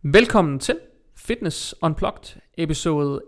Velkommen til Fitness Unplugged, episode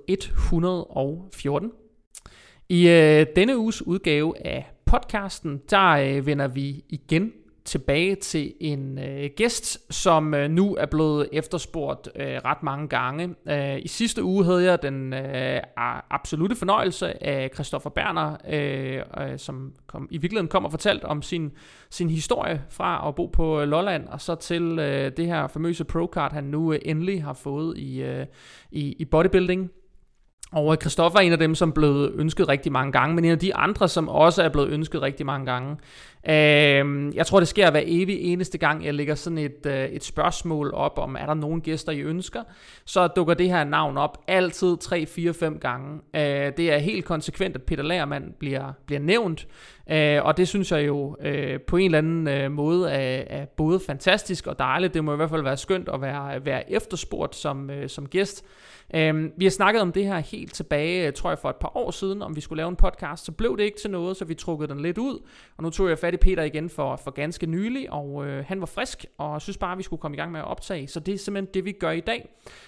114. I denne uges udgave af podcasten, der vender vi igen tilbage til en gæst, som nu er blevet efterspurgt ret mange gange. I sidste uge havde jeg den absolute fornøjelse af Christoffer Berner, som i virkeligheden kom og fortalt om sin historie fra at bo på Lolland, og så til det her famøse pro-card, han nu endelig har fået i bodybuilding. Og Christoffer er en af dem, som er blevet ønsket rigtig mange gange, men en af de andre, som også er blevet ønsket rigtig mange gange. Jeg tror, det sker hver evig eneste gang, jeg lægger sådan et spørgsmål op om, er der nogen gæster, I ønsker? Så dukker det her navn op altid 3, 4, 5 gange. Det er helt konsekvent, at Peter Lagermand bliver nævnt, og det synes jeg jo på en eller anden måde er både fantastisk og dejligt. Det må i hvert fald være skønt at være efterspurgt som gæst. Vi har snakket om det her helt tilbage, tror jeg for et par år siden, om vi skulle lave en podcast, så blev det ikke til noget, så vi trukkede den lidt ud, og nu tog jeg fat i Peter igen for ganske nylig, og han var frisk, og synes bare, at vi skulle komme i gang med at optage, så det er simpelthen det, vi gør i dag,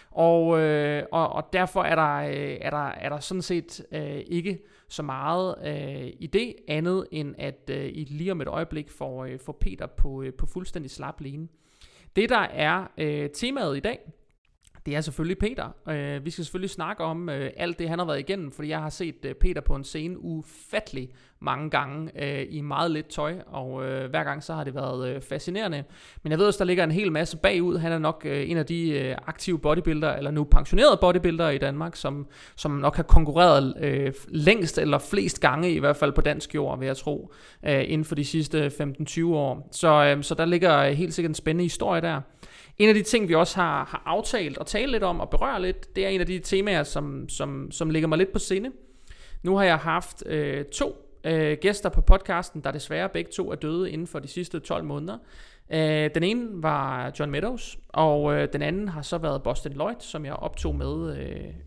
og derfor er der sådan set ikke så meget i det andet, end at I lige om et øjeblik får Peter på fuldstændig slap line. Det der er temaet i dag, det er selvfølgelig Peter. Vi skal selvfølgelig snakke om alt det, han har været igennem, fordi jeg har set Peter på en scene ufattelig mange gange i meget lidt tøj, og hver gang så har det været fascinerende. Men jeg ved også, der ligger en hel masse bagud. Han er nok en af de aktive bodybuildere, eller nu pensionerede bodybuildere i Danmark, som nok har konkurreret længst eller flest gange, i hvert fald på dansk jord, vil jeg tro, inden for de sidste 15-20 år. Så der ligger helt sikkert en spændende historie der. En af de ting, vi også har aftalt at tale lidt om og berøre lidt, det er en af de temaer, som ligger mig lidt på sinde. Nu har jeg haft 2 gæster på podcasten, der desværre begge 2 er døde inden for de sidste 12 måneder. Den ene var John Meadows, og den anden har så været Boston Lloyd, som jeg optog med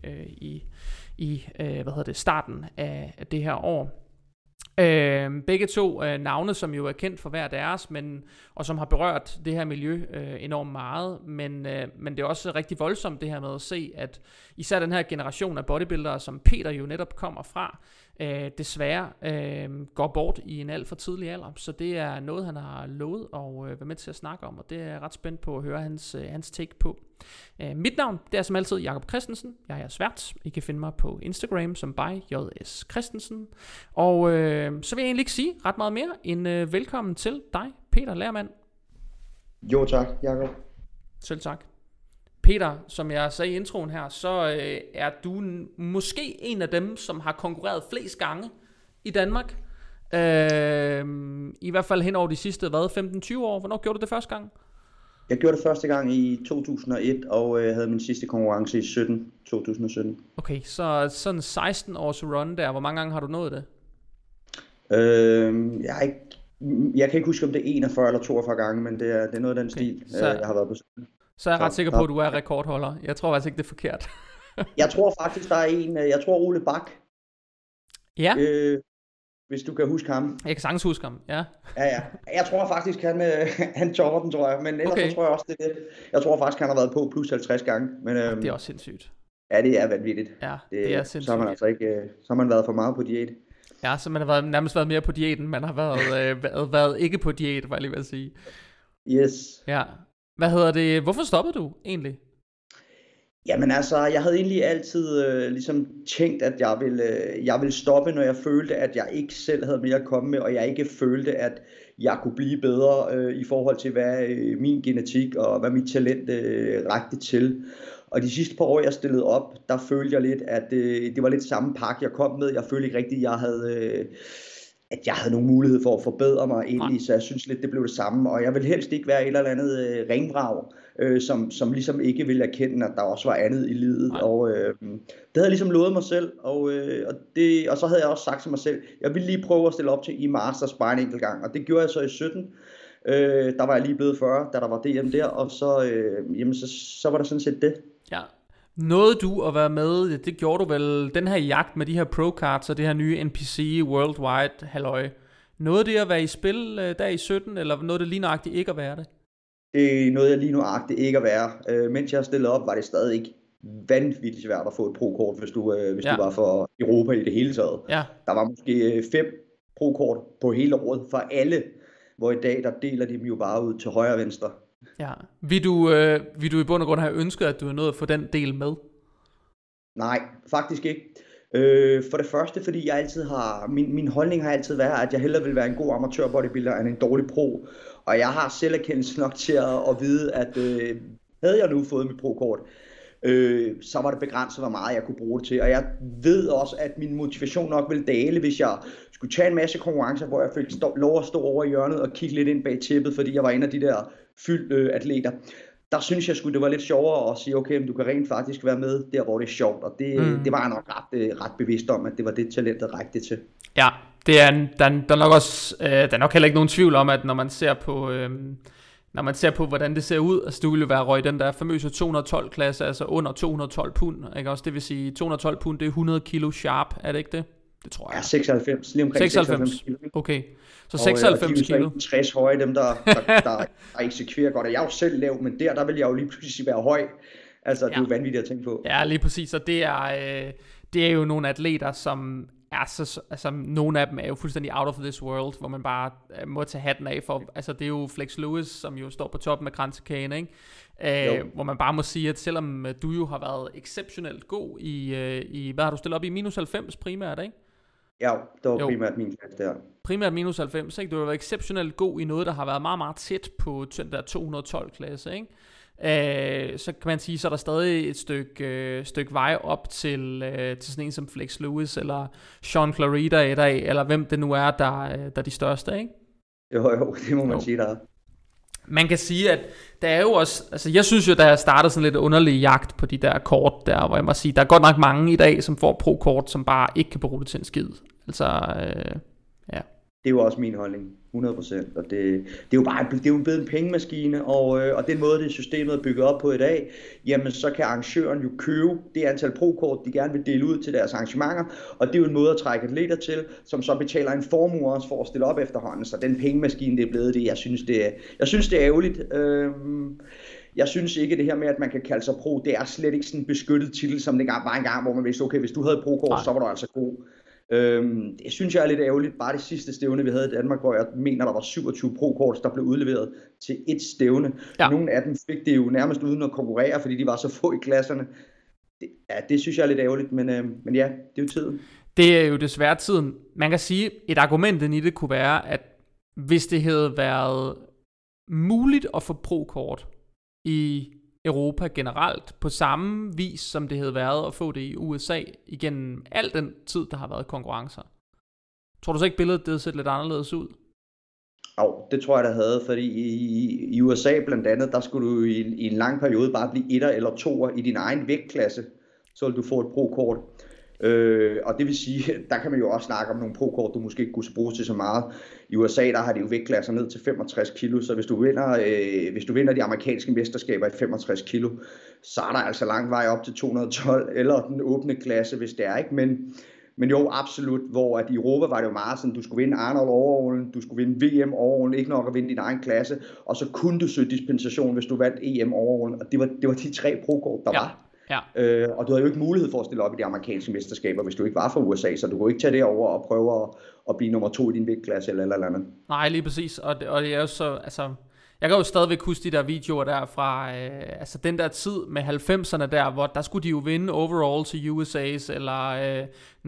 i starten af det her år. Begge 2 navne, som jo er kendt for hver deres, og som har berørt det her miljø enormt meget, men det er også rigtig voldsomt det her med at se, at især den her generation af bodybuildere, som Peter jo netop kommer fra, desværre går bort i en alt for tidlig alder. Så det er noget, han har lovet at være med til at snakke om, og det er jeg ret spændt på at høre hans take på. Mit navn, det er som altid Jakob Christensen. Jeg er jeres vært. I kan finde mig på Instagram som JS Christensen. Og så vil jeg egentlig ikke sige ret meget mere end velkommen til dig, Peter Lagermand. Jo tak, Jakob. Selv tak. Peter, som jeg sagde i introen her, så er du måske en af dem, som har konkurreret flest gange i Danmark. I hvert fald hen over de sidste 15-20 år. Hvornår gjorde du det første gang? Jeg gjorde det første gang i 2001, og havde min sidste konkurrence i 2017. Okay, så sådan 16 års run der. Hvor mange gange har du nået det? Jeg kan ikke huske, om det er 41 eller 42 gange, men det er noget af den stil, jeg har været på. Så er jeg ret sikker på, at du er rekordholder. Jeg tror faktisk ikke, det er forkert. Jeg tror faktisk, der er en, jeg tror Ole Bak. Ja. Hvis du kan huske ham. Jeg kan sagtens huske ham, ja. Ja. Jeg tror faktisk, han topper den, tror jeg. Men ellers så tror jeg også, det er det. Jeg tror faktisk, han har været på plus 50 gange. Men, det er også sindssygt. Ja, det er vanvittigt. Ja, det er sindssygt. Så har man altså ikke, så har man været for meget på diæt. Ja, så man har nærmest været mere på diæten. Man har været ikke på diæt, var jeg lige ved at sige. Yes. Ja. Hvad hedder det? Hvorfor stoppede du egentlig? Jamen altså, jeg havde egentlig altid ligesom tænkt, at jeg ville stoppe, når jeg følte, at jeg ikke selv havde mere at komme med, og jeg ikke følte, at jeg kunne blive bedre i forhold til, hvad min genetik og hvad mit talent rakte til. Og de sidste par år, jeg stillede op, der følte jeg lidt, at det var lidt samme pakke, jeg kom med. Jeg følte ikke rigtigt, at jeg havde nogen mulighed for at forbedre mig egentlig, så jeg synes lidt, det blev det samme. Og jeg vil helst ikke være et eller andet ringvrag, som ligesom ikke ville erkende, at der også var andet i livet. Og det havde jeg ligesom lovet mig selv, og så havde jeg også sagt til mig selv, jeg ville lige prøve at stille op til i Masters bare en enkelt gang, og det gjorde jeg så i 17. Der var jeg lige blevet 40, da der var DM der, og så var der sådan set det. Ja. Nåede du at være med, det gjorde du vel, den her jagt med de her pro-cards og det her nye NPC Worldwide halløj. Nåede det at være i spil der i 17, eller nåede det lige nøjagtigt ikke at være det? Det er noget, jeg lige nu agter ikke at være. Mens jeg stillede op, var det stadig ikke vanvittigt svært at få et pro-kort, hvis du var for Europa i det hele taget. Ja. Der var måske 5 pro-kort på hele året for alle, hvor i dag, der deler de dem jo bare ud til højre og venstre. Ja. Vil du i bund og grund have ønsket, at du havde nået at få den del med? Nej, faktisk ikke. For det første, fordi jeg altid har, min holdning har altid været, at jeg hellere vil være en god amatør bodybuilder end en dårlig pro. Og jeg har selverkendelse nok til at vide, at havde jeg nu fået mit pro-kort, så var det begrænset, hvor meget jeg kunne bruge det til. Og jeg ved også, at min motivation nok ville dale, hvis jeg skulle tage en masse konkurrencer, hvor jeg fik lov at stå over i hjørnet og kigge lidt ind bag tæppet, fordi jeg var en af de der fyldte atleter. Der synes jeg det var lidt sjovere at sige, okay, men du kan rent faktisk være med der, hvor det er sjovt. Og det var jeg nok ret bevidst om, at det var det talentet rækte til. Ja, der er nok også, der er nok heller ikke nogen tvivl om, at når man ser på, hvordan det ser ud, altså du ville jo være røg den der famøse 212 klasse, altså under 212 pund, ikke også? Det vil sige 212 pund, det er 100 kilo sharp, er det ikke det? Det tror jeg. Ja, 96, lige omkring 96 kilo. Okay, så 96 kilo. Og de er 60 høje, dem der eksekverer godt. Og jeg er jo selv lav, men der vil jeg jo lige pludselig være høj. Altså, det er jo vanvittigt at tænke på. Ja, lige præcis, og det er jo nogle atleter, som er så, altså nogle af dem er jo fuldstændig out of this world, hvor man bare må tage hatten af for, altså det er jo Flex Lewis, som jo står på toppen af kransekagen, ikke? Hvor man bare må sige, at selvom du jo har været exceptionelt god i hvad har du stillet op i, minus 90 primært, ikke? Ja, det var primært min klasse der. Primært minus 90, ikke? Du har været exceptionelt god i noget, der har været meget, meget tæt på den der 212 klasse, ikke? Så kan man sige, så er der stadig et stykke vej op til sådan en som Flex Lewis eller Sean Clarida i dag, eller hvem det nu er, der er de største, ikke? Jo, det må man sige, der er. Man kan sige, at der er jo også, altså jeg synes jo, der er startet sådan lidt underlig jagt på de der kort der, hvor jeg må sige, der er godt nok mange i dag, som får pro-kort, som bare ikke kan bruge det til en skid. Altså, ja. Det er jo også min holdning, 100%, og det er jo bare blevet en pengemaskine, og den måde, det systemet er bygget op på i dag, jamen så kan arrangøren jo købe det antal pro-kort, de gerne vil dele ud til deres arrangementer, og det er jo en måde at trække atleter til, som så betaler en formue også for at stille op efterhånden, så den pengemaskine, det er blevet det, jeg synes, det er ærgerligt. Jeg synes ikke det her med, at man kan kalde sig pro, det er slet ikke sådan en beskyttet titel, som det var engang, hvor man vidste, okay, hvis du havde pro-kort, så var du altså god. Det synes jeg er lidt ærgerligt. Bare det sidste stævne vi havde i Danmark, hvor jeg mener der var 27 pro-kort, der blev udleveret til et stævne. Nogle af dem fik det jo nærmest uden at konkurrere, fordi de var så få i klasserne. Det synes jeg er lidt ærgerligt, men ja, det er jo tiden. Det er jo desværre tiden. Man kan sige, et argument i det kunne være, at hvis det havde været muligt at få pro-kort i Europa generelt, på samme vis som det havde været at få det i USA igennem al den tid, der har været konkurrencer. Tror du så ikke billedet det set lidt anderledes ud? Det tror jeg der havde, fordi i USA blandt andet, der skulle du i en lang periode bare blive 1'er eller 2'er i din egen vægtklasse, så ville du få et pro-kort. Og det vil sige, der kan man jo også snakke om nogle pro-kort, du måske ikke kunne bruge til så meget. I USA, der har de jo vægtklasser ned til 65 kilo, så hvis du vinder de amerikanske mesterskaber i 65 kilo, så er der altså lang vej op til 212, eller den åbne klasse, hvis det er, ikke? Men jo, absolut, hvor at i Europa var det jo meget sådan, du skulle vinde Arnold overallen, du skulle vinde VM overallen, ikke nok at vinde din egen klasse, og så kunne du søge dispensation, hvis du vandt EM overallen, og det var de 3 pro-kort, der var. Ja. Og du havde jo ikke mulighed for at stille op i de amerikanske mesterskaber, hvis du ikke var fra USA, så du kunne ikke tage det over og prøve at blive nummer 2 i din vægtklasse eller andet. Nej, lige præcis, og det er jo så, altså, jeg kan jo stadigvæk huske de der videoer der fra, altså den der tid med 90'erne der, hvor der skulle de jo vinde overall til USA's, eller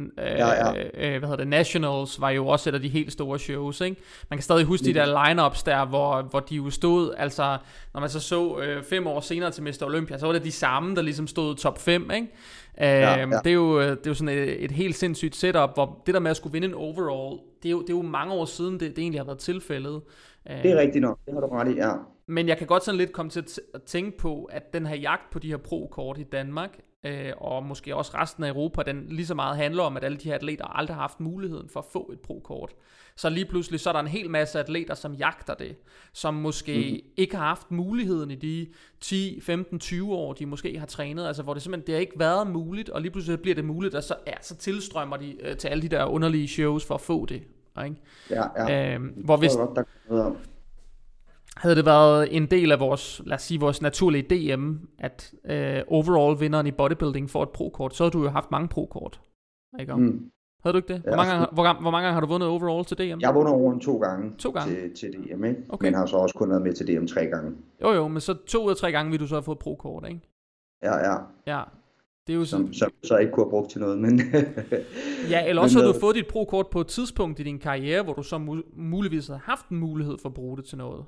hvad hedder det, Nationals var jo også et af de helt store shows, ikke? Man kan stadig huske de der lineups der, hvor de jo stod, altså når man så 5 år senere til Mr. Olympia, så var det de samme, der ligesom stod top 5, ikke? Det er jo sådan et helt sindssygt setup, hvor det der med at skulle vinde en overall, det er jo mange år siden, det egentlig har været tilfældet. Det er rigtigt nok, det har du ret i, ja. Men jeg kan godt sådan lidt komme til at tænke på, at den her jagt på de her pro-kort i Danmark, og måske også resten af Europa, den lige så meget handler om, at alle de her atleter aldrig har haft muligheden for at få et pro-kort. Så lige pludselig, så er der en hel masse atleter, som jagter det, som måske ikke har haft muligheden i de 10, 15, 20 år, de måske har trænet, altså hvor det simpelthen, det har ikke været muligt, og lige pludselig bliver det muligt, og så tilstrømmer de til alle de der underlige shows for at få det. Ikke? Ja. Hvor havde det været en del af vores, lad os sige, vores naturlige DM, at overall vinderen i bodybuilding får et pro-kort, så havde du jo haft mange pro-kort. Ikke? Havde du ikke det? Hvor mange gange har du vundet overall til DM? Jeg har vundet over 2 gange, til DM, ikke? Okay. Men har så også kun været med til DM 3 gange. Jo, men så 2 ud af 3 gange vil du så have fået pro-kort, ikke? Ja. Det er jo som så ikke kunne have brugt til noget, men... ja, eller også har du fået dit pro-kort på et tidspunkt i din karriere, hvor du så muligvis har haft en mulighed for at bruge det til noget.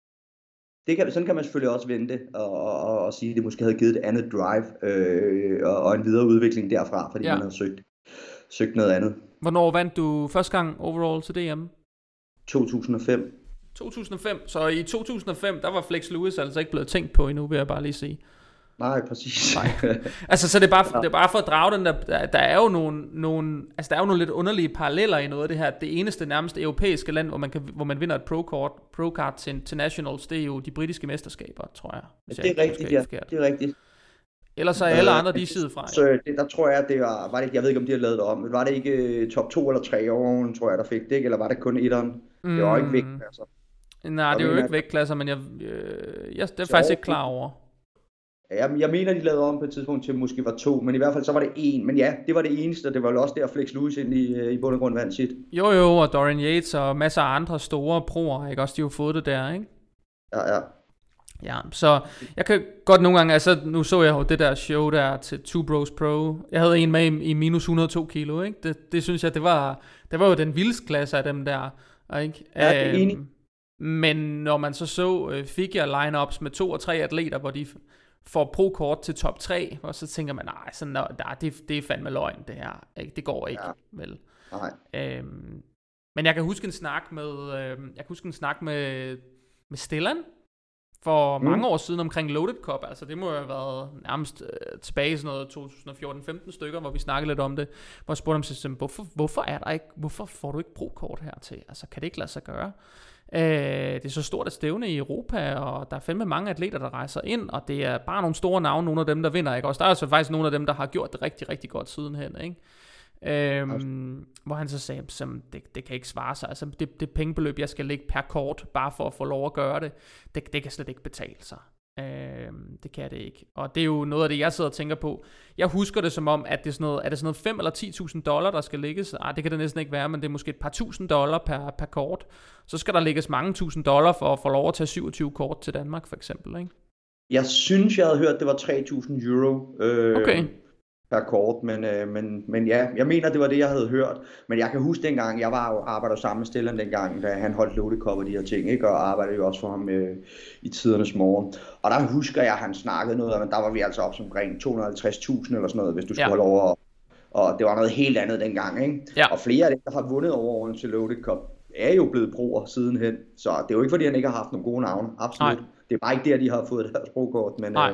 Sådan kan man selvfølgelig også vente og sige, at det måske havde givet et andet drive og en videre udvikling derfra, fordi man havde søgt noget andet. Hvornår vandt du første gang overall til DM? 2005. 2005, så i 2005, der var Flex Lewis altså ikke blevet tænkt på endnu, vil jeg bare lige sige. Nej, præcis. Nej. Altså, så det er bare for at drage den der er jo nogle lidt underlige paralleller i noget af det her. Det eneste nærmest europæiske land, hvor man vinder et pro-card til nationals, det er jo de britiske mesterskaber, tror jeg. Det er rigtigt, ja. Det er rigtigt. Ellers så er alle andre de sidder fra. Så der tror jeg, det var det ikke, jeg ved ikke, om de har lavet det om, men var det ikke top 2 eller 3 år, tror jeg, der fik det, ikke? Eller var det kun etteren? Det var ikke vægtklasser. Nej, det er jo ikke vægtklasser, men jeg det er faktisk ikke klar over. Jeg mener, de lavede om på et tidspunkt til måske var 2, men i hvert fald så var det 1. Men ja, det var det eneste, og det var jo også der Flex Lewis ind i bund og grund vandt sit. Jo, og Dorian Yates og masser af andre store proer, ikke? Også de har jo fået det der, ikke? Ja, så jeg kan godt nogle gange, altså nu så jeg jo det der show der til Two Bros Pro. Jeg havde en med i minus 102 kilo, ikke? Det synes jeg, det var jo den vildeste klasse af dem der, ikke? Ja, det er enig. Men når man så figure lineups med 2 og 3 atleter, hvor de får pro-kort til top 3, og så tænker man, det er fandme løgn det her, ikke? Det går ikke, vel? Nej. Men jeg kan huske en snak med Stellan for mange år siden omkring Loaded Cup. Altså det må jo have været nærmest tilbage i sådan noget 2014-15 stykker, hvor vi snakkede lidt om det, hvor jeg spurgte dem, hvorfor får du ikke pro-kort hertil? Altså kan det ikke lade sig gøre? Det er så stort et stævne i Europa, og der er fandme mange atleter, der rejser ind, og det er bare nogle store navne, nogle af dem, der vinder, ikke? Også der er altså faktisk nogle af dem, der har gjort det rigtig, rigtig godt sidenhen, ikke? Hvor han så sagde, det kan ikke svare sig, altså det pengebeløb, jeg skal lægge per kort, bare for at få lov at gøre det kan slet ikke betale sig. Det kan det ikke. Og det er jo noget af det, jeg sidder og tænker på. Jeg husker det som om, at det er sådan noget $5,000 eller $10,000, der skal lægges. Det kan det næsten ikke være, men det er måske et par $1,000 per kort. Så skal der lægges mange $1,000 for at få lov at tage 27 kort til Danmark, for eksempel, ikke? Jeg synes, jeg havde hørt, det var €3.000 okay. Per kort, men ja, jeg mener, det var det, jeg havde hørt. Men jeg kan huske dengang, jeg var jo arbejder sammen med Stellan dengang, da han holdt Loaded Cup og de her ting, ikke? Og arbejdede jo også for ham i tidernes morgen. Og der husker jeg, at han snakkede noget, men der var vi altså op som omkring 250.000 eller sådan noget, hvis du skulle holde over. Og det var noget helt andet dengang, ikke? Ja. Og flere af dem, der har vundet over til Loaded Cup, er jo blevet proer sidenhen. Så det er jo ikke, fordi han ikke har haft nogle gode navne. Absolut. Nej. Det er bare ikke der, de har fået deres pro-kort,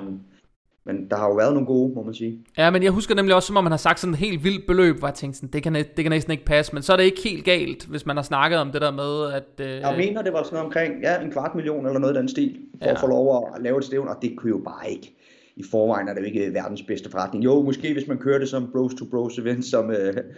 men der har jo været nogle gode, må man sige. Ja, men jeg husker nemlig også, som om man har sagt sådan et helt vildt beløb, hvor jeg tænkte sådan, det kan næsten ikke passe, men så er det ikke helt galt, hvis man har snakket om det der med, at... Jeg mener, det var sådan omkring 250.000 eller noget af den stil, for at få lov at lave et stævn, og det kunne jo bare ikke. I forvejen er det jo ikke verdens bedste forretning. Jo, måske hvis man kører det som bros to bros event, som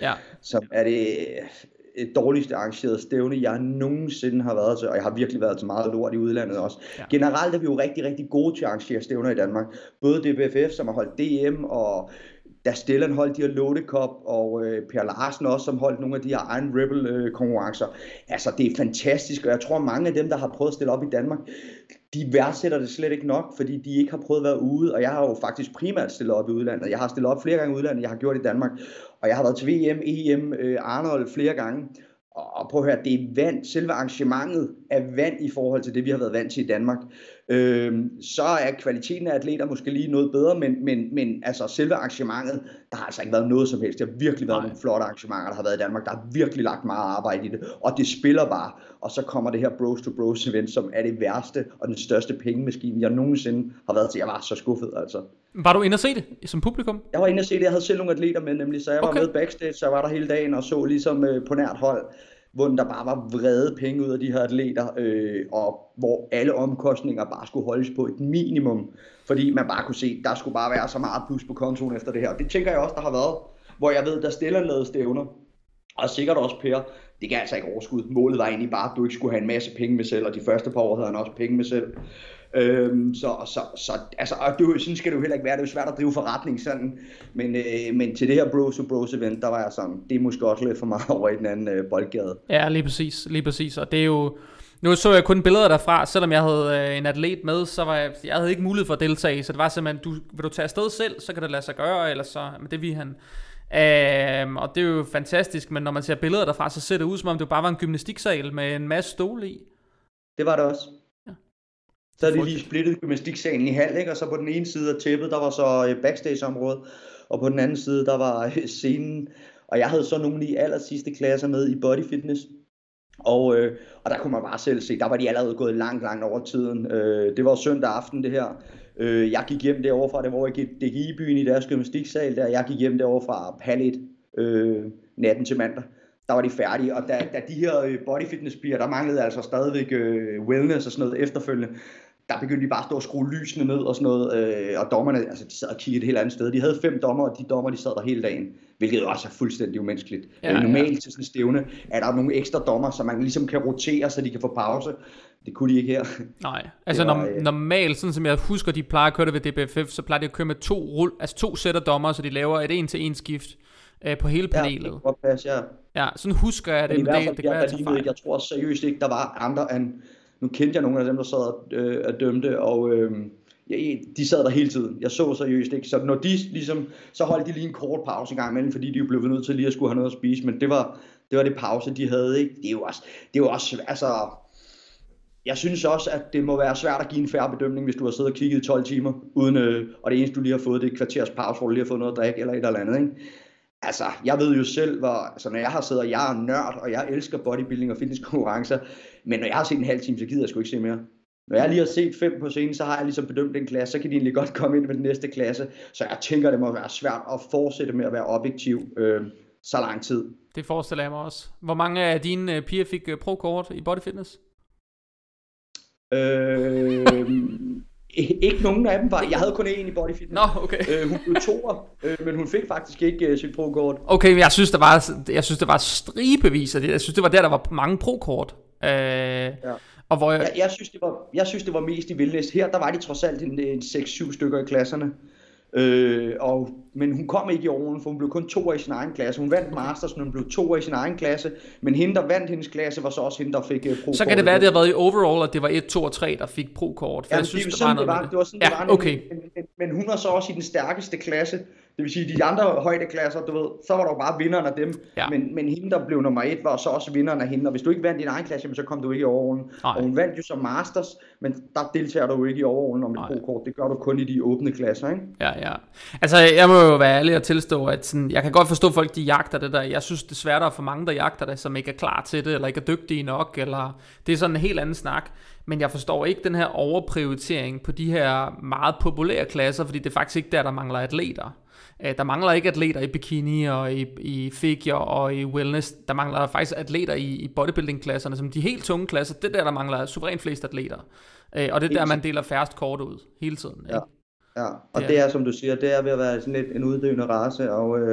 er det dårligste arrangerede stævne, jeg nogensinde har været til, og jeg har virkelig været til meget lort i udlandet også. Ja. Generelt er vi jo rigtig, rigtig gode til at arrangere stævner i Danmark. Både DBFF, som har holdt DM, og da Stellan holdt de her Loaded Cup, og Per Larsen også, som holdt nogle af de her Iron Rebel konkurrencer. Altså, det er fantastisk, og jeg tror, mange af dem, der har prøvet at stille op i Danmark, de værdsætter det slet ikke nok, fordi de ikke har prøvet at være ude, og jeg har jo faktisk primært stillet op i udlandet. Jeg har stillet op flere gange i udlandet, jeg har gjort i Danmark, og jeg har været til VM, EM, Arnold flere gange. Og prøv at høre, det er vand, selve arrangementet er vand i forhold til det, vi har været vant til i Danmark. Så er kvaliteten af atleter måske lige noget bedre, men altså selve arrangementet, der har altså ikke været noget som helst. Det har virkelig været nogle flotte arrangementer, der har været i Danmark. Der har virkelig lagt meget arbejde i det, og det spiller bare. Og så kommer det her Bros to Bros event, som er det værste og den største pengemaskine, jeg nogensinde har været til. Jeg var så skuffet, altså. Var du inde at se det som publikum? Jeg var inde at se det. Jeg havde selv nogle atleter med, nemlig, så jeg var med backstage, så jeg var der hele dagen og så ligesom på nært hold, hvor der bare var vrede penge ud af de her atleter, og hvor alle omkostninger bare skulle holdes på et minimum, fordi man bare kunne se, der skulle bare være så meget plus på kontoen efter det her. Det tænker jeg også, der har været, hvor jeg ved, der Stellan lavede stævner, og sikkert også Per, det gav altså ikke overskud. Målet var egentlig bare, at du ikke skulle have en masse penge med selv, og de første par år havde han også penge med selv. Altså, og sådan skal det jo heller ikke være. Det er jo svært at drive forretning sådan, men til det her Bros to Bros event, der var jeg sådan, det er måske også lidt for meget over i den anden boldgade. Ja, lige præcis, og det er jo, nu så jeg kun billeder derfra, selvom jeg havde en atlet med, så var jeg havde ikke mulighed for at deltage, så det var simpelthen, vil du tage afsted selv, så kan det lade sig gøre, eller så, men det vil han. Og det er jo fantastisk, men når man ser billeder derfra, så ser det ud som om det bare var en gymnastiksal med en masse stole i. Det var det også. Ja. Så havde de lige splittet gymnastiksalen i halv, ikke? Og så på den ene side af tæppet, der var så backstage-området, og på den anden side, der var scenen. Og jeg havde så nogle af de aller sidste klasser med i body fitness. Og der kunne man bare selv se, der var de allerede gået langt over tiden. Det var søndag aften det her. Jeg gik hjem derovre fra, det var i DGI-byen i deres gymnastiksal, der jeg gik hjem derovre fra halv 1 natten til mandag. Der var de færdige, og da de her body fitness piger, der manglede altså stadigvæk wellness og sådan noget efterfølgende. Der begyndte de bare at stå og skrue lysene ned og sådan noget, og dommerne, altså de sad og kiggede et helt andet sted. De havde 5 dommer, og de dommer, de sad der hele dagen, hvilket også er fuldstændig umenneskeligt. Normalt til sådan en stævne, er der nogle ekstra dommer, så man ligesom kan rotere, så de kan få pause. Det kunne de ikke her. Nej, altså normalt, sådan som jeg husker, de plejer at køre det ved DBFF, så plejer de at køre med 2 sæt af dommer, så de laver et 1-til-1 skift på hele panelet. Ja, det kan passe, ja. Ja, sådan husker jeg det, men det gør jeg til fejl. Jeg tror seriøst ikke, der var andre end, nu kendte jeg nogle af dem, der sad og dømte, og de sad der hele tiden. Jeg så seriøst ikke, så når de ligesom, så holdt de lige en kort pause en gang imellem, fordi de jo blev nødt til lige at skulle have noget at spise, men det var det pause, de havde, ikke? Det er jo også, altså, jeg synes også, at det må være svært at give en fair bedømning, hvis du har siddet og kigget i 12 timer, uden, og det eneste du lige har fået, det er et kvarters pause, hvor du lige har fået noget at drikke, eller et eller andet, ikke? Altså, jeg ved jo selv, når jeg har siddet, og jeg er nørd, og jeg elsker bodybuilding og fitnesskonkurrencer, men når jeg har set en halv time, så gider jeg sgu ikke se mere. Når jeg lige har set 5 på scenen, så har jeg ligesom bedømt den klasse, så kan de egentlig godt komme ind med den næste klasse. Så jeg tænker, det må være svært at fortsætte med at være objektiv så lang tid. Det forestiller jeg mig også. Hvor mange af dine piger fik pro-kort i body fitness? Ikke nogen af dem var. Jeg havde kun én i body fitness. Nå, okay. Hun blev 2'er, men hun fik faktisk ikke sit pro-kort. Okay, men jeg synes der var stribevis af det. Jeg synes det var der var mange pro-kort. Ja. Og hvor jeg synes det var mest i wellness. Her der var de trods alt en 6-7 stykker i klasserne. Men hun kom ikke i åren, for hun blev kun 2'er i sin egen klasse. Hun vandt masters, men hun blev 2'er i sin egen klasse. Men hende, der vandt hendes klasse, var så også hende, der fik pro-kort. Så kan det være, at det har været i overall, at det var 1, 2 og 3, der fik pro-kort. Ja, jeg synes, det var sådan, det var. Okay. Men hun var så også i den stærkeste klasse. Det vil sige, de andre højdeklasser, du ved, så var der jo bare vinderen af dem. Ja. Men hende, der blev nummer 1, var så også vinderen af hende. Og hvis du ikke vandt din egen klasse, så kom du ikke i overallen. Og hun vandt jo som masters, men der deltager du jo ikke i overallen om et pro-kort. Det gør du kun i de åbne klasser, ikke? Ja. Altså, jeg må jo være ærlig og tilstå, at sådan, jeg kan godt forstå folk, de jagter det der. Jeg synes, det er svært for mange, der jagter det, som ikke er klar til det, eller ikke er dygtige nok, eller det er sådan en helt anden snak. Men jeg forstår ikke den her overprioritering på de her meget populære klasser, fordi det er faktisk ikke der mangler atleter. Der mangler ikke atleter i bikini og i figure og i wellness. Der mangler faktisk atleter i bodybuilding-klasserne, som de helt tunge klasser. Det der mangler suverænt flest atleter. Og det er der, man deler færrest kort ud hele tiden. Ikke? Ja, og det er, som du siger, det er ved at være sådan lidt en uddøende race,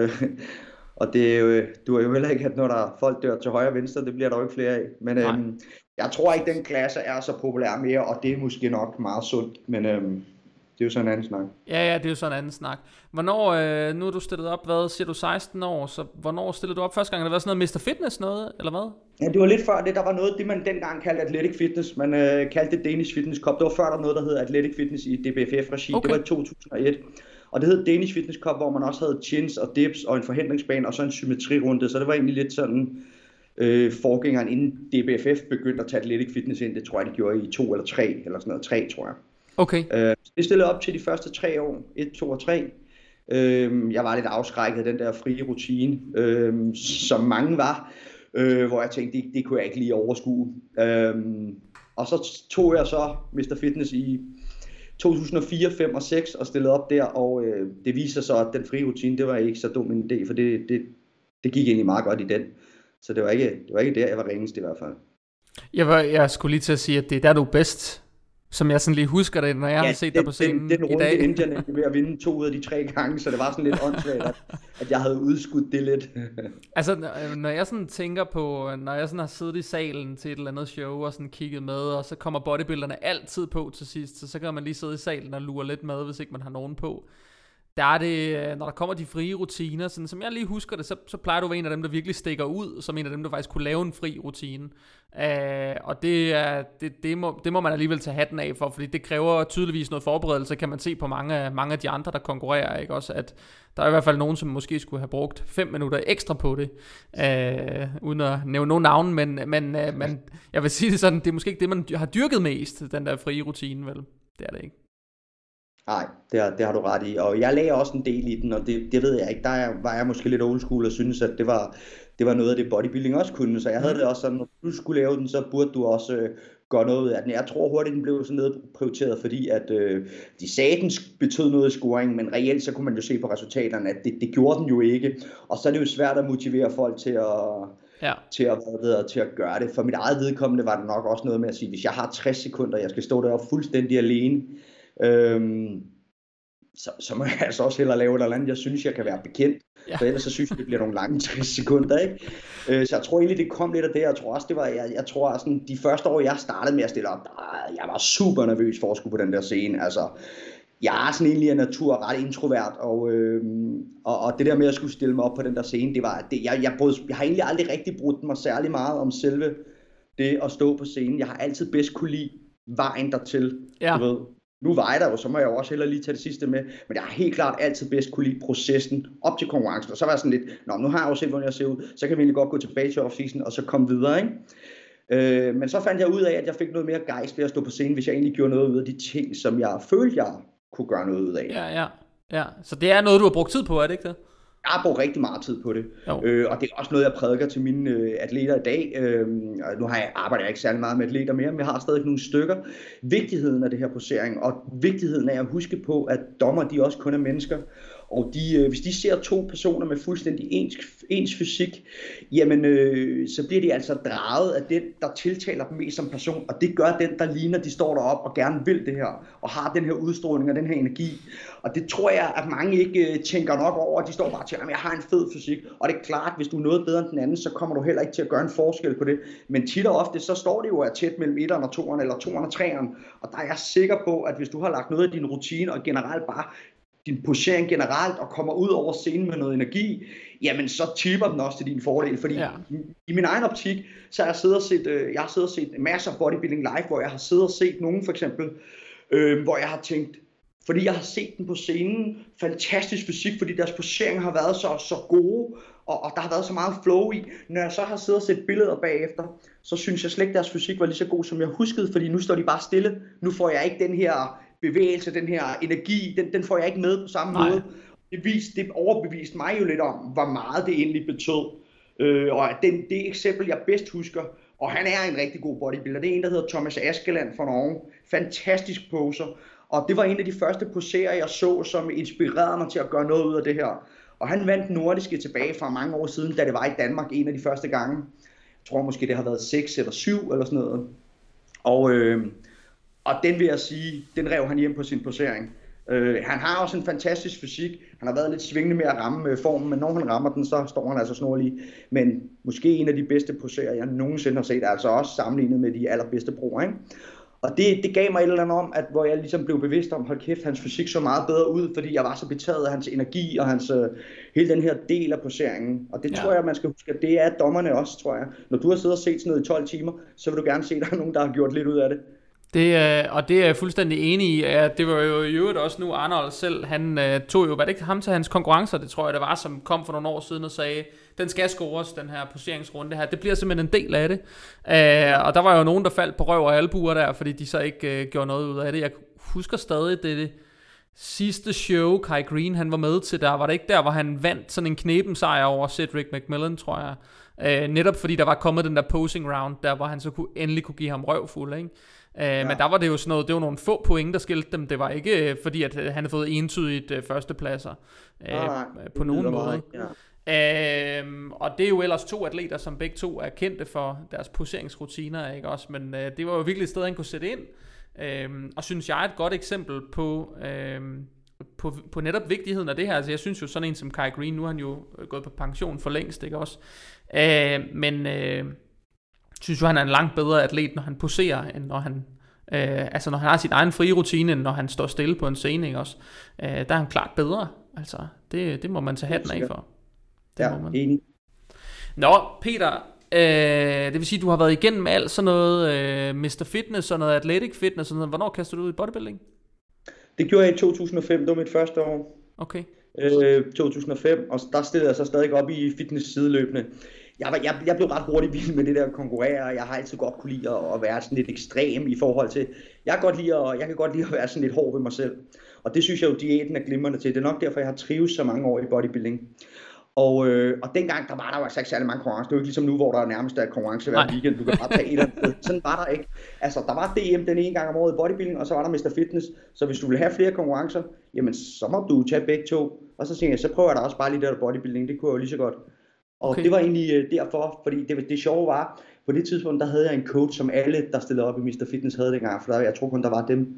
og det er jo, du er jo heller ikke, at når der folk dør til højre og venstre, det bliver der jo ikke flere af. Men jeg tror ikke, den klasse er så populær mere, og det er måske nok meget sundt, men det er jo sådan en anden snak. Ja, det er jo sådan en anden snak. Hvornår, nu er du stillet op, hvad siger du, 16 år, så hvornår stillede du op første gang? Har det været sådan noget Mr. Fitness noget, eller hvad? Ja, det var lidt før det, der var noget, det man dengang kaldte Athletic Fitness, man kaldte det Danish Fitness Cup. Det var før der var noget, der hed Athletic Fitness i DBFF-regi, okay. Det var i 2001. Og det hed Danish Fitness Cup, hvor man også havde chins og dips og en forhindringsbane og så en symmetrirunde, så det var egentlig lidt sådan forgængeren inden DBFF begyndte at tage Athletic Fitness ind. Det tror jeg, de gjorde i 2 eller 3, eller sådan noget, 3 tror jeg. Okay. Det stillede op til de første 3 år, 1, 2 og 3. Jeg var lidt afskrækket af den der frie rutine, som mange var, hvor jeg tænkte, det kunne jeg ikke lige overskue. Og så tog jeg så Mr. Fitness i 2004, 5 og 6 og stillede op der, og det viser så, at den frie rutine, det var ikke så dum en idé, for det gik egentlig meget godt i den. Så det var ikke der, jeg var ringest i hvert fald. Jeg skulle lige til at sige, at det er der, du er bedst. som jeg sådan lige husker det, når jeg har set dig på scenen den i dag. Den endte jeg ved at vinde 2 ud af de 3 gange, så det var sådan lidt åndssvagt, at jeg havde udskudt det lidt. Altså, når jeg sådan tænker på, når jeg sådan har siddet i salen til et eller andet show og sådan kigget med, og så kommer bodybuilderne altid på til sidst, så kan man lige sidde i salen og lure lidt med, hvis ikke man har nogen på. Der er det, når der kommer de frie rutiner, sådan som jeg lige husker det, så plejer du at være en af dem, der virkelig stikker ud, som en af dem, der faktisk kunne lave en fri rutine. Og det må man alligevel tage hatten af for, fordi det kræver tydeligvis noget forberedelse, kan man se på mange af de andre, der konkurrerer, ikke også, at der er i hvert fald nogen, som måske skulle have brugt 5 minutter ekstra på det, uden at nævne nogen navn, men jeg vil sige det sådan, det er måske ikke det, man har dyrket mest, den der frie rutine, vel? Det er det ikke. Nej, det har du ret i, og jeg lagde også en del i den, og det ved jeg ikke, var jeg måske lidt old school og synes, at det var noget af det bodybuilding også kunne, så jeg havde det også sådan, når du skulle lave den, så burde du også gøre noget ud af den. Jeg tror hurtigt, den blev sådan noget prioriteret, fordi at de sagde, den betød noget i scoring, men reelt så kunne man jo se på resultaterne, at det gjorde den jo ikke, og så er det jo svært at motivere folk til at gøre det. For mit eget vedkommende var det nok også noget med at sige, hvis jeg har 60 sekunder, jeg skal stå deroppe fuldstændig alene, så må jeg altså også hellere lave et eller andet, jeg synes, jeg kan være bekendt, for ellers så synes jeg, det bliver nogle lange 60 sekunder, ikke? Så jeg tror egentlig, det kom lidt af det, jeg tror også, det var, jeg tror sådan, de første år, jeg startede med at stille op, jeg var super nervøs for at skulle på den der scene, altså, jeg er sådan egentlig af natur ret introvert, og det der med at skulle stille mig op på den der scene, det var, jeg har egentlig aldrig rigtig brugt mig særlig meget om selve det at stå på scenen, jeg har altid bedst kunne lide vejen dertil, du ved. Nu var jeg der jo, så må jeg jo også hellere lige tage det sidste med, men jeg har helt klart altid bedst kunne lide processen op til konkurrencen, og så var jeg sådan lidt, nu har jeg jo set, hvordan jeg ser ud, så kan vi egentlig godt gå tilbage til off-season, og så komme videre, ikke? Men så fandt jeg ud af, at jeg fik noget mere gejst ved at stå på scenen, hvis jeg egentlig gjorde noget ud af de ting, som jeg følte, jeg kunne gøre noget ud af. Ja. Så det er noget, du har brugt tid på, er det ikke det? Jeg har brugt rigtig meget tid på det, og det er også noget, jeg prædiker til mine atleter i dag. Nu arbejder jeg ikke særlig meget med atleter mere, men jeg har stadig nogle stykker. Vigtigheden af det her posering, og vigtigheden af at huske på, at dommer, de også kun er mennesker. Og hvis de ser 2 personer med fuldstændig ens fysik, jamen så bliver de altså draget af den, der tiltaler dem mest som person. Og det gør den, der ligner, de står deroppe og gerne vil det her, og har den her udstråling og den her energi. Og det tror jeg, at mange ikke tænker nok over. De står bare til, at jeg har en fed fysik. Og det er klart, hvis du er noget bedre end den anden, så kommer du heller ikke til at gøre en forskel på det. Men tit og ofte, så står det jo tæt mellem 1'eren og 2'eren, eller 2'eren og 3'eren. Og der er jeg sikker på, at hvis du har lagt noget af din rutine, og generelt bare din posering generelt, og kommer ud over scenen med noget energi, jamen så tipper den også til din fordel, fordi i min egen optik, så har jeg siddet og set masser af bodybuilding live, hvor jeg har siddet og set nogen for eksempel, hvor jeg har tænkt, fordi jeg har set den på scenen, fantastisk fysik, fordi deres poseringer har været så gode, og der har været så meget flow i. Når jeg så har siddet og set billeder bagefter, så synes jeg slet ikke, deres fysik var lige så god, som jeg huskede, fordi nu står de bare stille. Nu får jeg ikke den her bevægelse, den her energi, den får jeg ikke med på samme måde. Det overbeviste mig jo lidt om, hvor meget det egentlig betød. Og det eksempel, jeg bedst husker, og han er en rigtig god bodybuilder, det er en, der hedder Thomas Askeland fra Norge. Fantastisk poser. Og det var en af de første poserer, jeg så, som inspirerede mig til at gøre noget ud af det her. Og han vandt nordiske tilbage fra mange år siden, da det var i Danmark en af de første gange. Jeg tror måske, det har været 6 eller 7 eller sådan noget. Og den vil jeg sige, den rev han hjem på sin posering. Han har også en fantastisk fysik. Han har været lidt svingende med at ramme formen, men når han rammer den, så står han altså snorlig. Men måske en af de bedste poserer, jeg nogensinde har set, altså også sammenlignet med de allerbedste proer, ikke? Og det gav mig et eller andet om, at hvor jeg ligesom blev bevidst om, hold kæft, hans fysik så meget bedre ud, fordi jeg var så betaget af hans energi og hans hele den her del af poseringen. Og det tror jeg, man skal huske, at det er dommerne også, tror jeg. Når du har siddet og set sådan noget i 12 timer, så vil du gerne se, at der er nogen, der har gjort lidt ud af det. Og det er jeg fuldstændig enig i. Det var jo i øvrigt også nu Arnold selv, han tog jo, var det ikke ham til hans konkurrencer, det tror jeg det var, som kom for nogle år siden og sagde, den skal scores, den her poseringsrunde her, det bliver simpelthen en del af det. Og der var jo nogen, der faldt på røv og albuer der, fordi de så ikke gjorde noget ud af det. Jeg husker stadig det sidste show, Kai Green han var med til, der var det ikke der, hvor han vandt sådan en knepen sejr over Cedric McMillan, tror jeg. Netop fordi der var kommet den der posing round, der hvor han så endelig kunne give ham røvfuld, ikke? Men der var det jo sådan noget, det var nogle få point, der skilte dem. Det var ikke fordi, at han havde fået entydigt førstepladser på nogen måde. Og det er jo ellers 2 atleter, som begge to er kendte for deres poseringsrutiner, ikke også? Men det var jo virkelig et sted, han kunne sætte ind. Og synes jeg er et godt eksempel på netop vigtigheden af det her. Altså jeg synes jo sådan en som Kai Green, nu er han jo gået på pension for længst, ikke også? Men synes jo han er en langt bedre atlet, når han poserer, end når han altså når han har sin egen frie rutine, end når han står stille på en scene, ikke også? Der er han klart bedre. Altså det må man tage hatten af for. Det må man. Enig. Nå, Peter, det vil sige, du har været igennem alt sådan noget Mr. Fitness og noget Athletic Fitness og sådan noget. Hvornår kastede du ud i bodybuilding? Det gjorde jeg i 2005, det var mit første år. Okay. 2005, og der stillede jeg så stadig op i fitness sideløbende. Jeg blev ret hurtigt vild med det der konkurrere, og jeg har altid godt kunne lide at være sådan lidt ekstrem i forhold til, jeg kan godt lide at være sådan lidt hård ved mig selv. Og det synes jeg jo, diæten er glimrende til. Det er nok derfor, jeg har trives så mange år i bodybuilding. Og dengang, der var der jo altså ikke særlig mange konkurrencer. Det er jo ikke ligesom nu, hvor der nærmest er konkurrence hver weekend. Du kan bare tage et eller andet. Sådan var der ikke. Altså, der var DM den ene gang om året i bodybuilding, og så var der Mr. Fitness. Så hvis du vil have flere konkurrencer, jamen så må du tage begge to. Og så tænkte jeg, så prøver jeg da også bare lige der bodybuilding. Det kunne jeg jo lige så godt. Og okay. Det var egentlig derfor, fordi det sjove var, på det tidspunkt, der havde jeg en coach, som alle, der stillede op i Mr. Fitness, havde dengang. For jeg tror kun, der var dem.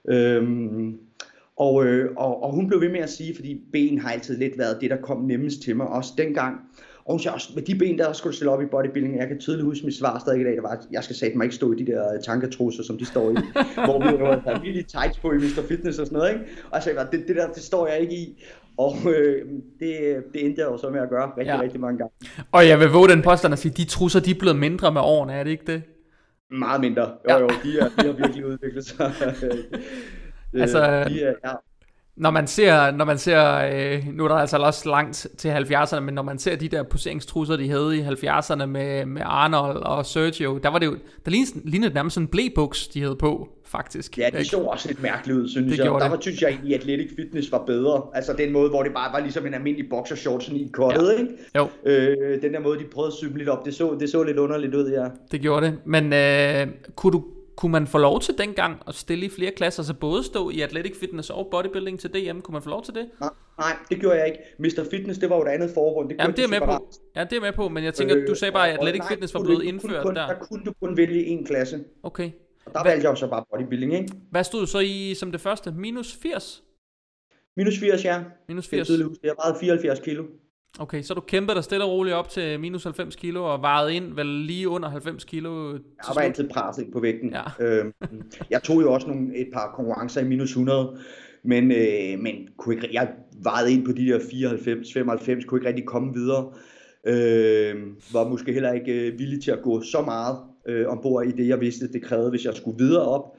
Og hun blev ved med at sige, fordi ben har altid lidt været det, der kom nemmest til mig, også dengang. Og hun sagde også, med de ben der skulle du stille op i bodybuilding. Jeg kan tydeligt huske mit svar stadig i dag, det var, at jeg skal satme ikke stå i de der tanketrusser, som de står i. Hvor vi jo har virkelig tights på i Mr. Fitness og sådan noget, ikke? Og så jeg det der, det står jeg ikke i. Og det endte jeg jo så med at gøre rigtig mange gange. Og jeg vil våge den påstand at sige, de trusser, de er blevet mindre med årene, er det ikke det? Meget mindre. Jo, de har virkelig udviklet sig. Altså, når man ser, nu er der altså også langt til 70'erne, men når man ser de der poseringstrusser, de havde i 70'erne med Arnold og Sergio, der var det jo, der lignede nærmest sådan en blæbuks, de havde på, faktisk. Ja, det så også lidt mærkeligt ud, synes jeg. Der synes jeg egentlig, at Athletic Fitness var bedre. Altså den måde, hvor det bare var ligesom en almindelig boxershort, sådan i kottet, ikke? Jo. Den der måde, de prøvede at syge lidt op, det så lidt underligt ud, ja. Det gjorde det, men kunne man få lov til dengang at stille i flere klasser, så både stå i Athletic Fitness og bodybuilding til DM? Kunne man få lov til det? Nej, det gjorde jeg ikke. Mr. Fitness, det var jo et andet forbund. Jamen, det er med på. Ja, det er med på, men jeg tænker, du sagde bare, at Athletic Fitness var blevet indført der. Der kunne du kun vælge en klasse. Okay. Og der valgte jeg jo så bare bodybuilding, ikke? Hvad stod du så i som det første? Minus 80? Minus 80, ja. Minus 80. Jeg vejede 74 kilo. Okay, så du kæmpede dig stille og roligt op til minus 90 kilo og vejede ind vel lige under 90 kilo? Jeg var altid presset på vægten. Ja. Jeg tog jo også et par konkurrencer i minus 100, men kunne ikke, jeg vejede ind på de der 94-95, kunne ikke rigtig komme videre. Var måske heller ikke villig til at gå så meget ombord i det, jeg vidste, det krævede, hvis jeg skulle videre op.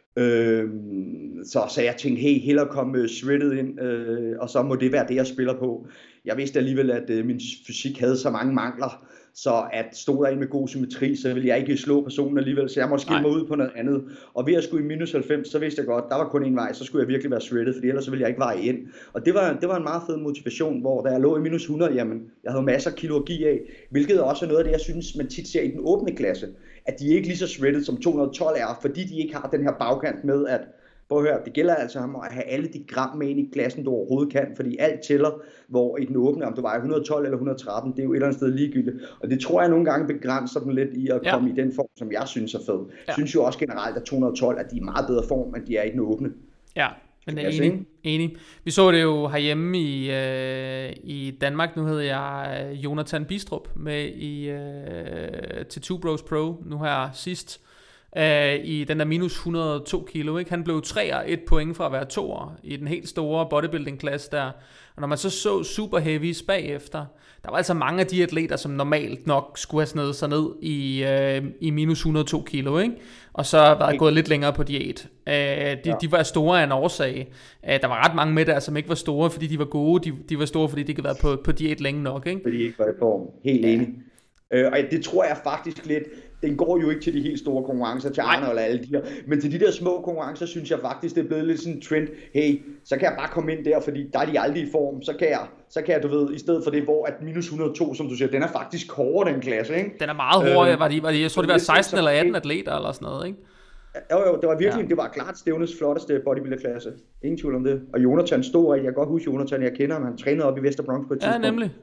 Så jeg tænkte, hey, hellere komme shredded ind, og så må det være det, jeg spiller på. Jeg vidste alligevel, at min fysik havde så mange mangler, så at stod der ind med god symmetri, så ville jeg ikke slå personen alligevel, så jeg måtte skille mig ud på noget andet. Og ved at skulle i minus 90, så vidste jeg godt, der var kun en vej, så skulle jeg virkelig være shredded, fordi ellers så ville jeg ikke veje ind. Og det var en meget fed motivation, hvor da jeg lå i minus 100, jamen, jeg havde masser af kilo at give af, hvilket også er noget af det, jeg synes, man tit ser i den åbne klasse, at de ikke lige så shredded som 212 er, fordi de ikke har den her bagkant med, at prøv at høre, det gælder altså om at have alle de gram med ind i klassen, du overhovedet kan, fordi alt tæller, hvor i den åbne, om du vejer 112 eller 113, det er jo et eller andet sted ligegyldigt. Og det tror jeg nogle gange begrænser dem lidt i at komme i den form, som jeg synes er fed. Jeg synes jo også generelt, at 212 at de er i meget bedre form, end de er i den åbne. Ja, men enig. Vi så det jo herhjemme i Danmark. Nu hedder jeg Jonathan Bistrup med til Two Bros Pro nu her sidst. I den der minus 102 kilo, ikke? Han blev 1 point fra at være 2'er i den helt store bodybuilding klasse der. Og når man så super heavies bagefter, der var altså mange af de atleter, som normalt nok skulle have snedet sig ned i minus 102 kilo, ikke? Og så var jeg gået lidt længere på diæt. De var store af en årsag. Der var ret mange med der, som ikke var store, fordi de var gode. De var store, fordi de ikke havde været på diæt længe nok, ikke? Fordi de ikke var i form. Helt enig. Og det tror jeg faktisk lidt, den går jo ikke til de helt store konkurrencer, til Arne eller alle de her, men til de der små konkurrencer, synes jeg faktisk, det er blevet lidt sådan en trend, hey, så kan jeg bare komme ind der, fordi der er de aldrig i form, så kan jeg, du ved, i stedet for det, hvor at minus 102, som du siger, den er faktisk hårdere, den klasse, ikke? Den er meget hårdere, jeg tror det var 16 eller 18 atleter eller sådan noget, ikke? Jo, det var virkelig, det var klart stævnets flotteste bodybuilder-klasse. Ingen tvivl om det. Og Jonathan stod, og jeg kan godt huske Jonathan, jeg kender ham, han trænede op i Vester Bronx på et tidspunkt. Ja, nemlig.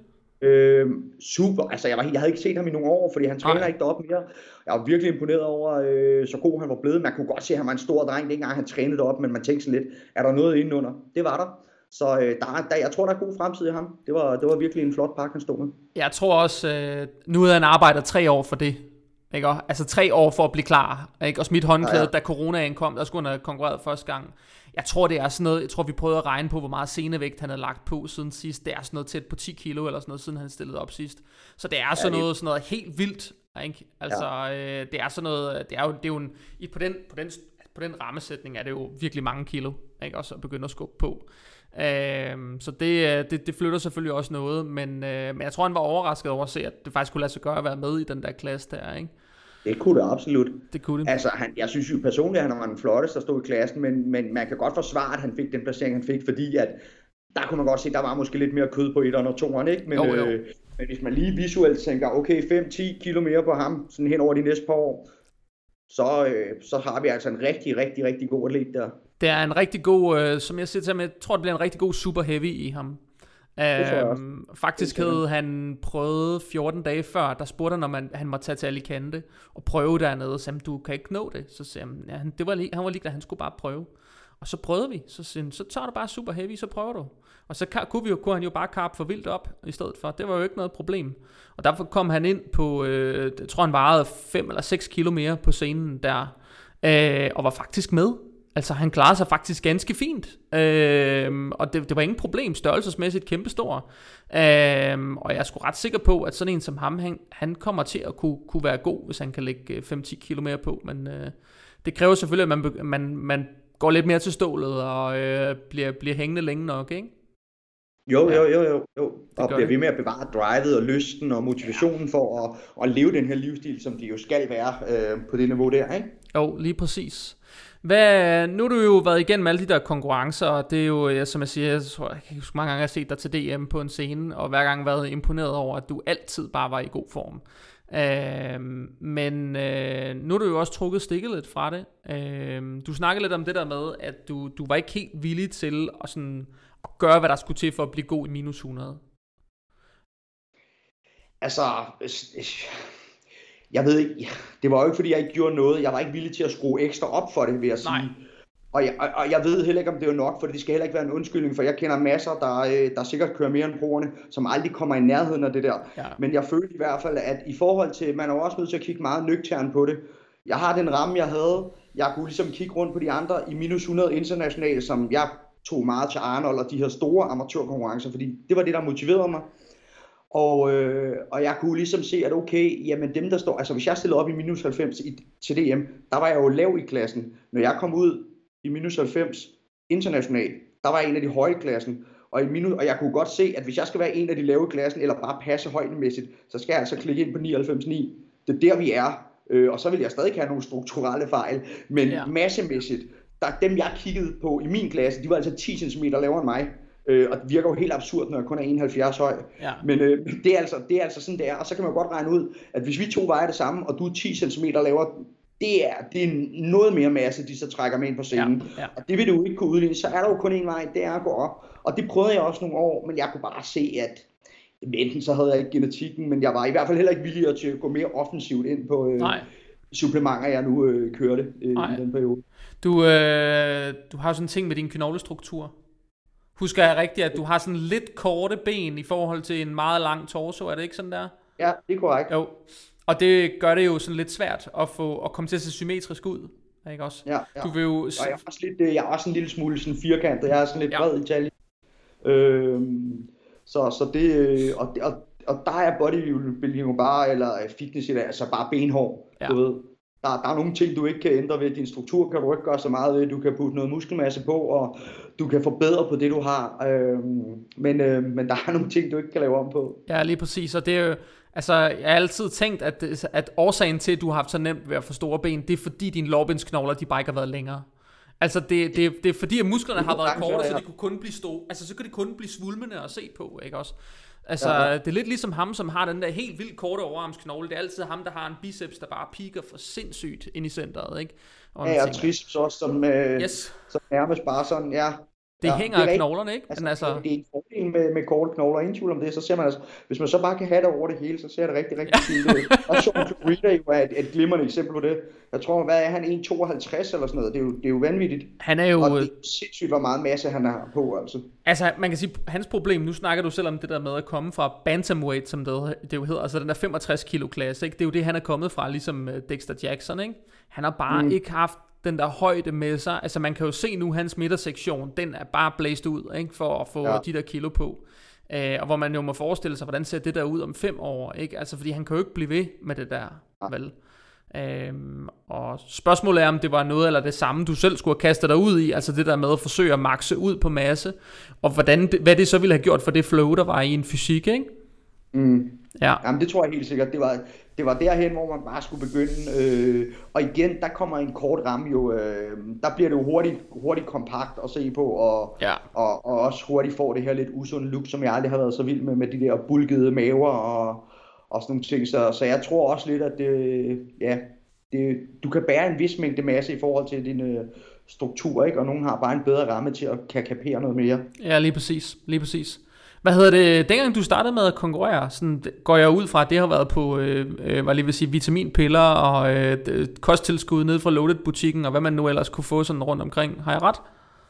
Super, altså jeg havde ikke set ham i nogle år, fordi han træner ikke deroppe mere. Jeg var virkelig imponeret over, så god han var blevet. Man kunne godt se, at han var en stor dreng, det ikke engang han trænede deroppe, men man tænkte sådan lidt, er der noget indenunder? Det var der. Så jeg tror, der er god fremtid i ham. Det var virkelig en flot pakke, han stod med. Jeg tror også, nu er han arbejdet 3 år for det. Ikke? Altså 3 år for at blive klar. Ikke? Og smidt håndklædet, da coronaen kom, der skulle han have konkurreret første gang. Jeg tror, det er sådan noget, jeg tror, vi prøvede at regne på, hvor meget senevægt han havde lagt på siden sidst. Det er sådan noget tæt på 10 kilo eller sådan noget, siden han stillede op sidst. Så det er sådan noget helt vildt. Ikke? Altså, det er sådan noget, det er jo på den rammesætning er det jo virkelig mange kilo, ikke? Også at begynde at skubbe på. Så det flytter selvfølgelig også noget, men jeg tror, han var overrasket over at se, at det faktisk kunne lade sig gøre at være med i den der klasse der, ikke? Det kunne det absolut. Det kunne det. Altså, jeg synes jo personligt, at han var den flotteste, der stod i klassen, men man kan godt forsvare, at han fik den placering, han fik, fordi at der kunne man godt se, at der var måske lidt mere kød på 1'eren og 2'eren, ikke? Men, men hvis man lige visuelt tænker, okay, 5-10 kilo mere på ham, sådan hen over de næste par år, så har vi altså en rigtig, rigtig, rigtig god atlet der. Det er en rigtig god, som jeg siger til ham, jeg tror, det bliver en rigtig god super heavy i ham. Faktisk havde han prøvet 14 dage før, der spurgte han, om han måtte tage til Alicante og prøve dernede, så du kan ikke nå det. Så sagde han, han var ligeglad, han skulle bare prøve. Og så prøvede vi, så tager du bare super heavy, så prøver du. Og så kunne han jo bare karpe for vildt op i stedet for. Det var jo ikke noget problem. Og derfor kom han ind på, jeg tror han vejede 5 eller 6 kilo mere på scenen der, og var faktisk med. Altså han klarede sig faktisk ganske fint, og det var ingen problem, størrelsesmæssigt kæmpestor, og jeg er sgu ret sikker på, at sådan en som ham, han kommer til at kunne være god, hvis han kan lægge 5-10 kilo mere på, men det kræver selvfølgelig, at man går lidt mere til stålet og bliver hængende længe nok, ikke? Jo. Og bliver ved med at bevare drivet og lysten og motivationen for at leve den her livsstil, som det jo skal være på det niveau der, ikke? Jo, lige præcis. Nu har du jo været igennem alle de der konkurrencer, og det er jo, som jeg siger, jeg tror, jeg kan huske mange gange, jeg har set dig til DM på en scene, og hver gang været imponeret over, at du altid bare var i god form. Men nu har du jo også trukket stikket lidt fra det. Du snakkede lidt om det der med, at du var ikke helt villig til at gøre, hvad der skulle til for at blive god i minus 100. Altså, jeg ved ikke, det var jo ikke fordi jeg ikke gjorde noget. Jeg var ikke villig til at skrue ekstra op for det, vil jeg sige. Nej. Og jeg ved heller ikke, om det er nok, for det skal heller ikke være en undskyldning, for jeg kender masser, der sikkert kører mere end proerne, som aldrig kommer i nærheden af det der. Ja. Men jeg følte i hvert fald, at i forhold til, man er også nødt til at kigge meget nøgternt på det. Jeg har den ramme, jeg havde. Jeg kunne ligesom kigge rundt på de andre i minus 100 internationale, som jeg tog meget til Arnold og de her store amatørkonkurrencer, fordi det var det, der motiverede mig. Og jeg kunne ligesom se, at okay, jamen dem der står, altså hvis jeg stillede op i minus 90 til DM, der var jeg jo lav i klassen. Når jeg kom ud i minus 90 internationalt, der var jeg en af de høje i klassen. Og jeg kunne godt se, at hvis jeg skal være en af de lave i klassen, eller bare passe højdemæssigt, så skal jeg altså klikke ind på 99,9. Det er der vi er. Og så vil jeg stadig have nogle strukturelle fejl. Men massemæssigt, dem jeg kiggede på i min klasse, de var altså 10 cm lavere end mig. Og det virker jo helt absurd, når jeg kun er 71 høj. Ja. Men det er altså sådan det er. Og så kan man godt regne ud, at hvis vi to vejer det samme, og du er 10 cm lavere, det er noget mere masse, de så trækker med ind på scenen. Ja. Og det vil du ikke kunne udligne. Så er der jo kun en vej, det er at gå op. Og det prøvede jeg også nogle år, men jeg kunne bare se, at enten så havde jeg ikke genetikken, men jeg var i hvert fald heller ikke villig til at gå mere offensivt ind på supplementer, jeg nu kørte i den periode. Du har sådan en ting med din knoglestruktur. Husker jeg rigtigt, at du har sådan lidt korte ben i forhold til en meget lang torso, er det ikke sådan der? Ja, det er korrekt. Jo. Og det gør det jo sådan lidt svært at komme til at se symmetrisk ud, ikke også? Ja. Du vil jo... Og jeg er også en lille smule sådan firkantet, jeg er sådan lidt bred i talje. Så det, og der er bodybuilding jo bare, eller fitness, altså bare benhård, du ved. Der er nogle ting, du ikke kan ændre ved. Din struktur kan du ikke gøre så meget ved. Du kan putte noget muskelmasse på, og du kan forbedre på det, du har. Men der er nogle ting, du ikke kan lave om på. Ja, lige præcis. Og det er jo, altså, jeg har altid tænkt, at årsagen til, at du har haft så nemt ved at få store ben, det er fordi dine lårbensknogler, de bare ikke har været længere. Altså, det er fordi, at musklerne har været korte, så de kunne kun blive store. Altså, så kan de kun blive svulmende at se på, ikke også? Altså, det er lidt ligesom ham, som har den der helt vildt korte overarmsknogle. Det er altid ham, der har en biceps, der bare piker for sindssygt ind i centret, ikke? Og triceps også, som nærmest bare sådan, Det hænger af knoglerne, ikke? Altså, det er en fordel med korte knogler, ingen tvivl om det, så ser man altså, hvis man så bare kan have det over det hele, så ser det rigtig, rigtig fint ud. Og Sean Florida jo er et glimrende eksempel på det. Jeg tror, hvad er han, 1,52 eller sådan noget, det er jo vanvittigt. Han er jo... Og det er sindssygt, hvor meget masse han har på, altså. Altså, man kan sige, hans problem, nu snakker du selv om det der med at komme fra bantamweight, som det jo hedder, altså den der 65 kilo klasse, ikke? Det er jo det, han er kommet fra, ligesom Dexter Jackson, ikke? Han har bare ikke haft den der højde med sig. Altså man kan jo se nu, hans midtersektion, den er bare blæst ud, ikke? For at få de der kilo på. Og hvor man jo må forestille sig, hvordan ser det der ud om 5 år, ikke? Altså fordi han kan jo ikke blive ved med det der, vel? Og spørgsmålet er, om det var noget eller det samme, du selv skulle have kastet dig ud i, altså det der med at forsøge at makse ud på masse, og hvad det så ville have gjort for det flow, der var i en fysik, ikke? Ja. Jamen det tror jeg helt sikkert. Det var derhen, hvor man bare skulle begynde. Og igen, der kommer en kort ramme jo. Der bliver det jo hurtigt kompakt at se på, og også hurtigt får det her lidt usunde look, som jeg aldrig har været så vild med de der bulkede maver og sådan nogle ting. Så jeg tror også lidt, at du kan bære en vis mængde masse i forhold til din struktur, ikke? Og nogen har bare en bedre ramme til at kan kapere noget mere. Ja, lige præcis. Hvad hedder det, dengang du startede med at konkurrere, sådan går jeg ud fra, at det har været på, hvad lige vil sige, vitaminpiller og kosttilskud nede fra Loaded-butikken, og hvad man nu ellers kunne få sådan rundt omkring. Har jeg ret?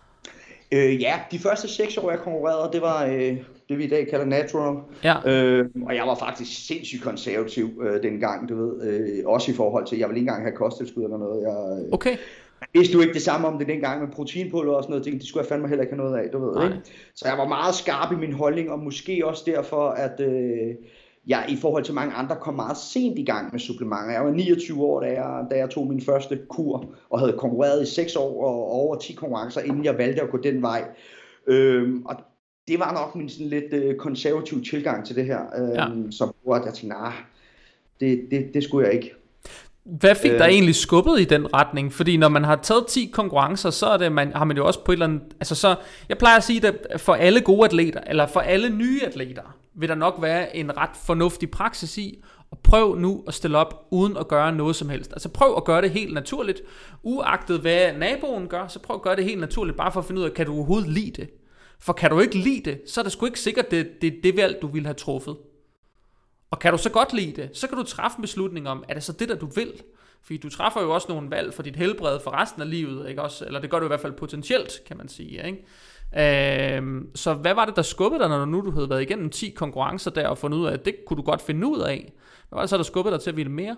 Ja, de første 6 år, jeg konkurrerede, det var det, vi i dag kalder natural. Ja. Og jeg var faktisk sindssygt konservativ dengang, du ved. Også i forhold til, jeg ville ikke engang have kosttilskud eller noget. Okay. Vidste du ikke det samme om det dengang med proteinpulver og sådan noget ting, det skulle jeg fandme heller ikke have noget af, du ved, ikke? Så jeg var meget skarp i min holdning, og måske også derfor, at jeg i forhold til mange andre kom meget sent i gang med supplementer. Jeg var 29 år, da jeg tog min første kur, og havde konkurreret i 6 år og over 10 konkurrencer, inden jeg valgte at gå den vej. Og det var nok min sådan lidt konservativ tilgang til det her, som gjorde, at jeg tænkte, det skulle jeg ikke. Hvad fik der egentlig skubbet i den retning? Fordi når man har taget 10 konkurrencer, så er det, har man jo også på et eller andet... Altså så, jeg plejer at sige, at for alle gode atleter, eller for alle nye atleter, vil der nok være en ret fornuftig praksis i, og prøv nu at stille op, uden at gøre noget som helst. Altså prøv at gøre det helt naturligt, uagtet hvad naboen gør, så prøv at gøre det helt naturligt, bare for at finde ud af, kan du overhovedet lide det? For kan du ikke lide det, så er det sgu ikke sikkert, det valg, du ville have truffet. Og kan du så godt lide det, så kan du træffe en beslutning om, er det så det, der du vil? Fordi du træffer jo også nogle valg for dit helbred for resten af livet, ikke også? Eller det gør du i hvert fald potentielt, kan man sige, ikke? Så hvad var det, der skubbede dig, når nu du havde været igennem 10 konkurrencer der, og fundet ud af, at det kunne du godt finde ud af? Hvad var det så, der skubbede dig til at ville mere?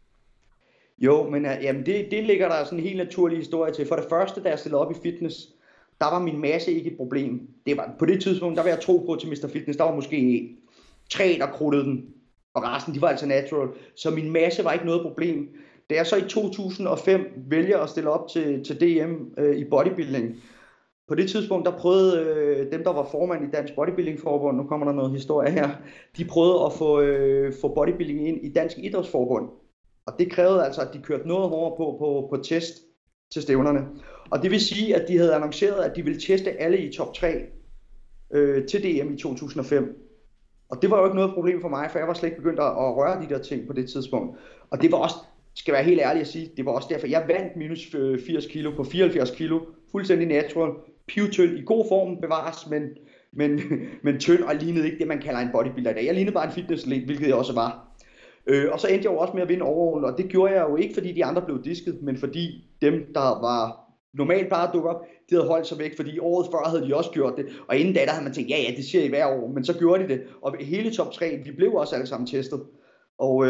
Jo, men jamen det ligger der sådan en helt naturlig historie til. For det første, da jeg stillede op i fitness, der var min masse ikke et problem. Det var, på det tidspunkt, der var jeg tro på til Mr. Fitness, der var måske 3, der krudtede den, og resten, de var altså natural. Så min masse var ikke noget problem. Da jeg så i 2005 vælger at stille op til DM i bodybuilding, på det tidspunkt, der prøvede dem, der var formand i Dansk Bodybuilding Forbund, nu kommer der noget historie her, de prøvede at få bodybuilding ind i Dansk Idrætsforbund. Og det krævede altså, at de kørte noget hårdere på test til stævnerne. Og det vil sige, at de havde annonceret, at de ville teste alle i top 3 til DM i 2005. Og det var jo ikke noget problem for mig, for jeg var slet ikke begyndt at røre de der ting på det tidspunkt. Og det var også, skal være helt ærlig at sige, det var også derfor, jeg vandt minus 80 kilo på 74 kilo, fuldstændig natural, pivtynd, i god form bevares, men tynd og lignede ikke det, man kalder en bodybuilder i dag. Jeg lignede bare en fitnessatlet, hvilket jeg også var. Og så endte jeg jo også med at vinde overall, og det gjorde jeg jo ikke, fordi de andre blev disket, men fordi dem, der var normalt bare at dukke op, de havde holdt sig væk, fordi året før havde de også gjort det, og inden da, der havde man tænkt, ja, det siger I hver år, men så gjorde de det, og hele top 3, vi blev også alle sammen testet, og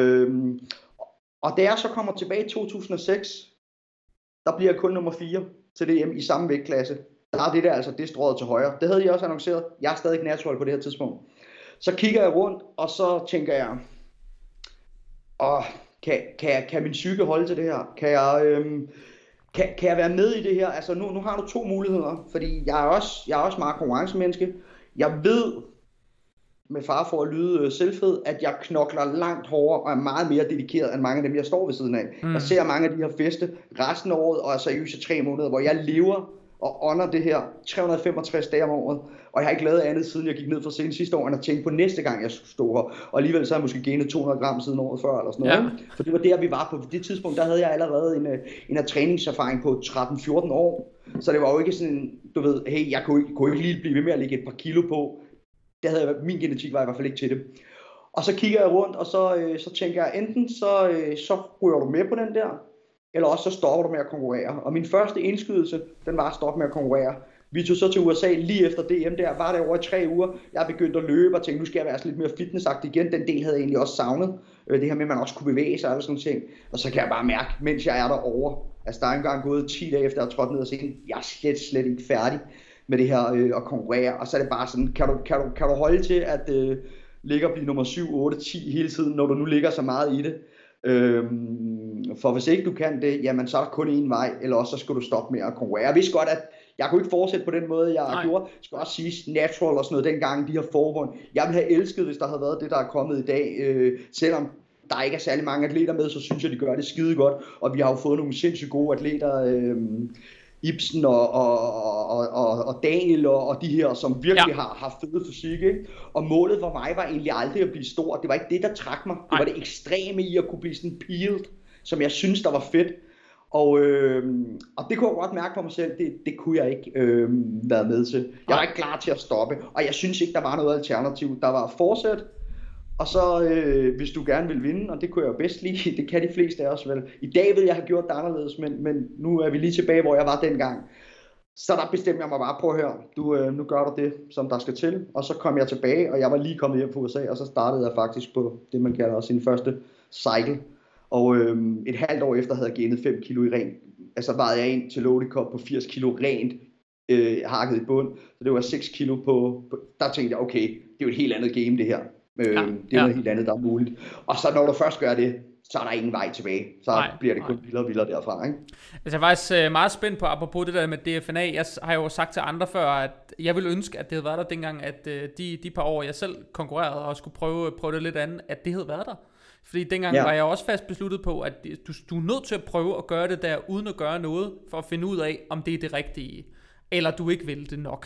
da jeg så kommer tilbage i 2006, der bliver jeg kun nummer 4 til DM i samme vægtklasse. Der er det der, altså det strøget til højre. Det havde de også annonceret. Jeg er stadig ikke natural på det her tidspunkt. Så kigger jeg rundt, og så tænker jeg, kan min psyke holde til det her? Kan jeg være med i det her? Altså nu har du 2 muligheder, fordi jeg er også meget konkurrencemenneske. Jeg ved, med far for at lyde selvfed, at jeg knokler langt hårdere og er meget mere dedikeret end mange af dem, jeg står ved siden af. Jeg ser mange af de her feste resten af året, og er seriøse 3 måneder, hvor jeg lever og ånder det her 365 dage om året. Og jeg har ikke lavet andet, siden jeg gik ned fra scenen sidste år, end at tænke på næste gang, jeg stod her. Og alligevel så har jeg måske genet 200 gram siden året før, eller sådan noget. Ja. For det var der, vi var på det tidspunkt. Der havde jeg allerede en træningserfaring på 13-14 år. Så det var jo ikke sådan, du ved, hey, jeg kunne ikke lige blive ved med at lægge et par kilo på. min genetik var i hvert fald ikke til det. Og så kigger jeg rundt, og så tænker jeg, enten så ryger du med på den der, eller også så stopper du med at konkurrere. Og min første indskydelse, den var at stoppe med at konkurrere. Vi tog så til USA lige efter DM der, var der over i 3 uger. Jeg begyndte at løbe og tænkte, nu skal jeg være lidt mere fitnessagtig igen. Den del havde jeg egentlig også savnet. Det her med, at man også kunne bevæge sig og sådan ting. Og så kan jeg bare mærke, mens jeg er derovre, altså der er engang gået 10 dage efter, at jeg trådte ned og scenen, jeg er slet ikke færdig med det her at konkurrere. Og så er det bare sådan, kan du holde til at ligge og blive nummer 7, 8, 10 hele tiden, når du nu ligger så meget i det? For hvis ikke du kan det, jamen så er der kun én vej, eller også så skal du stoppe med at konkurrere. Jeg vidste godt, at jeg kunne ikke fortsætte på den måde, jeg gjorde. Jeg skal også sige natural og sådan noget dengang, de her forbund. Jeg ville have elsket, hvis der havde været det, der er kommet i dag. Selvom der ikke er særlig mange atleter med, så synes jeg, de gør det skide godt. Og vi har jo fået nogle sindssygt gode atleter, Ibsen og Daniel og de her, som virkelig har fede fysik, ikke? Og målet for mig var egentlig aldrig at blive stor. Det var ikke det, der trak mig. Det var det ekstreme i at kunne blive sådan peeled, som jeg synes, der var fedt. Og det kunne jeg godt mærke på mig selv, det kunne jeg ikke være med til. Jeg var ikke klar til at stoppe, og jeg synes ikke, der var noget alternativ. Der var fortsæt, og så hvis du gerne vil vinde, og det kunne jeg jo bedst lide, det kan de fleste af os vel. I dag vil jeg have gjort det anderledes, men nu er vi lige tilbage, hvor jeg var dengang. Så der bestemte jeg mig bare på at høre, nu gør du det, som der skal til. Og så kom jeg tilbage, og jeg var lige kommet hjem fra USA, og så startede jeg faktisk på det, man kalder sin første cycle. Og et halvt år efter havde jeg genet 5 kilo i rent. Altså vejede jeg ind til loading cup på 80 kilo rent, hakket i bund. Så det var 6 kilo på. Der tænkte jeg, okay, det er jo et helt andet game det her. Det er noget helt andet, der er muligt. Og så når du først gør det, så er der ingen vej tilbage. Så bliver det kun vildere og vildere derfra, ikke? Altså, jeg er faktisk meget spændt på, apropos det der med DFNA. Jeg har jo sagt til andre før, at jeg ville ønske, at det havde været der dengang, at de par år, jeg selv konkurrerede og skulle prøve det lidt andet, at det havde været der. Fordi dengang var jeg også fast besluttet på, at du er nødt til at prøve at gøre det der, uden at gøre noget, for at finde ud af, om det er det rigtige, eller du ikke vil det nok.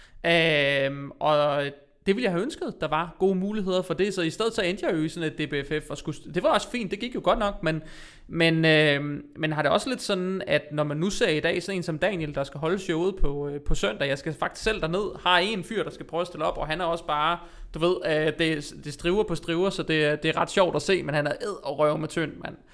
Og det ville jeg have ønsket, der var gode muligheder for det, så i stedet så endte jeg jo i sådan et DBFF, og det var også fint, det gik jo godt nok, men har det også lidt sådan, at når man nu ser i dag sådan en som Daniel, der skal holde showet på søndag, jeg skal faktisk selv derned, har en fyr, der skal prøve at stille op, og han er også bare, du ved, det striver på striver, så det er ret sjovt at se, men han er og røv med tynd,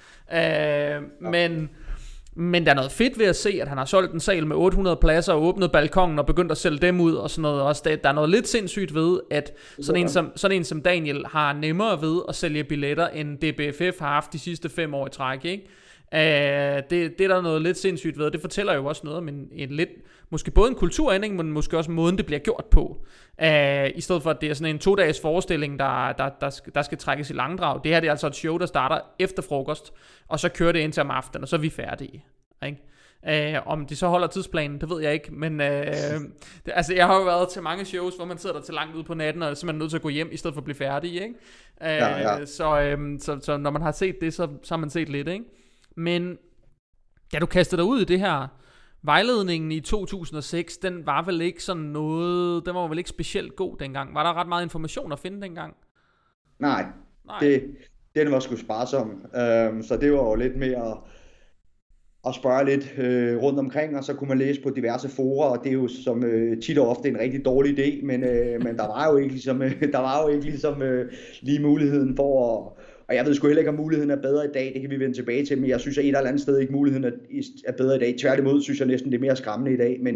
mand. Men der er noget fedt ved at se, at han har solgt en sal med 800 pladser og åbnet balkongen og begyndt at sælge dem ud og sådan noget. Også der er noget lidt sindssygt ved, at sådan en som Daniel har nemmere ved at sælge billetter, end DBFF har haft de sidste 5 år i træk, ikke? Det er der noget lidt sindssygt ved, og det fortæller jo også noget om en lidt, måske både en kulturændring, men måske også måden det bliver gjort på, i stedet for at det er sådan en 2-dages forestilling, der skal trækkes i langdrag. Det her det er altså et show, der starter efter frokost, og så kører det indtil om aftenen, og så er vi færdige, ikke? Om de så holder tidsplanen, det ved jeg ikke, men altså jeg har jo været til mange shows, hvor man sidder der til langt ude på natten, og så er man nødt til at gå hjem i stedet for at blive færdig, ikke? Så når man har set det, så har man set lidt, ikke? Men da du kastede dig ud i det her, vejledningen i 2006, den var vel ikke sådan noget, den var vel ikke specielt god dengang. Var der ret meget information at finde dengang? Nej. Den var sgu sparsom. Så det var jo lidt mere at spørge lidt rundt omkring, og så kunne man læse på diverse forer, og det er jo som tit og ofte en rigtig dårlig idé, men der var jo ikke ligesom lige muligheden for at. Og jeg ved sgu heller ikke, om muligheden er bedre i dag, det kan vi vende tilbage til, men jeg synes, at et eller andet sted ikke muligheden er bedre i dag. Tværtimod synes jeg næsten, det er mere skræmmende i dag,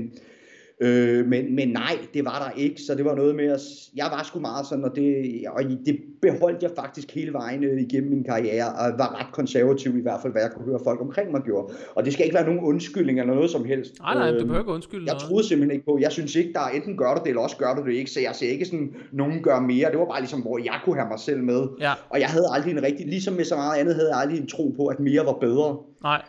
men nej, det var der ikke, så det var noget med, at jeg var sgu meget sådan, og det beholdt jeg faktisk hele vejen igennem min karriere, og var ret konservativ i hvert fald, hvad jeg kunne høre folk omkring mig gjorde. Og det skal ikke være nogen undskyldning eller noget som helst. Nej, du behøver ikke undskylde noget. Jeg troede simpelthen ikke på, jeg synes ikke, der enten gør du det, eller også gør du det ikke, så jeg ser ikke sådan, nogen gør mere. Det var bare ligesom, hvor jeg kunne have mig selv med. Ja. Og jeg havde aldrig en rigtig, ligesom med så meget andet, havde jeg aldrig en tro på, at mere var bedre. Nej.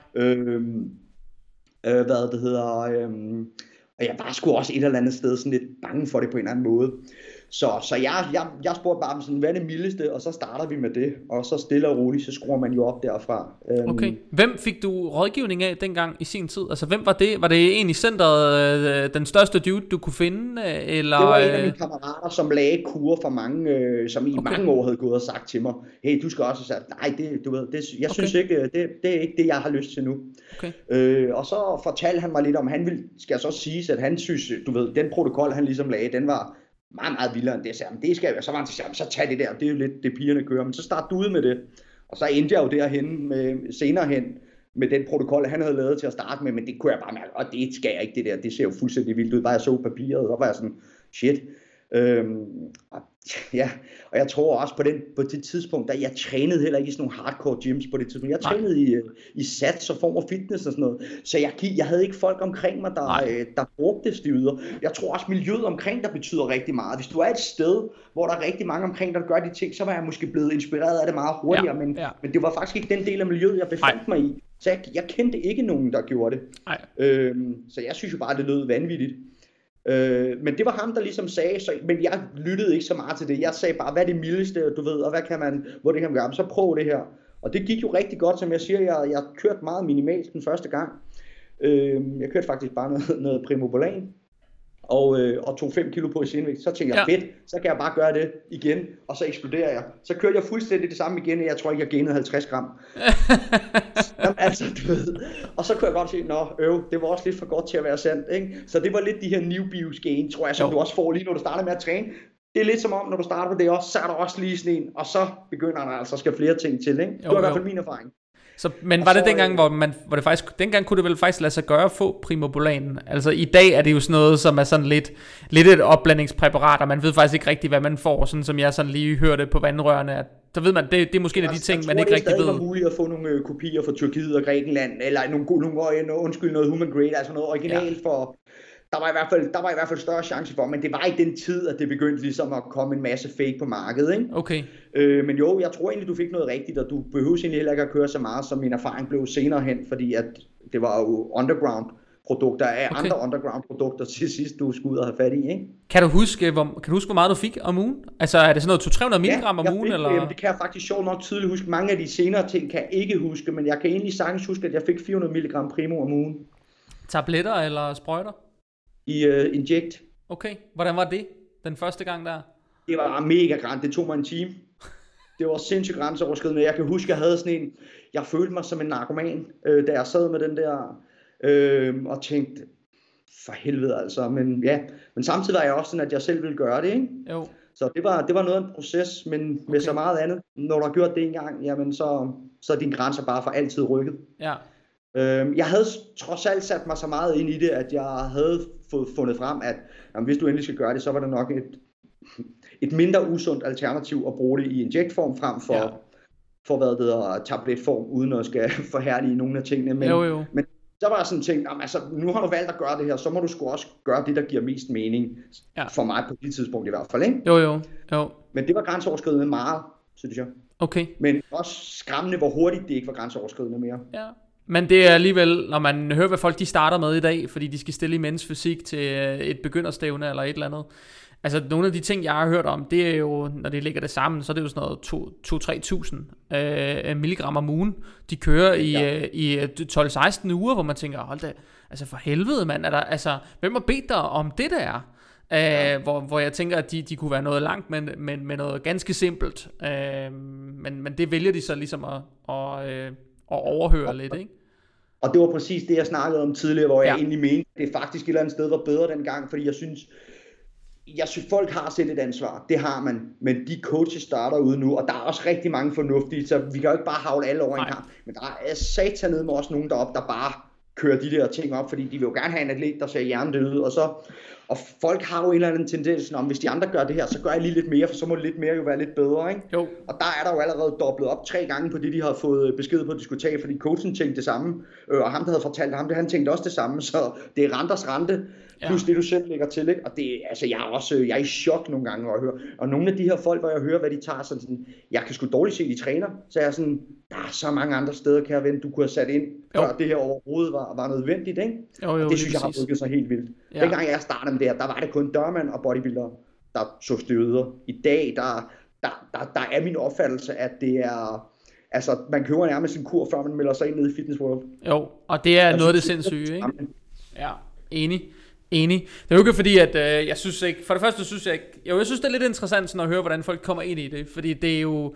Og jeg var sgu også et eller andet sted sådan lidt bange for det på en eller anden måde. Så jeg spurgte bare sådan, hvad er det mildeste, og så starter vi med det, og så stille og roligt, så skruer man jo op derfra. Okay. Hvem fik du rådgivning af dengang i sin tid? Altså hvem var det? Var det en i centret, den største dude, du kunne finde? Eller? Det var en af mine kammerater, som lagde kurer for mange, som i mange år havde gået og sagt til mig, hey, du skal også sige, nej, jeg synes ikke, det er ikke det, jeg har lyst til nu. Okay. Og så fortalte han mig lidt om, skal så sige, at han synes, du ved, den protokol, han ligesom lagde, den var meget, meget vildere end det. Så, det skal jeg, så var han til, så tag det der, det er jo lidt det pigerne kører, men så start du ud med det. Og så endte jeg jo derhen med, senere hen, med den protokol, han havde lavet til at starte med, men det kunne jeg bare mærke, og det skal jeg ikke det der, det ser jo fuldstændig vildt ud, bare jeg så papiret, så var jeg sådan, shit. Ja, og jeg tror også på det tidspunkt, da jeg trænede heller ikke i sådan nogle hardcore gyms på det tidspunkt. Jeg trænede i sats og form og fitness og sådan noget. Så jeg havde ikke folk omkring mig, der brugte stivider. Jeg tror også miljøet omkring der betyder rigtig meget. Hvis du er et sted, hvor der er rigtig mange omkring, der gør de ting, så var jeg måske blevet inspireret af det meget hurtigere. Men det var faktisk ikke den del af miljøet, jeg befandt mig i. Så jeg kendte ikke nogen, der gjorde det. Så jeg synes jo bare, det lød vanvittigt. Men det var ham, der ligesom sagde, men jeg lyttede ikke så meget til det. Jeg sagde bare, hvad er det mildeste, du ved, og hvad kan man, hvor det kan man gøre, så prøv det her. Og det gik jo rigtig godt, som jeg siger, jeg kørte meget minimalt den første gang. Jeg kørte faktisk bare noget Primobolan, og tog 5 kilo på i senvægt. Så tænkte jeg, fedt, så kan jeg bare gøre det igen, og så eksploderer jeg. Så kørte jeg fuldstændig det samme igen, jeg tror ikke, jeg gainede 50 gram. Jamen, altså, du ved. Og så kunne jeg godt se, det var også lidt for godt til at være sandt, ikke? Så det var lidt de her newbies gain, tror jeg, som du også får lige, når du starter med at træne. Det er lidt som om, når du starter på det også, så er der også lige sådan en, og så begynder der altså skal flere ting til, ikke? Det var i hvert fald min erfaring. Så, men var det dengang, hvor det faktisk, dengang kunne det vel faktisk lade sig gøre at få Primobolan? Altså i dag er det jo sådan noget, som er sådan lidt et opblandingspræparat, og man ved faktisk ikke rigtigt, hvad man får, sådan som jeg sådan lige hørte på vandrørene, at der ved man, det er måske en af de ting, man ikke rigtig ved. Jeg tror, det er muligt at få nogle kopier fra Tyrkiet og Grækenland, eller noget human grade, altså noget originalt for. Der var i hvert fald større chance for, men det var i den tid, at det begyndte ligesom at komme en masse fake på markedet, ikke? Okay. Men jo, jeg tror egentlig, du fik noget rigtigt, og du behøver egentlig heller ikke at køre så meget, som min erfaring blev senere hen, fordi at det var jo underground produkter af andre underground produkter til sidst, du skulle ud og have fat i, ikke? Kan du huske, hvor meget du fik om ugen? Altså er det sådan noget 200-300 milligram om ugen? Eller? Det kan jeg faktisk sjovt nok tydeligt huske. Mange af de senere ting kan jeg ikke huske, men jeg kan egentlig sagtens huske, at jeg fik 400 milligram Primo om ugen. Tabletter eller sprøjter? I Inject. Okay, hvordan var det den første gang der? Det var mega grænt, det tog mig en time. Det var sindssygt grænseoverskridende. Jeg kan huske, jeg havde sådan en, jeg følte mig som en narkoman, da jeg sad med den der, og tænkte, for helvede altså, men samtidig var jeg også sådan, at jeg selv ville gøre det, ikke? Jo. Så det var noget af en proces, men med så meget andet. Når du har gjort det en gang, jamen så er dine grænser bare for altid rykket. Ja. Jeg havde trods alt sat mig så meget ind i det, at jeg havde fundet frem, at jamen, hvis du endelig skal gøre det, så var det nok et mindre usundt alternativ at bruge det i injektform frem for hvad det hedder, tabletform, uden at skal forhærlige nogle af tingene. Men så var jeg sådan tænkt, altså, nu har du valgt at gøre det her, så må du sgu også gøre det, der giver mest mening. For mig på det tidspunkt i hvert fald, ikke? Jo. Men det var grænseoverskridende meget, synes jeg. Okay. Men også skræmmende, hvor hurtigt det ikke var grænseoverskridende mere. Ja. Men det er alligevel, når man hører, hvad folk de starter med i dag, fordi de skal stille imens fysik til et begynderstævne eller et eller andet. Altså nogle af de ting, jeg har hørt om, det er jo, når de lægger det sammen, så er det jo sådan noget 2-3.000 milligram om ugen. De kører i 12-16 uger, hvor man tænker, hold da, altså for helvede mand, hvem har bedt dig om det der? Hvor jeg tænker, at de kunne være noget langt, men med noget ganske simpelt. Men det vælger de så ligesom at overhøre lidt, ikke? Og det var præcis det, jeg snakkede om tidligere, hvor jeg egentlig mente, at det faktisk et eller andet sted var bedre dengang, fordi jeg synes, folk har selv et ansvar, det har man, men de coaches starter ude nu, og der er også rigtig mange fornuftige, så vi kan jo ikke bare havle alle over en kamp, men der er satanede med også nogen deroppe, der bare kører de der ting op, fordi de vil jo gerne have en atlet, der ser hjernedød ud, og folk har jo en eller anden tendens, om hvis de andre gør det her, så gør jeg lige lidt mere, for så må det lidt mere jo være lidt bedre, ikke? Jo. Og der er der jo allerede dobblet op 3 gange på det, de har fået besked på, at de skulle tage, fordi coachen tænkte det samme, og ham, der havde fortalt ham det, han tænkte også det samme, så det er renters rente, plus det, du selv lægger til, ikke? Og det, altså, jeg er i chok nogle gange, når jeg hører, og nogle af de her folk, hvor jeg hører, hvad de tager, sådan, jeg kan sgu dårligt se, de træner, så jeg er sådan, der er så mange andre steder, kære ven, du kunne have sat ind, før det her overhovedet var nødvendigt, ikke? Jo, det synes jeg har rykket sig helt vildt. Ja. Dengang jeg startede med det her, der var det kun dørmand og bodybuilder, der så støder. I dag, der er min opfattelse, at det er, altså man køber nærmest en kur, før man melder sig ind nede i Fitness World. Jo, og det er noget af det sindssyge, ikke? Ja, enig. Det er jo ikke fordi, at jeg synes ikke, for det første synes jeg ikke, jeg synes det er lidt interessant sådan at høre, hvordan folk kommer ind i det, fordi det er jo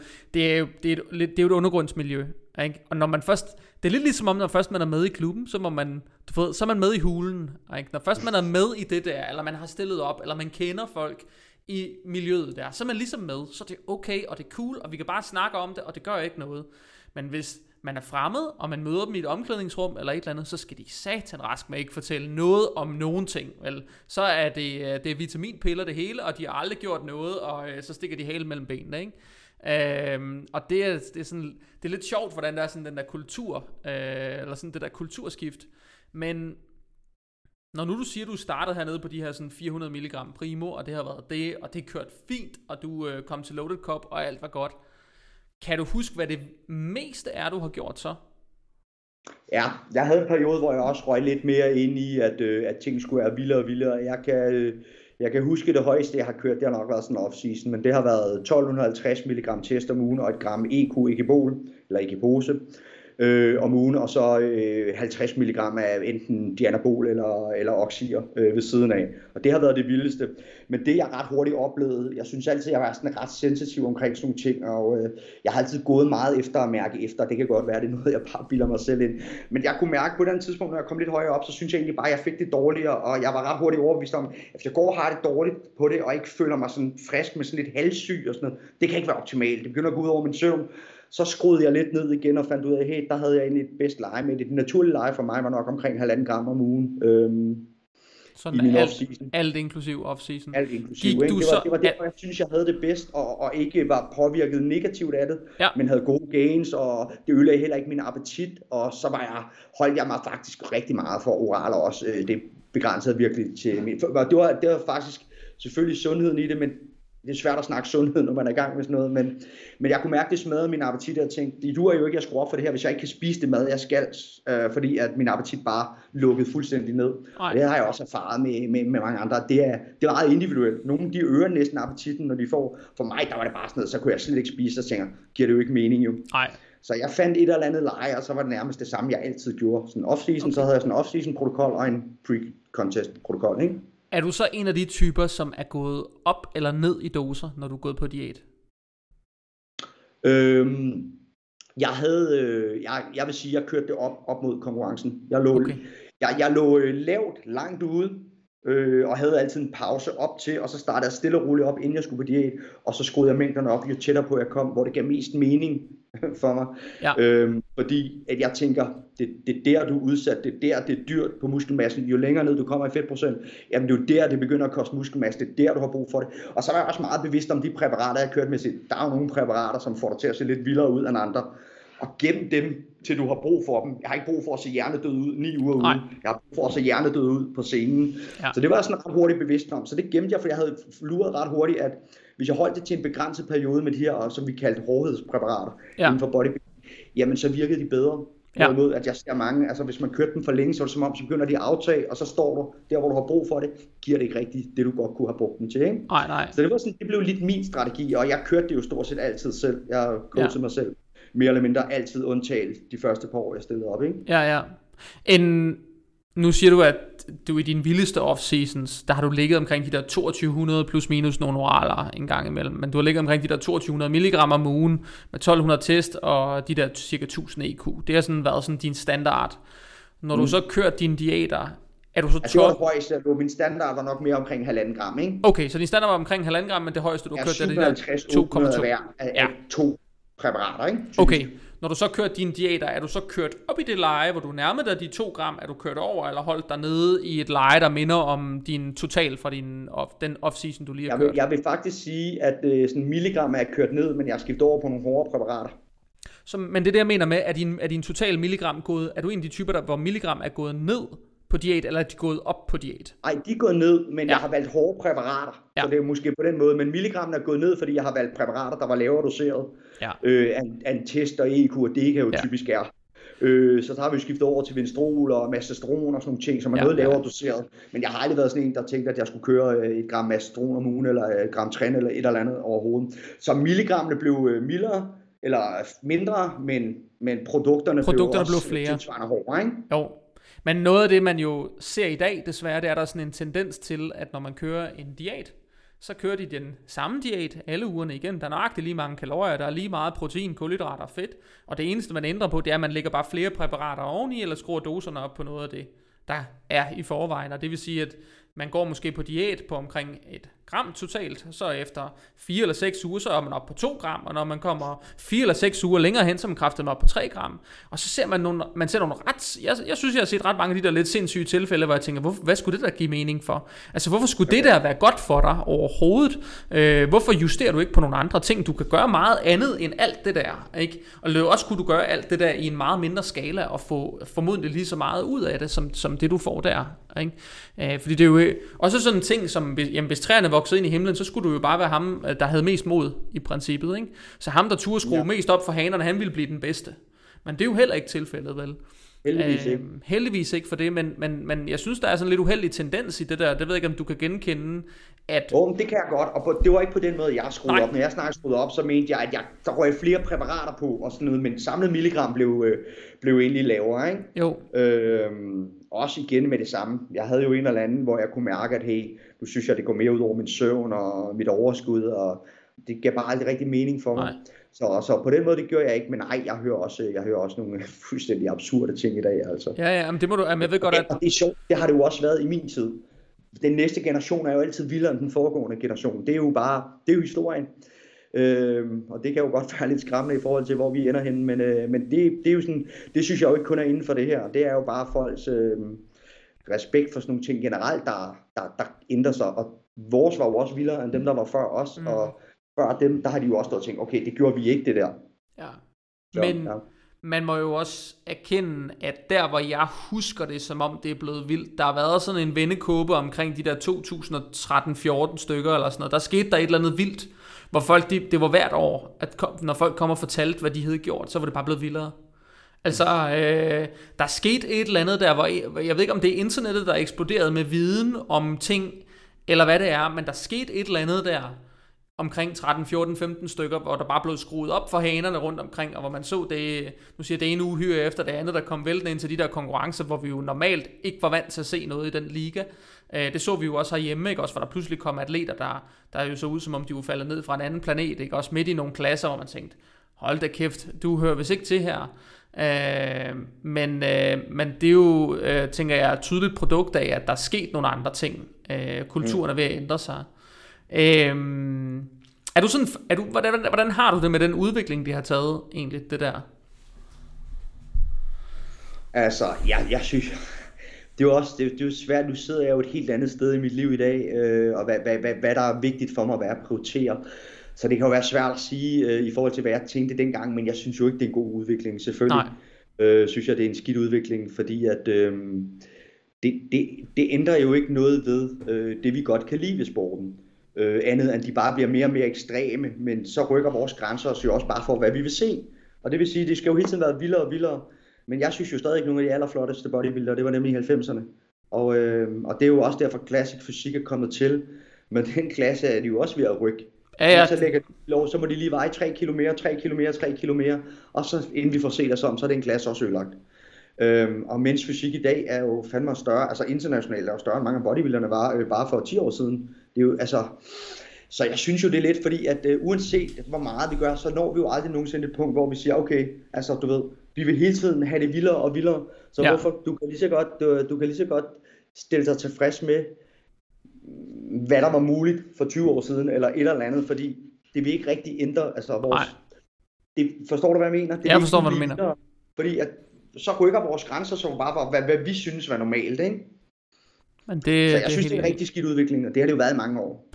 et undergrundsmiljø, ikke? Og når man først, det er lidt ligesom om, når først man er med i klubben, så må man, så er man med i hulen, ikke? Når først man er med i det der, eller man har stillet op, eller man kender folk i miljøet der, så er man ligesom med, så det er okay, og det er cool, og vi kan bare snakke om det, og det gør ikke noget. Men hvis man er fremmed, og man møder dem i et omklædningsrum eller et eller andet, så skal de satan rask med ikke fortælle noget om nogen ting. Vel? Så er det er vitaminpiller det hele, og de har aldrig gjort noget, og så stikker de halen mellem benene, ikke? Og det er sådan, det er lidt sjovt, hvordan der er sådan den der kultur, eller sådan det der kulturskift. Men når nu du siger, at du startede hernede på de her sådan 400 mg Primo, og det har været det, og det er kørt fint, og du kom til Loaded Cup, og alt var godt. Kan du huske, hvad det meste er, du har gjort så? Ja, jeg havde en periode, hvor jeg også røg lidt mere ind i, at ting skulle være vildere og vildere. Jeg kan huske det højeste, jeg har kørt, det har nok været sådan en off-season, men det har været 1250 mg test om ugen og et gram Ekibol, eller Ekipose, om ugen, og så 50 mg af enten Dianabol eller Oxy'er ved siden af. Og det har været det vildeste. Men det jeg ret hurtigt oplevede, jeg synes altid, jeg var sådan ret sensitiv omkring sådan nogle ting, og jeg har altid gået meget efter at mærke efter. Det kan godt være, det er noget, jeg bare bilder mig selv ind. Men jeg kunne mærke på den tidspunkt, når jeg kom lidt højere op, så synes jeg egentlig bare, at jeg fik det dårligere, og jeg var ret hurtigt overbevist om, at hvis jeg går og har det dårligt på det, og ikke føler mig sådan frisk med sådan lidt halssyg og sådan noget, det kan ikke være optimalt. Det begynder at gå ud over min søvn. Så skruede jeg lidt ned igen og fandt ud af, hey, der havde jeg egentlig et bedst leje med det. Det naturlige leje for mig var nok omkring 1,5 gram om ugen. Sådan i min off-season. Alt inklusiv off-season. Alt inklusiv. Det var derfor, jeg synes, jeg havde det bedst, og ikke var påvirket negativt af det, men havde gode gains, og det ødelagde heller ikke min appetit, og så holdt jeg mig faktisk rigtig meget for oraler også. Det begrænsede virkelig til min... Det var faktisk selvfølgelig sundheden i det, men det er svært at snakke sundhed, når man er i gang med sådan noget, men jeg kunne mærke, det smadrede min appetit, og jeg tænkte, det duer jo ikke, jeg skruer op for det her, hvis jeg ikke kan spise det mad, jeg skal, fordi at min appetit bare lukkede fuldstændig ned. Og det har jeg også erfaret med mange andre. Det er meget individuelt. Nogle de øger næsten appetitten, når de får. For mig, der var det bare sådan noget, så kunne jeg slet ikke spise, og tænker, giver det jo ikke mening jo. Nej. Så jeg fandt et eller andet leje, og så var det nærmest det samme, jeg altid gjorde. Sådan off-season, så havde jeg sådan en off-season protokol og en pre-contest protokol, ikke? Er du så en af de typer, som er gået op eller ned i doser, når du er gået på diæt? Jeg vil sige, jeg kørte det op mod konkurrencen. Jeg lå lavt, langt ude, og havde altid en pause op til, og så startede jeg stille og roligt op, inden jeg skulle på diæt, og så skruede jeg mængderne op, jo tættere på jeg kom, hvor det gav mest mening for mig. Ja. Fordi at jeg tænker, det er der du er udsat, det er der det er dyrt på muskelmassen, jo længere ned du kommer i fedtprocent, jamen det er jo der det begynder at koste muskelmasse, det er der du har brug for det. Og så var jeg også meget bevidst om de præparater jeg har kørt med, der er jo nogle præparater som får dig til at se lidt vildere ud end andre, og gem dem til du har brug for dem. Jeg har ikke brug for at se hjernedød ud 9 uger ude. Jeg har brug for at se hjernedød ud på scenen. Ja. Så det var jeg sådan ret hurtigt bevidst om. Så det gemte jeg, for jeg havde luret ret hurtigt, at hvis jeg holdt det til en begrænset periode med de her, som vi kaldte hårdhedspræparater inden for bodybuilding, jamen så virkede de bedre. Hvorimod at jeg ser mange, altså hvis man kørte dem for længe, så er det som om, så begynder de at aftage, og så står du der, hvor du har brug for det, giver det ikke rigtigt det, du godt kunne have brugt dem til, ikke? Nej. Så det var sådan, det blev lidt min strategi, og jeg kørte det jo stort set altid selv. Jeg coachede mig selv mere eller mindre altid undtaget de første par år, jeg stillede op, ikke? Ja. Nu siger du, at du i din vildeste off-seasons, der har du ligget omkring de der 2200 plus minus nogle oraler en gang imellem, men du har ligget omkring de der 2200 milligram om ugen med 1200 test og de der cirka 1000 EQ. Det har sådan været sådan din standard. Når du så kører dine diæter, er du så min standard var nok mere omkring 1,5 gram, ikke? Okay, så din standard var omkring 1,5 gram, men det højeste du kørte det der 2,2 af 2 præparater, ikke? Typisk. Okay, når du så kører dine diæter, er du så kørt op i det leje, hvor du nærmede dig de 2 gram, er du kørt over, eller holdt dig nede i et leje, der minder om din total fra den off-season, du lige har kørt? Jeg vil faktisk sige, at sådan milligram er kørt ned, men jeg har skiftet over på nogle hårde præparater. Men det der jeg mener med, er din total milligram gået, er du en af de typer, hvor milligram er gået ned på diæt, eller er de gået op på diæt? Nej, de er gået ned, men jeg har valgt hårde præparater, så det er måske på den måde, men milligrammen er gået ned, fordi jeg har valgt præparater, der var lavere doseret af en test og EQ og DECA jo typisk er. Så der har vi skiftet over til Vinstrol og Mastestron og sådan nogle ting, som er noget lavere doseret, men jeg har aldrig været sådan en, der tænkte, at jeg skulle køre 1 gram Mastestron om ugen, eller 1 gram Tren, eller et eller andet overhovedet. Så milligrammene blev mildere, eller mindre, men produkterne blev også flere. Tilsvarende hårdere, ikke? Jo. Men noget af det, man jo ser i dag, desværre, det er der sådan en tendens til, at når man kører en diæt, så kører de den samme diæt alle ugerne igen. Der er nøjagtigt lige mange kalorier, der er lige meget protein, kulhydrater og fedt. Og det eneste, man ændrer på, det er, at man lægger bare flere præparater oveni, eller skruer doserne op på noget af det, der er i forvejen. Og det vil sige, at man går måske på diæt på omkring 1 gram totalt, så efter 4 eller 6 uger, så er man op på 2 gram, og når man kommer 4 eller 6 uger længere hen, så er man kraftet op på 3 gram. Og så ser man nogle ret, jeg synes, jeg har set ret mange af de der lidt sindssyge tilfælde, hvor jeg tænker, hvad skulle det der give mening for? Altså, hvorfor skulle det der være godt for dig overhovedet? Hvorfor justerer du ikke på nogle andre ting? Du kan gøre meget andet end alt det der, ikke? Og også kunne du gøre alt det der i en meget mindre skala, og få formodentlig lige så meget ud af det, som det du får der, ikke? Fordi det er jo også sådan en ting som, hvis træerne voksede ind i himlen, så skulle du jo bare være ham, der havde mest mod i princippet, ikke? Så ham, der turde skrue mest op for hanerne, han ville blive den bedste. Men det er jo heller ikke tilfældet, vel? Heldigvis ikke for det, men jeg synes, der er sådan en lidt uheldig tendens i det der. Det ved jeg ikke, om du kan genkende, at... Jo, det kan jeg godt, og det var ikke på den måde, jeg skruede op. Når jeg snakkede skruede op, så mente jeg, at der røg flere præparater på, og sådan noget, men samlet milligram blev egentlig lavere, ikke? Jo. Også igen med det samme. Jeg havde jo en eller anden, hvor jeg kunne mærke, at hey, nu synes jeg, det går mere ud over min søvn og mit overskud, og det gav bare aldrig rigtig mening for mig. Så på den måde, det gjorde jeg ikke, men nej, jeg hører også nogle fuldstændig absurde ting i dag, altså. Ja, men det må du, jeg ved godt, at... Og det er sjovt, det har det jo også været i min tid. Den næste generation er jo altid vildere end den foregående generation. Det er jo historien. Og det kan jo godt være lidt skræmmende i forhold til, hvor vi ender henne, men det er jo sådan, det synes jeg jo ikke kun er inden for det her. Det er jo bare folks respekt for sådan nogle ting generelt, der ændrer sig, og vores var jo også vildere end dem, der var før os, og før dem, der har de jo også stået og tænkt, okay, det gjorde vi ikke det der. Ja, men man må jo også erkende, at der hvor jeg husker det, som om det er blevet vildt, der har været sådan en vendekåbe omkring de der 2013-14 stykker eller sådan noget. Der skete der et eller andet vildt, hvor folk, det var hvert år, at når folk kom og fortalte, hvad de havde gjort, så var det bare blevet vildere. Altså, der skete et eller andet der, hvor jeg ved ikke, om det er internettet, der er eksploderet med viden om ting, eller hvad det er, men der skete et eller andet der, omkring 13, 14, 15 stykker, hvor der bare blev skruet op for hanerne rundt omkring, og hvor man så det, nu siger det ene uhyre efter det andet, der kom væltende ind til de der konkurrencer, hvor vi jo normalt ikke var vant til at se noget i den liga. Det så vi jo også herhjemme, ikke? Også hvor der pludselig kom atleter, der jo så ud, som om de var faldet ned fra en anden planet, ikke? Også midt i nogle klasser, hvor man tænkte, hold da kæft, du hører vist ikke til her. Men det er jo, tænker jeg, et tydeligt produkt af, at der er sket nogle andre ting. Kulturen er ved at ændre sig. Hvordan har du det med den udvikling, de har taget egentlig, det der? Altså, jeg synes, det er jo svært. Nu sidder jeg jo et helt andet sted i mit liv i dag, og hvad der er vigtigt for mig, hvad jeg prioriterer. Så det kan jo være svært at sige i forhold til, hvad jeg tænkte dengang, men jeg synes jo ikke, det er en god udvikling. Selvfølgelig synes jeg, det er en skidt udvikling, fordi at det ændrer jo ikke noget ved det, vi godt kan lide ved sporten. Andet end de bare bliver mere og mere ekstreme, men så rykker vores grænser os jo også bare for, hvad vi vil se. Og det vil sige, det skal jo hele tiden være vildere og vildere. Men jeg synes jo stadig ikke nogle af de allerflotteste bodybuildere, det var nemlig i 90'erne. Og det er jo også derfor, Classic Fysik er kommet til. Men den klasse er de jo også ved at rykke. Ja. Så lægger de lov, så må de lige veje 3 kilo mere, 3 kilo mere, 3 kilo mere. Og så inden vi får set os om, så er det en klasse også ødelagt. Og mens fysik i dag er jo fandme større, altså internationalt er jo større end mange af bodybuilderne var bare for 10 år siden. Det er jo, altså, så jeg synes jo det er lidt, fordi at uanset hvor meget vi gør, så når vi jo aldrig nogensinde et punkt, hvor vi siger, okay, altså du ved, vi vil hele tiden have det vildere og vildere, så hvorfor, du kan lige så godt stille dig tilfreds med, hvad der var muligt for 20 år siden, eller et eller andet, fordi det vil ikke rigtig ændre, altså vores, forstår du hvad jeg mener? Jeg forstår hvad du mener. Fordi at så rykker vores grænser så bare for, hvad vi synes var normalt, ikke? Men så jeg synes, det er en rigtig skidt udvikling, og det har det jo været i mange år.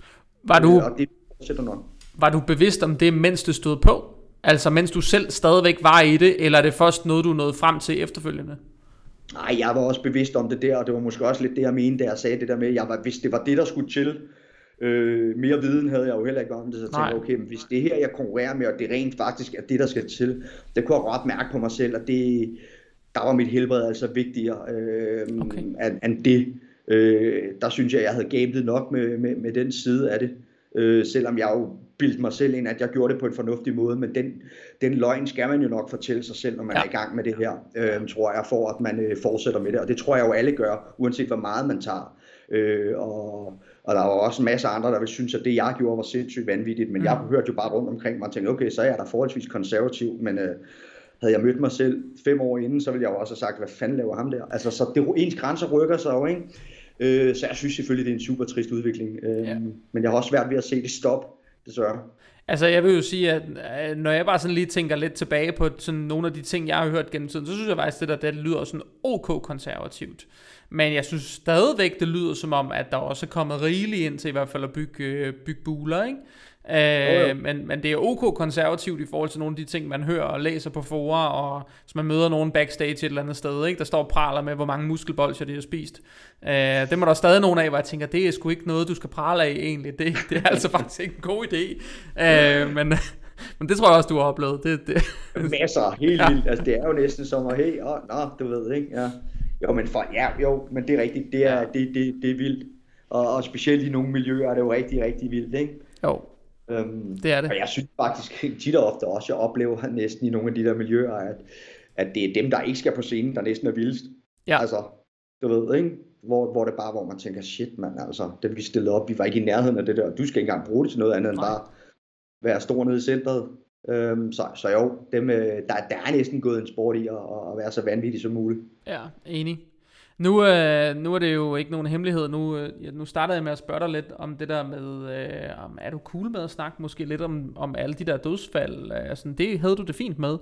Var du bevidst om det, mens det stod på? Altså mens du selv stadigvæk var i det, eller er det først noget, du nåede frem til efterfølgende? Nej, jeg var også bevidst om det der, og det var måske også lidt det, jeg mente, da jeg sagde det der med, hvis det var det, der skulle til. Mere viden havde jeg jo heller ikke om det, så tænkte jeg, okay, men hvis det her, jeg konkurrerer med, og det rent faktisk er det, der skal til, det kunne jeg godt mærke på mig selv, og der var mit helbred altså vigtigere end det. Der synes jeg havde gamblet nok med den side af det, selvom jeg jo bildte mig selv ind, at jeg gjorde det på en fornuftig måde, men den løgn skal man jo nok fortælle sig selv, når man er i gang med det her, tror jeg, for at man fortsætter med det, og det tror jeg jo alle gør, uanset hvor meget man tager, og der var også en masse andre, der ville synes, at det jeg gjorde var sindssygt vanvittigt, men jeg hørte jo bare rundt omkring mig og tænkte, okay, så er jeg da forholdsvis konservativ, men havde jeg mødt mig selv 5 år inden, så ville jeg jo også have sagt, hvad fanden laver ham der? Altså, så ens grænser rykker sig jo, ikke? Så jeg synes selvfølgelig, det er en super trist udvikling. Men jeg har også svært ved at se det stop, desværre. Altså jeg vil jo sige, at når jeg bare sådan lige tænker lidt tilbage på sådan nogle af de ting, jeg har hørt gennem tiden, så synes jeg faktisk, det lyder sådan OK konservativt. Men jeg synes stadigvæk, det lyder som om, at der også er kommet rigeligt ind til i hvert fald at bygge buler, ikke? Men det er OK konservativt i forhold til nogle af de ting, man hører og læser på forer, og hvis man møder nogen backstage et eller andet sted, ikke? Der står og praler med, hvor mange muskelbolsjer de har spist. Det må der stadig nogen af, hvor jeg tænker, det er sgu ikke noget, du skal prale af egentlig. Det er altså faktisk ikke en god idé. Men det tror jeg også, du har oplevet. Masser, helt vildt. Altså, det er jo næsten som at, hey, du ved, ikke? Ja. Men det er rigtigt. Det er vildt. Og specielt i nogle miljøer er det jo rigtig, rigtig vildt, ikke? Jo. Det er det. Og jeg synes faktisk tit og ofte også, jeg oplever næsten i nogle af de der miljøer, at det er dem, der ikke skal på scenen, der næsten er vildest. Ja. Altså, du ved, ikke? Hvor det bare, hvor man tænker, shit mand, altså, det vi stillede op, vi var ikke i nærheden af det der, du skal ikke engang bruge det til noget andet end bare være stor nede i centret. Så jo, der er næsten gået en sport i at være så vanvittig som muligt. Ja, enig. Nu er det jo ikke nogen hemmelighed. Nu startede jeg med at spørge dig lidt om det der med, om er du cool med at snakke måske lidt om alle de der dødsfald? Altså, det havde du det fint med.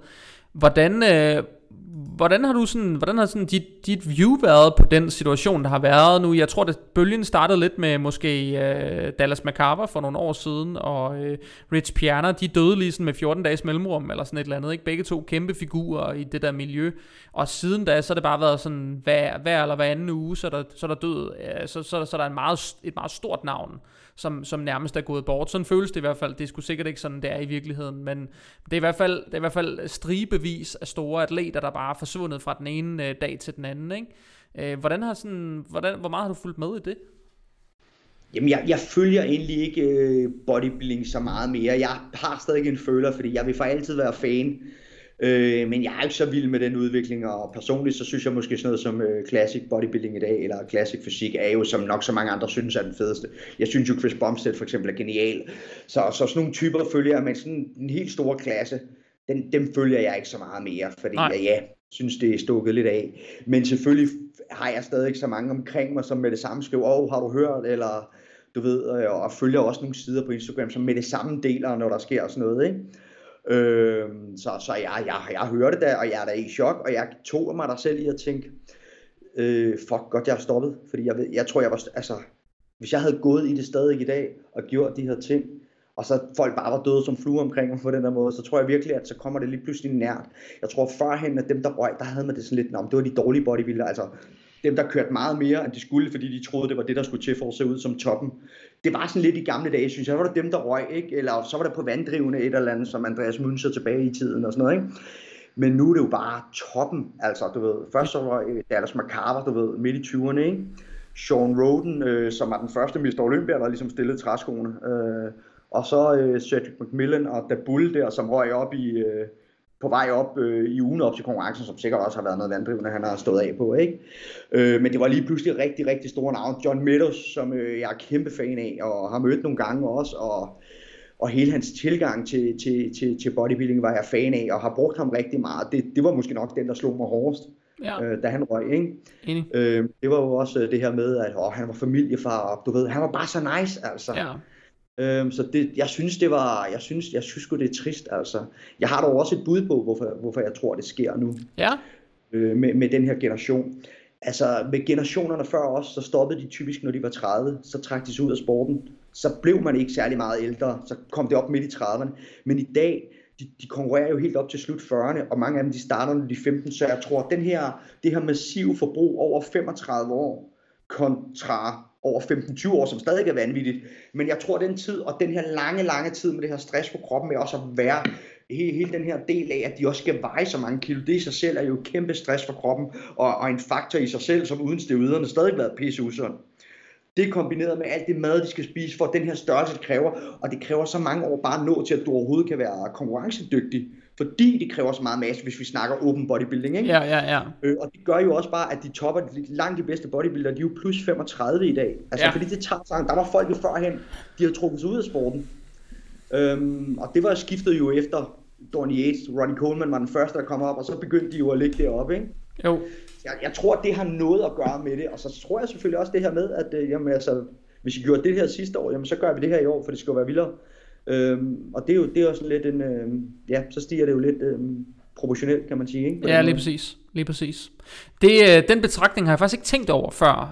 Hvordan har sådan dit view været på den situation, der har været nu? Jeg tror, at bølgen startede lidt med måske Dallas McCarver for nogle år siden, og Rich Piana, de døde lige sådan med 14 dages mellemrum, eller sådan et eller andet, ikke? Begge to kæmpe figurer i det der miljø, og siden da, så har det bare været sådan, hver eller hver anden uge, så er der død, så er der et meget stort navn, som nærmest er gået bort. Sådan føles det i hvert fald. Det er sgu sikkert ikke sådan, det er i virkeligheden, men det er i hvert fald stribevis af store atleter, der bare er forsvundet fra den ene dag til den anden, ikke? Hvor meget har du fulgt med i det? Jamen, jeg følger egentlig ikke bodybuilding så meget mere. Jeg har stadig en føler, fordi jeg vil for altid være fan. Men jeg er ikke så vild med den udvikling, og personligt så synes jeg måske sådan noget som classic bodybuilding i dag, eller classic fysik, er jo som nok så mange andre synes er den fedeste. Jeg synes jo Chris Bumstead for eksempel er genial. Så sådan nogle typer følger jeg, men sådan en helt stor klasse, dem følger jeg ikke så meget mere, fordi jeg synes det er stukket lidt af. Men selvfølgelig har jeg stadig ikke så mange omkring mig, som med det samme skriver, har du hørt, eller du ved, og følger også nogle sider på Instagram, som med det samme deler, når der sker sådan noget, ikke? Så jeg hører det der, og jeg er da i chok, og jeg tog mig der selv i at tænke, fuck godt jeg har stoppet, fordi jeg tror jeg var, altså hvis jeg havde gået i det stadig i dag og gjort de her ting, og så folk bare var døde som fluer omkring mig på den der måde, så tror jeg virkelig, at så kommer det lige pludselig nært. Jeg tror førhen, at dem der røg, der havde man det sådan lidt, det var de dårlige bodybuildere, altså dem der kørte meget mere end de skulle, fordi de troede det var det der skulle til for at se ud som toppen. Det var sådan lidt i gamle dage, synes jeg. Så var det dem der røg, ikke? Eller så var det på vanddrivende et eller andet, som Andreas Münzer tilbage i tiden og sådan noget, ikke? Men nu er det jo bare toppen, altså du ved. Først så var Dallas McCarver, du ved, midt i 20'erne, ikke? Sean Roden, som var den første Mr. Olympia, der ligesom stillede træskoene. Og så Cedric McMillan og Dabul der, som røg op på vej op i ugen op til konkurrencen, som sikkert også har været noget vanddrivende, han har stået af på, ikke? Men det var lige pludselig rigtig, rigtig store navn. John Meadows, som jeg er kæmpe fan af, og har mødt nogle gange også, og hele hans tilgang til bodybuilding var jeg fan af, og har brugt ham rigtig meget. Det var måske nok den, der slog mig hårdest, da han røg, ikke? Det var jo også det her med, at han var familiefar, og du ved, han var bare så nice, altså. Ja. Så jeg synes sgu det er trist, altså. Jeg har dog også et bud på, hvorfor jeg tror det sker nu. Ja. Med den her generation. Altså med generationerne før os, så stoppede de typisk når de var 30, så trak de sig ud af sporten. Så blev man ikke særlig meget ældre, så kom det op midt i 30'erne. Men i dag, de konkurrerer jo helt op til slut 40'erne, og mange af dem de starter når de 15, så jeg tror det her massive forbrug over 35 år kontra over 15-20 år, som stadig er vanvittigt. Men jeg tror, den tid, og den her lange tid med det her stress på kroppen, med også at være hele den her del af, at de også skal veje så mange kilo, det i sig selv er jo kæmpe stress for kroppen, og en faktor i sig selv, som uden steroiderne stadig været pisse usund. Det er kombineret med alt det mad, de skal spise, for den her størrelse det kræver, og det kræver så mange år bare at nå til, at du overhovedet kan være konkurrencedygtig, fordi det kræver så meget masse, hvis vi snakker open bodybuilding, ikke? Ja. Og det gør jo også bare, at de topper, langt de bedste bodybuildere, de er jo plus 35 i dag. Altså fordi det tager sig, der var folk jo førhen, de har trukket sig ud af sporten. Og det var skiftet jo efter Donny Yates, Ronnie Coleman var den første, der kom op, og så begyndte de jo at ligge deroppe, ikke? Jo. jeg tror, det har noget at gøre med det, og så tror jeg selvfølgelig også det her med, at jamen, altså, hvis vi gjorde det her sidste år, jamen, så gør vi det her i år, for det skal jo være vildere. Og det er jo sådan lidt så stiger det jo lidt proportionelt, kan man sige, ikke? Ja, lige præcis. Den betragtning har jeg faktisk ikke tænkt over før.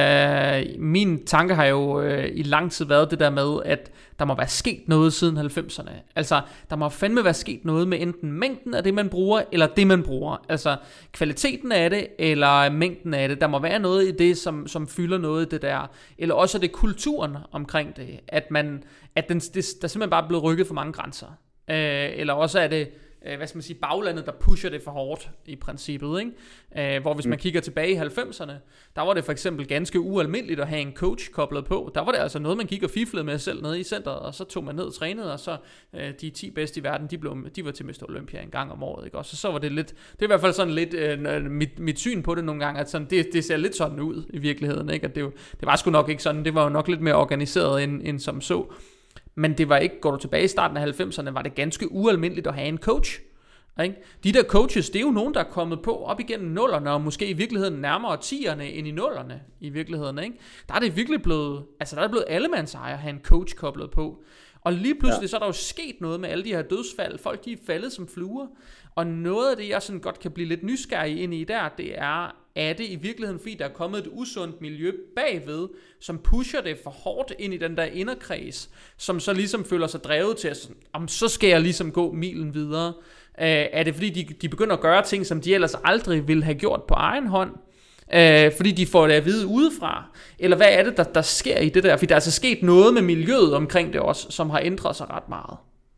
Min tanke har jo i lang tid været det der med, at der må være sket noget siden 90'erne. Altså, der må fandme være sket noget med enten mængden af det, man bruger, eller det, man bruger. Altså, kvaliteten af det, eller mængden af det. Der må være noget i det, som fylder noget i det der. Eller også er det kulturen omkring det, der simpelthen bare er blevet rykket for mange grænser. Eller også er det baglandet, der pusher det for hårdt i princippet, ikke? Hvor hvis man kigger tilbage i 90'erne, der var det for eksempel ganske ualmindeligt at have en coach koblet på. Der var det altså noget, man gik og fiflede med selv nede i centret, og så tog man ned og trænede, og så de 10 bedste i verden, de var til Mr. Olympia en gang om året, ikke? Og så var det lidt, det er i hvert fald sådan lidt mit syn på det nogle gange, at sådan, det ser lidt sådan ud i virkeligheden, ikke? At det var sgu nok ikke sådan, det var jo nok lidt mere organiseret end som så. Men det var ikke, går du tilbage i starten af 90'erne, var det ganske ualmindeligt at have en coach. Ikke? De der coaches, det er jo nogen, der er kommet på op igennem 0'erne, og måske i virkeligheden nærmere 10'erne end i 0'erne i virkeligheden. Ikke? Der er det virkelig blevet, altså der er blevet allemandseje at have en coach koblet på. Og lige pludselig så er der jo sket noget med alle de her dødsfald. Folk de er faldet som fluer. Og noget af det, jeg sådan godt kan blive lidt nysgerrig ind i der, det er det i virkeligheden, fordi der er kommet et usundt miljø bagved, som pusher det for hårdt ind i den der inderkreds, som så ligesom føler sig drevet til, at så skal jeg ligesom gå milen videre. Er det fordi, de begynder at gøre ting, som de ellers aldrig ville have gjort på egen hånd? Fordi de får det at vide udefra? Eller hvad er det, der sker i det der? Fordi der er altså sket noget med miljøet omkring det også, som har ændret sig ret meget.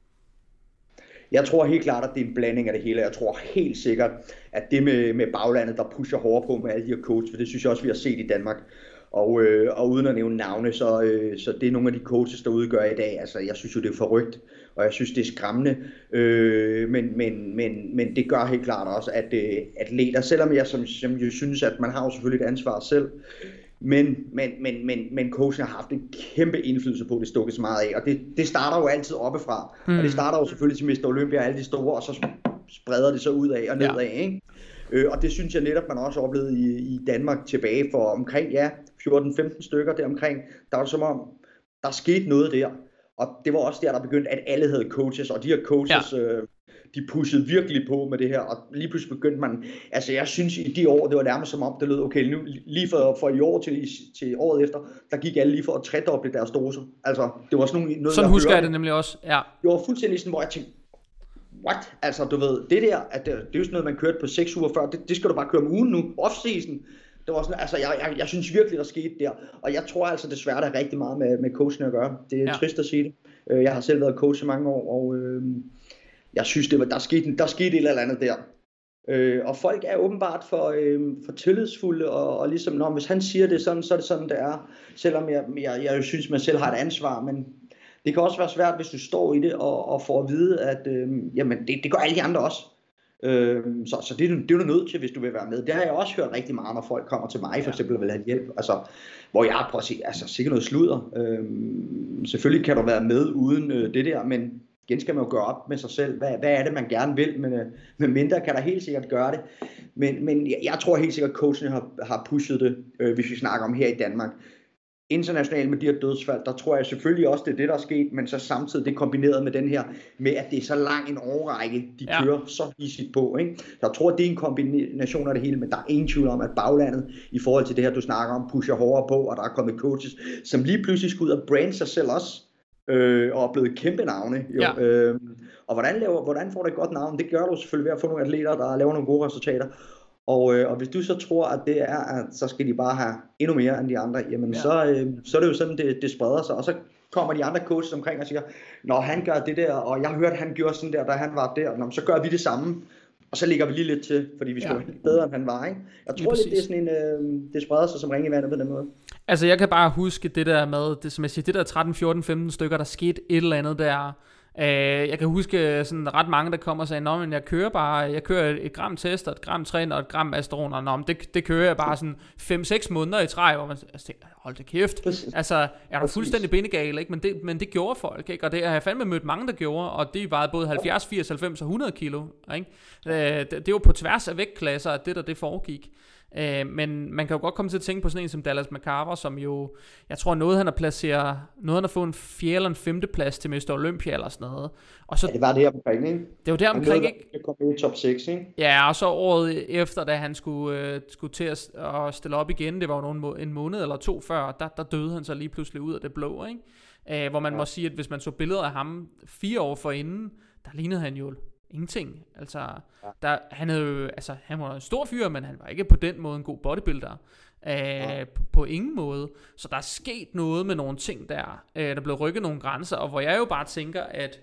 Jeg tror helt klart, at det er en blanding af det hele. Jeg tror helt sikkert, at det med baglandet, der pusher hårdere på med alle de her coaches, for det synes jeg også, vi har set i Danmark. Og uden at nævne navne, så det er nogle af de coaches, der udgør i dag. Altså, jeg synes jo, det er forrygt, og jeg synes, det er skræmmende. Men det gør helt klart også, at atleter, selvom jeg som jo synes, at man har jo selvfølgelig et ansvar selv, men coachen har haft en kæmpe indflydelse på, det stukkes meget af. Og det starter jo altid oppefra. Og det starter jo selvfølgelig til Mr. Olympia og alle de store, og så spreder det så ud af og nedad, ikke? Og det synes jeg netop, man også oplevede i Danmark tilbage for omkring 14-15 stykker deromkring. Der var som om, der skete noget der. Og det var også der begyndte, at alle havde coaches, og de her coaches, de pushede virkelig på med det her. Og lige pludselig begyndte man, altså jeg synes i de år, det var nærmest som om, det lød, okay, nu lige for i år til året efter, der gik alle lige for at tredoble deres doser. Altså, det var sådan noget, sådan husker jeg det nemlig også, ja. Det var fuldstændig sådan, hvor jeg tænkte, what? Altså, du ved, det der, at det er jo sådan noget, man kørte på 6 uger før, det skal du bare køre om ugen nu, off-season. Det var sådan, altså, jeg synes virkelig, der skete der. Og jeg tror altså desværre, der er rigtig meget med coachene at gøre. Det er trist at sige det. Jeg har selv været coach i mange år, og jeg synes, der skete et eller andet der. Og folk er åbenbart for tillidsfulde, og ligesom, hvis han siger det sådan, så er det sådan, det er. Selvom jeg jo synes, man selv har et ansvar, men det kan også være svært, hvis du står i det og får at vide, at jamen, det gør alle de andre også. Så det er du nødt til, hvis du vil være med. Det har jeg også hørt rigtig meget, når folk kommer til mig, for eksempel og vil have hjælp. Altså, hvor jeg prøver at sige, altså sikkert noget sludder. Selvfølgelig kan du være med uden det der, men igen skal man jo gøre op med sig selv. Hvad er det, man gerne vil? Men med mindre kan der helt sikkert gøre det. Men jeg tror helt sikkert, at coachene har pushet det, hvis vi snakker om her i Danmark. Internationalt med de her dødsfald, der tror jeg selvfølgelig også, det er det, der er sket, men så samtidig det kombineret med den her, med at det er så lang en årrække, de kører så hissigt på, ikke? Så jeg tror, det er en kombination af det hele, men der er ingen tvivl om, at baglandet, i forhold til det her, du snakker om, pusher hårdere på, og der er kommet coaches, som lige pludselig skal ud og brande sig selv også, og er blevet kæmpe navne. Jo. Ja. Og hvordan får du et godt navn? Det gør du selvfølgelig ved at få nogle atleter, der laver nogle gode resultater. Og hvis du så tror, at det er, at så skal de bare have endnu mere end de andre, jamen så er det jo sådan, det spreder sig. Og så kommer de andre coaches omkring og siger, når han gør det der, og jeg har hørt, at han gjorde sådan der, da han var der, så gør vi det samme. Og så ligger vi lige lidt til, fordi vi skal være bedre, end han var, ikke? Jeg tror lidt, det er sådan en, det spreder sig som ringe i vandet på den måde. Altså jeg kan bare huske det der med, det, som jeg siger, det der 13, 14, 15 stykker, der skete et eller andet der, Jeg kan huske sådan ret mange, der kommer og sagde, nå, men jeg kører et gram test, og et gram træn, og et gram Asteron, og nå, men det kører jeg bare sådan 5-6 måneder i træ, hvor man tænker, hold da kæft, altså, er du fuldstændig bindegal, ikke? Men det gjorde folk, ikke? Og det har jeg fandme mødt mange, der gjorde, og det vejede både 70, 80, 90 og 100 kilo, ikke? Det var på tværs af vægtklasser, at det foregik. Men man kan jo godt komme til at tænke på sådan en som Dallas McCarver, som jo, jeg tror han har fået en 4. eller en 5. plads til Mr. Olympia eller sådan noget. Og så, det var det her omkring, ikke? Det var der omkring, ikke? Det kom i top 6, ikke? Ja, og så året efter, da han skulle til at stille op igen, det var jo en måned eller 2 før, der døde han så lige pludselig ud af det blå, ikke? Hvor man må sige, at hvis man så billeder af ham 4 år forinden, der lignede han jo ingenting. Altså, han var en stor fyr, men han var ikke på den måde en god bodybuilder. På ingen måde. Så der er sket noget med nogle ting der. Der blev rykket nogle grænser, og hvor jeg jo bare tænker, at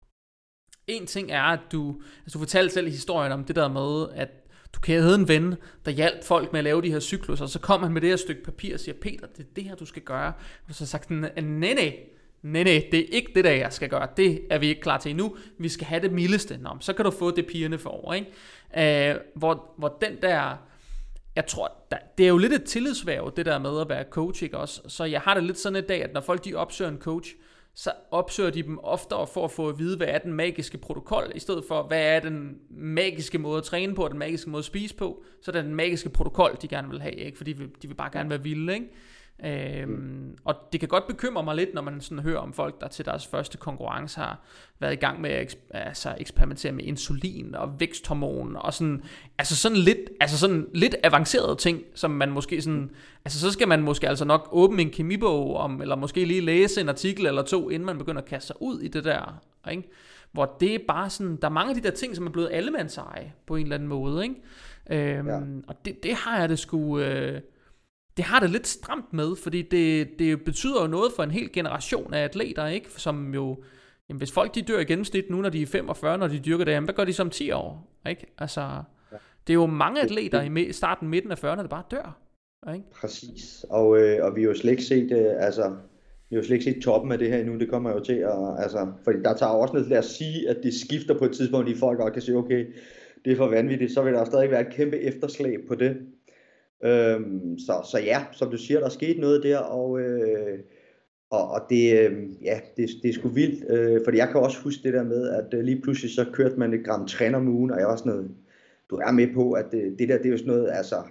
en ting er, at du fortalte selv historien om det der med, at du havde en ven, der hjalp folk med at lave de her cykluser, og så kom han med det her stykke papir og siger, Peter, det er det her, du skal gøre. Og så sagt, nej, det er ikke det der, jeg skal gøre. Det er vi ikke klar til endnu. Vi skal have det mildeste. Nå, så kan du få det pigerne for over, ikke? Hvor den der, jeg tror, det er jo lidt et tillidshverv, det der med at være coach, ikke også? Så jeg har det lidt sådan i dag, at når folk de opsøger en coach, så opsøger de dem oftere for at få at vide, hvad er den magiske protokol, i stedet for, hvad er den magiske måde at træne på, og den magiske måde at spise på. Så er det den magiske protokol, de gerne vil have, ikke? Fordi de vil bare gerne være vilde, ikke? Og det kan godt bekymre mig lidt, når man sådan hører om folk, der til deres første konkurrence har været i gang med at eksperimentere med insulin og væksthormon og sådan, sådan lidt avancerede ting, som man måske sådan, så skal man måske altså nok åbne en kemibog om, eller måske lige læse en artikel eller 2, inden man begynder at kaste sig ud i det der, ikke? Hvor det er bare sådan, der er mange af de der ting, som er blevet allemandseje på en eller anden måde, ikke? Og det har jeg det sgu. Det har det lidt stramt med, fordi det betyder jo noget for en hel generation af atleter, ikke? Som jo, jamen hvis folk de dør i gennemsnit nu, når de er 45, når de dyrker det, jamen hvad gør de som 10 år? Ikke? Altså, det er jo mange atleter i starten, midten af 40'erne, der bare dør. Ikke? Præcis, og vi har jo slet ikke set, vi har jo slet ikke set toppen af det her endnu, det kommer jo til at, fordi der tager også noget til at sige, at det skifter på et tidspunkt, i folk godt kan sige, okay, det er for vanvittigt, så vil der stadig være et kæmpe efterslæb på det. Så ja, som du siger, der er sket noget der, og det er sgu vildt, fordi jeg kan også huske det der med, at lige pludselig så kørte man et gram træn om ugen, og jeg var sådan noget, du er med på, at det der, det er jo sådan noget,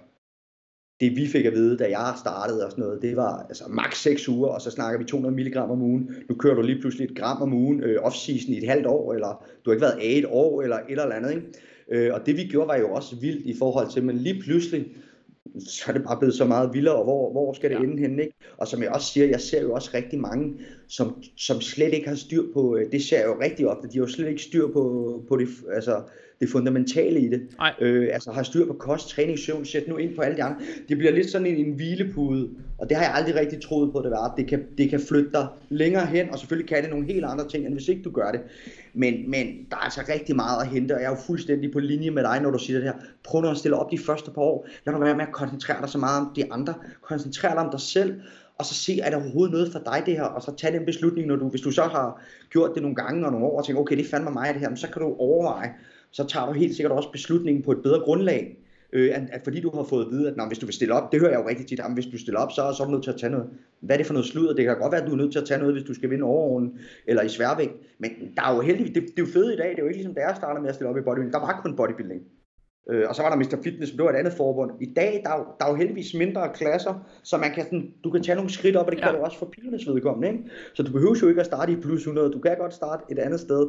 det vi fik at vide, da jeg startede og sådan noget, det var maks 6 uger, og så snakker vi 200 milligram om ugen, nu kører du lige pludselig et gram om ugen, off-season i et halvt år, eller du har ikke været af et år, eller et eller andet, ikke? Og det vi gjorde var jo også vildt i forhold til, men lige pludselig, så er det bare blevet så meget vildere, og hvor skal det ende henne, ikke? Og som jeg også siger, jeg ser jo også rigtig mange, som slet ikke har styr på, det ser jeg jo rigtig ofte, de har jo slet ikke styr på det, det fundamentale i det. Har styr på kost, træning, søvn, sæt nu ind på alle de andre. Det bliver lidt sådan en hvilepude, og det har jeg aldrig rigtig troet på, det var. Det kan flytte dig længere hen, og selvfølgelig kan det nogle helt andre ting, end hvis ikke du gør det. Men der er altså rigtig meget at hente, og jeg er jo fuldstændig på linje med dig, når du siger det her. Prøv nu at stille op de første par år. Lad nu være med at koncentrere dig så meget om de andre. Koncentrer dig om dig selv, og så se, er der overhovedet noget for dig det her, og så tage den beslutning, hvis du så har gjort det nogle gange og nogle år, og tænker, okay, det fandme mig det her, så kan du overveje, så tager du helt sikkert også beslutningen på et bedre grundlag, at fordi du har fået at vide, at hvis du vil stille op, det hører jeg jo rigtig tit, at hvis du stiller op, så er du nødt til at tage noget. Hvad er det for noget sludder? Det kan godt være, at du er nødt til at tage noget, hvis du skal vinde overordnen, eller i sværvægt, men der er jo heldigvis, det er jo fedt i dag, det er jo ikke ligesom da jeg startede med at stille op i bodybuilding, der var kun bodybuilding. Og så var der Mr. Fitness, som det var et andet forbund. I dag, der er jo heldigvis mindre klasser, så man kan du kan tage nogle skridt op, og det kan du også for pigernes vedkommende, ikke? Så du behøver jo ikke at starte i plus 100, du kan godt starte et andet sted.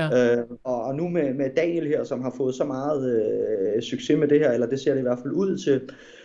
Og nu med Daniel her, som har fået så meget succes med det her, eller det ser det i hvert fald ud til,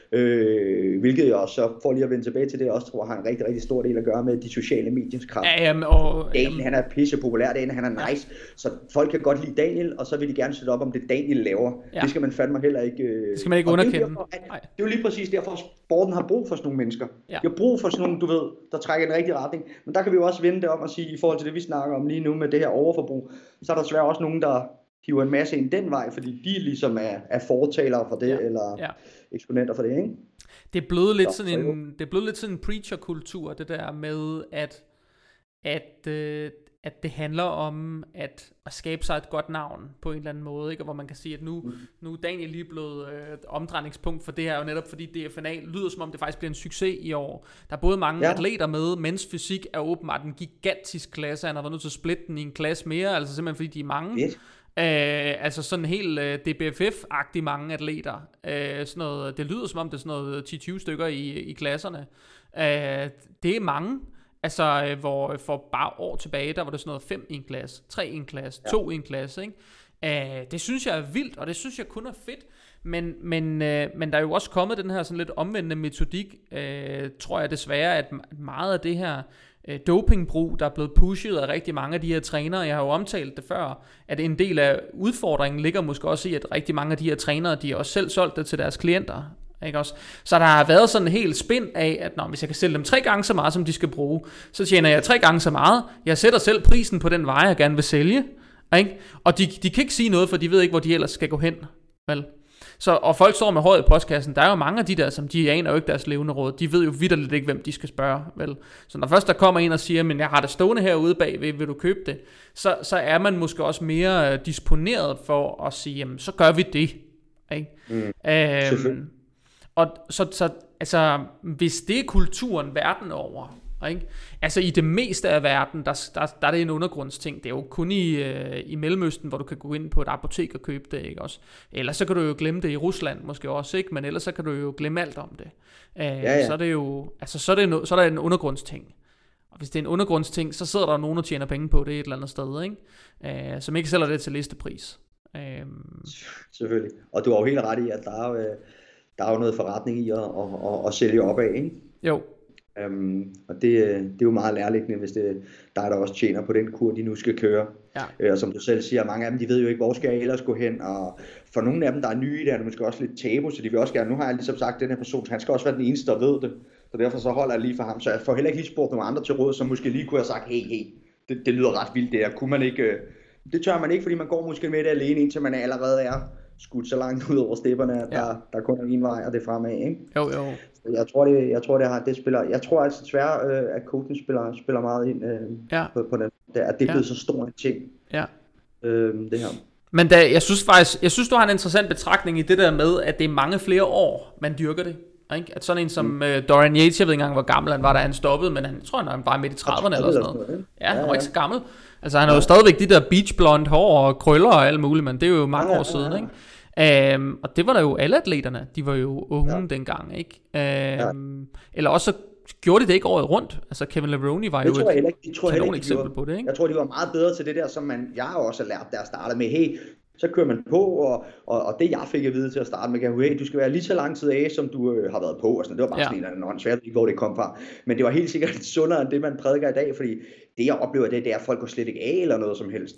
hvilket jeg også, for lige at vende tilbage til det, også tror har en rigtig, rigtig stor del at gøre med de sociale mediers kraft. Daniel, han er pisse populær, han er nice, så folk kan godt lide Daniel, og så vil de gerne sætte op om det Daniel laver. Det skal man fandme heller ikke... det skal man ikke underkende. Det er jo lige præcis derfor, sporten har brug for sådan nogle mennesker. De har brug for sådan nogle, du ved, der trækker i den rigtige retning. Men der kan vi jo også vende det om og sige, i forhold til det, vi snakker om lige nu med det her overforbrug, så er der desværre også nogen, der hiver en masse ind den vej, fordi de ligesom er fortalere for det, eller eksponenter for det, ikke? Det er blevet lidt sådan en preacher-kultur, det der med, at det handler om at skabe sig et godt navn på en eller anden måde, ikke? Og hvor man kan sige, at nu er Daniel lige blevet omdrejningspunkt for det her, jo netop fordi DFNA lyder som om det faktisk bliver en succes i år. Der er både mange atleter med, mens fysik er åbenbart en gigantisk klasse, han har været nødt til at splitte den i en klasse mere, altså simpelthen fordi de er mange. Altså sådan helt DBFF-agtige mange atleter. Sådan noget, det lyder som om det er sådan noget 10-20 stykker i klasserne. Det er mange. Altså hvor for bare år tilbage, der var det sådan noget 5 i en klasse, 3 i en klasse, 2 i en klasse, ikke? Det synes jeg er vildt, og det synes jeg kun er fedt. Men der er jo også kommet den her sådan lidt omvendte metodik, tror jeg desværre, at meget af det her dopingbrug, der er blevet pushet af rigtig mange af de her trænere, jeg har jo omtalt det før, at en del af udfordringen ligger måske også i, at rigtig mange af de her trænere, de har også selv solgt det til deres klienter. Ikke også? Så der har været sådan en helt spind af, at hvis jeg kan sælge dem 3 gange så meget, som de skal bruge, så tjener jeg 3 gange så meget. Jeg sætter selv prisen på den vare, jeg gerne vil sælge. Ikke? Og de kan ikke sige noget, for de ved ikke, hvor de ellers skal gå hen. Vel? Og folk står med håret i postkassen. Der er jo mange af de der, som de aner jo ikke deres levende råd. De ved jo vitterligt ikke, hvem de skal spørge. Vel? Så når først der kommer en og siger, men jeg har det stående herude bagved, vil du købe det? Så er man måske også mere disponeret for at sige, jamen, så gør vi det. Ikke? Og så altså, hvis det er kulturen verden over, ikke? Altså i det meste af verden, der er det en undergrundsting. Det er jo kun i Mellemøsten, hvor du kan gå ind på et apotek og købe det, ikke også? Ellers så kan du jo glemme det i Rusland måske også, ikke? Men ellers så kan du jo glemme alt om det. Så er det jo, altså så er der en undergrundsting. Og hvis det er en undergrundsting, så sidder der nogen, der tjener penge på det et eller andet sted, ikke? Som ikke sælger det til listepris. Selvfølgelig. Og du har jo helt ret i, at der er jo noget forretning i at sælge opad, ikke? Jo. Og det er jo meget nærliggende, hvis det der også tjener på den kur, de nu skal køre. Ja. Og som du selv siger, mange af dem, de ved jo ikke, hvor skal jeg ellers gå hen, og for nogle af dem, der er nye, der er det måske også lidt tabu, så de vil også gerne, nu har jeg ligesom sagt, den her person, han skal også være den eneste, der ved det, så derfor så holder jeg lige for ham, så jeg får heller ikke lige spurgt nogle andre til råd, som måske lige kunne have sagt, hey, det lyder ret vildt det her, kunne man ikke, det tør man ikke, fordi man går måske med det alene, indtil man allerede er skudt så langt ud over stepperne, at der kun er en vej, og det er fremad, ikke? Jo. Jeg tror altså desværre, at coachen spiller meget ind på den. At det er blevet så stor en ting. Ja. Det her. Men jeg synes du har en interessant betragtning i det der med, at det er mange flere år, man dyrker det. Ikke? At sådan en som Dorian Yates, jeg ved ikke engang, hvor gammel han var, da han stoppede, men han tror, han var midt i 30'erne eller sådan noget. Ja, han var ikke så gammel. Altså han har jo stadigvæk de der beach blonde hår og krøller og alt muligt, men det er jo mange år siden, ikke? Og det var der jo alle atleterne. De var jo unge dengang, ikke? Eller også så gjorde de det ikke året rundt. Altså Kevin Levrone var jo et kanon eksempel på det, ikke? Jeg tror de var meget bedre til det der, som jeg også har lært, der at starte med. Hey, så kører man på, og det jeg fik at vide til at starte med, hey, du skal være lige så lang tid af, som du har været på. Og sådan. Det var bare sådan en åndssvagt, ikke hvor det kom fra. Men det var helt sikkert sundere end det, man prædiker i dag, fordi det jeg oplever, det er, at folk går slet ikke af eller noget som helst.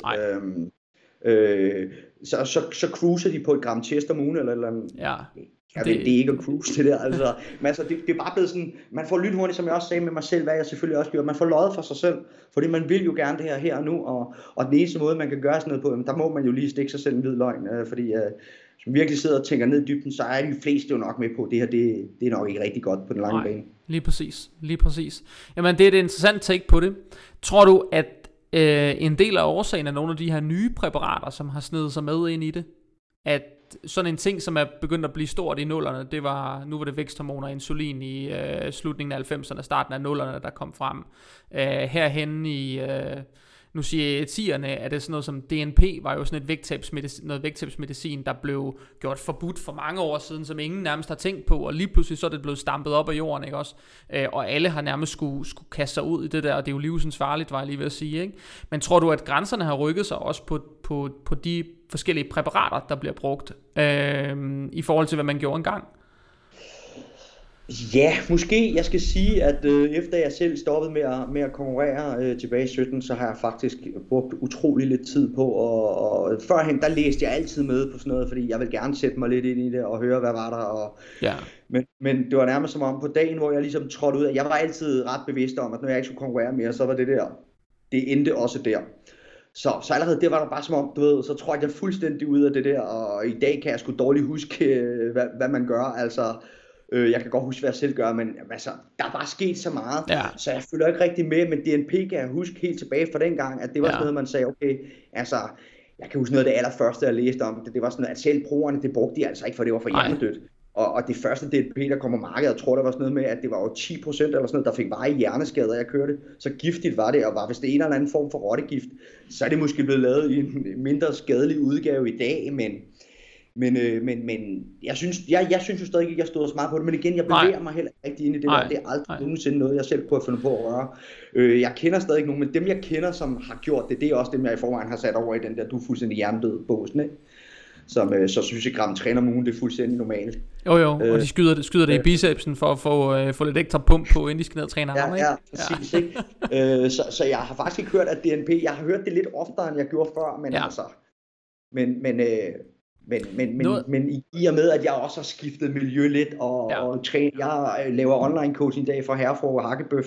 Så cruiser de på et gram test om ugen eller andet. Det er ikke at cruise det der, altså. Men altså, det er bare blevet sådan, man får lynhurtigt, som jeg også sagde med mig selv, hvad jeg selvfølgelig også gjorde, man får løjet for sig selv, fordi man vil jo gerne det her og nu, og den eneste måde, man kan gøre sådan noget på, der må man jo lige stikke sig selv en hvid løgn, fordi hvis man virkelig sidder og tænker ned i dybden, så er de fleste jo nok med på, det her, det er nok ikke rigtig godt på den lange bane. Lige præcis. Jamen, det er et interessant take på det. Tror du, at en del af årsagen af nogle af de her nye præparater, som har snedet sig med ind i det, at sådan en ting, som er begyndt at blive stort i nullerne, nu var det væksthormoner og insulin i slutningen af 90'erne, starten af nullerne, der kom frem. Herhen i, nu siger jeg 10'erne, er det sådan noget som DNP, var jo sådan noget vægttabsmedicin, der blev gjort forbudt for mange år siden, som ingen nærmest har tænkt på, og lige pludselig så er det blevet stampet op af jorden, ikke også? Og alle har nærmest skulle kaste sig ud i det der, og det er jo livsens farligt, var jeg lige ved at sige, ikke? Men tror du, at grænserne har rykket sig også på de forskellige præparater, der bliver brugt, i forhold til, hvad man gjorde engang? Ja, måske. Jeg skal sige, at efter jeg selv stoppede med at konkurrere tilbage i 17, så har jeg faktisk brugt utrolig lidt tid på, og førhen, der læste jeg altid med på sådan noget, fordi jeg vil gerne sætte mig lidt ind i det og høre, hvad var der. Men det var nærmest som om på dagen, hvor jeg ligesom trådte ud af, jeg var altid ret bevidst om, at når jeg ikke skulle konkurrere mere, så var det endte også der. Så allerede der var der bare som om, du ved, så tror jeg fuldstændig ud af det der, og i dag kan jeg sgu dårligt huske, hvad man gør, altså. Jeg kan godt huske, hvad jeg selv gør, men altså, der er bare sket så meget, Ja. så jeg følger ikke rigtig med, men DNP kan jeg huske helt tilbage fra dengang, at det var sådan noget, man sagde, okay, altså, jeg kan huske noget af det allerførste, jeg læste om det var sådan noget, at selv brugerne, det brugte de altså ikke, for det var for hjernedødt. Og det første DNP, der kom på markedet, jeg tror, der var sådan noget med, at det var jo 10% eller sådan noget, der fik varige hjerneskader, jeg kørte. Så giftigt var det, og hvis det er en eller anden form for rottegift, så er det måske blevet lavet i en mindre skadelig udgave i dag, men jeg synes jo stadig ikke, jeg stod så meget på det, men igen, jeg bevæger mig heller ikke ind i det der, det er aldrig nogensinde noget, jeg selv kunne have fundet på at røre. Jeg kender stadig ikke nogen, men dem jeg kender, som har gjort det, det er også dem, jeg i forvejen har sat over i den der, du er fuldstændig hjernedød båsen, ikke? Som så synes jeg, gram træner om ugen, det er fuldstændig normalt. Jo, og de skyder det i bicepsen for at få lidt ekstra pump på, inden de skal ned og træne ham, ikke? Ja, præcis, ikke? Så jeg har faktisk ikke hørt, at DNP, jeg har hørt det lidt oftere, end jeg gjorde før, men altså, men i og med, at jeg også har skiftet miljø lidt, og træner, jeg laver online coaching i dag for Herfru og Hakkebøf,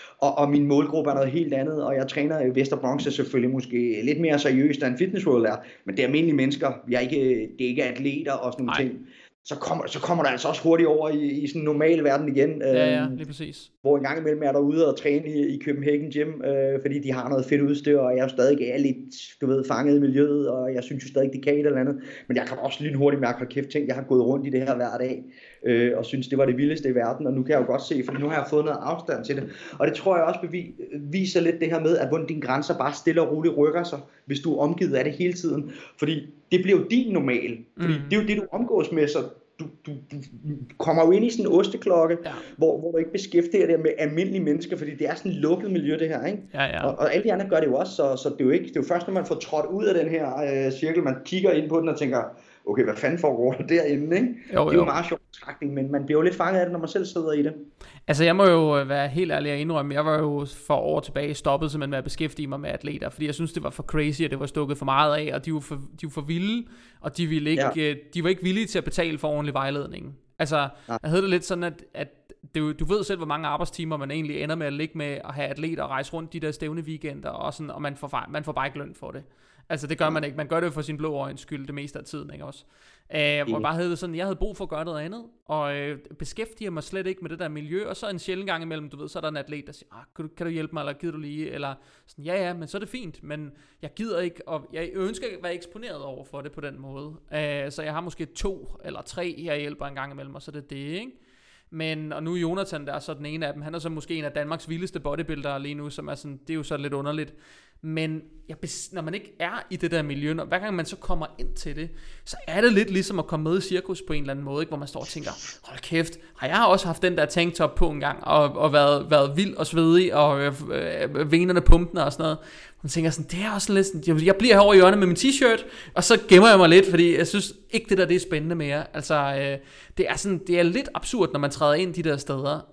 og min målgruppe er noget helt andet, og jeg træner i Vester Bronx selvfølgelig måske lidt mere seriøst, end Fitness World er, men det er almindelige mennesker, det er ikke atleter og sådan nogle ting. Så kommer der altså også hurtigt over i sådan en normal verden igen. Ja, lige præcis. Hvor en gang imellem er der ude og træne i Copenhagen Gym, fordi de har noget fedt udstyr, og jeg er stadig lidt, fanget i miljøet, og jeg synes jo stadig, det kan et eller andet. Men jeg kan også lige hurtigt mærke, jeg har gået rundt i det her hver dag, og synes, det var det vildeste i verden, og nu kan jeg jo godt se, for nu har jeg fået noget afstand til det. Og det tror jeg også viser lidt det her med, at hvordan dine grænser bare stille og roligt rykker sig, hvis du er omgivet af det hele tiden. Fordi det bliver jo din normal, fordi det er jo det, du omgås med, så du kommer jo ind i sådan en osteklokke, hvor du ikke beskæftiger dig med almindelige mennesker, fordi det er sådan et lukket miljø, det her, ikke? Ja. Og alle de andre gør det jo også, så det er jo først, når man får trådt ud af den her cirkel, man kigger ind på den og tænker, okay, hvad fanden foregår der derinde, ikke? Jo. Det er jo meget sjovt betragtning, men man bliver jo lidt fanget af det, når man selv sidder i det. Altså, jeg må jo være helt ærlig og indrømme, jeg var jo for år tilbage stoppet simpelthen med at beskæftige mig med atleter, fordi jeg synes, det var for crazy, og det var stukket for meget af, og de var for vilde, og de var ikke villige til at betale for ordentlig vejledning. Altså, jeg havde det lidt sådan, at du ved selv, hvor mange arbejdstimer man egentlig ender med at ligge med at have atleter og rejse rundt de der stævne weekender, og sådan, og man får bare ikke løn for det. Altså det gør man ikke. Man gør det for sin blå øjens skyld det meste af tiden, ikke også? Hvor bare havde sådan, jeg havde brug for at gøre noget andet, og beskæftiger mig slet ikke med det der miljø, og så en sjælden gang imellem, du ved, så er der en atlet, der siger, kan du hjælpe mig, eller gider du lige, eller sådan, ja, men så er det fint, men jeg gider ikke, og jeg ønsker ikke at være eksponeret over for det på den måde, så jeg har måske 2 eller 3, jeg hjælper en gang imellem, og så er det, ikke? Men, og nu Jonathan, der er så den ene af dem, han er så måske en af Danmarks vildeste bodybuildere lige nu, som er sådan, det er jo så lidt underligt. Men når man ikke er i det der miljø, og hver gang man så kommer ind til det, så er det lidt ligesom at komme med i cirkus på en eller anden måde, ikke? Hvor man står og tænker, hold kæft, har jeg også haft den der tanktop på en gang, og været vild og svedig, og venerne pumpende og sådan noget. Man tænker sådan, det er også lidt sådan, jeg bliver herovre i hjørnet med min t-shirt, og så gemmer jeg mig lidt, fordi jeg synes ikke det der det er spændende mere. Altså, det er lidt absurd, når man træder ind de der steder,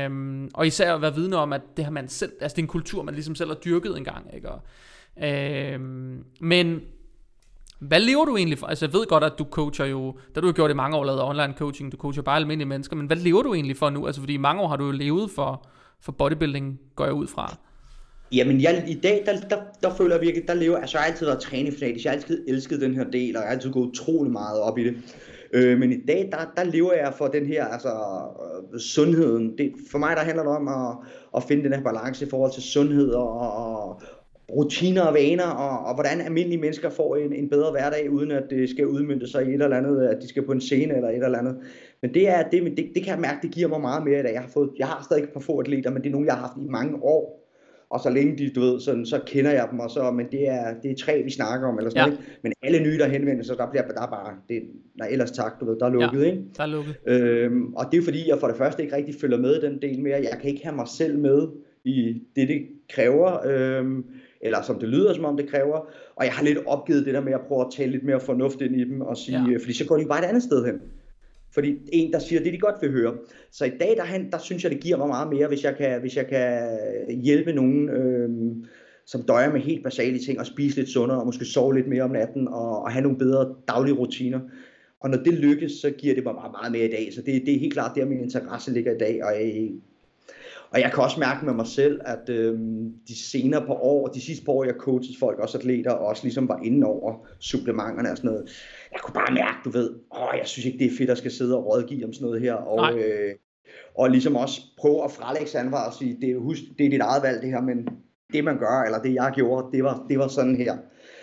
og især at være vidne om, at det har man selv, altså det er en kultur, man ligesom selv har dyrket en gang, ikke? Men hvad lever du egentlig for? Altså jeg ved godt, at du coacher jo, da du har gjort det i mange år, lavet online coaching, du coacher bare almindelige mennesker, men hvad lever du egentlig for nu? Altså fordi i mange år har du jo levet for bodybuilding, går jeg ud fra. Jamen i dag, der føler jeg virkelig, jeg har altid været trænefanatisk, jeg har altid elsket den her del, og jeg har altid gået utrolig meget op i det. Men i dag, der lever jeg for den her, altså sundheden. For mig, der handler det om at finde den her balance i forhold til sundhed og rutiner og vaner, og hvordan almindelige mennesker får en bedre hverdag, uden at det skal udmønte sig i et eller andet, at de skal på en scene eller et eller andet. Men det kan jeg mærke, det giver mig meget mere i dag. Jeg har stadig et par få atleter, men det er nogen, jeg har haft i mange år. Og så længe de, du ved, sådan, så kender jeg dem, og så, men det er 3, vi snakker om, eller sådan noget. Men alle nye, der henvender sig, der er bare, ellers tak, du ved, der er lukket, ikke? Der er lukket. Og det er fordi, jeg for det første ikke rigtig følger med den del mere. Jeg kan ikke have mig selv med i det kræver, eller som det lyder, som om det kræver. Og jeg har lidt opgivet det der med at prøve at tale lidt mere fornuft ind i dem, og sige, fordi så går de bare et andet sted hen. Fordi en, der siger det, de godt vil høre. Så i dag, der synes jeg, det giver mig meget mere, hvis jeg kan hjælpe nogen, som døjer med helt basale ting, og spise lidt sundere, og måske sove lidt mere om natten, og have nogle bedre daglige rutiner. Og når det lykkes, så giver det mig meget, meget mere i dag. Så det er helt klart der, min interesse ligger i dag. Og jeg kan også mærke med mig selv, at de senere på år, de sidste par år, jeg coachede folk, også atleter, og også ligesom var inde over supplementerne og sådan noget. Jeg kunne bare mærke, du ved, jeg synes ikke, det er fedt, at skal sidde og rådgive om sådan noget her. Og ligesom også prøve at frelægge sig ansvar og sige, det er dit eget valg det her, men det man gør, eller det jeg gjorde, det var sådan her.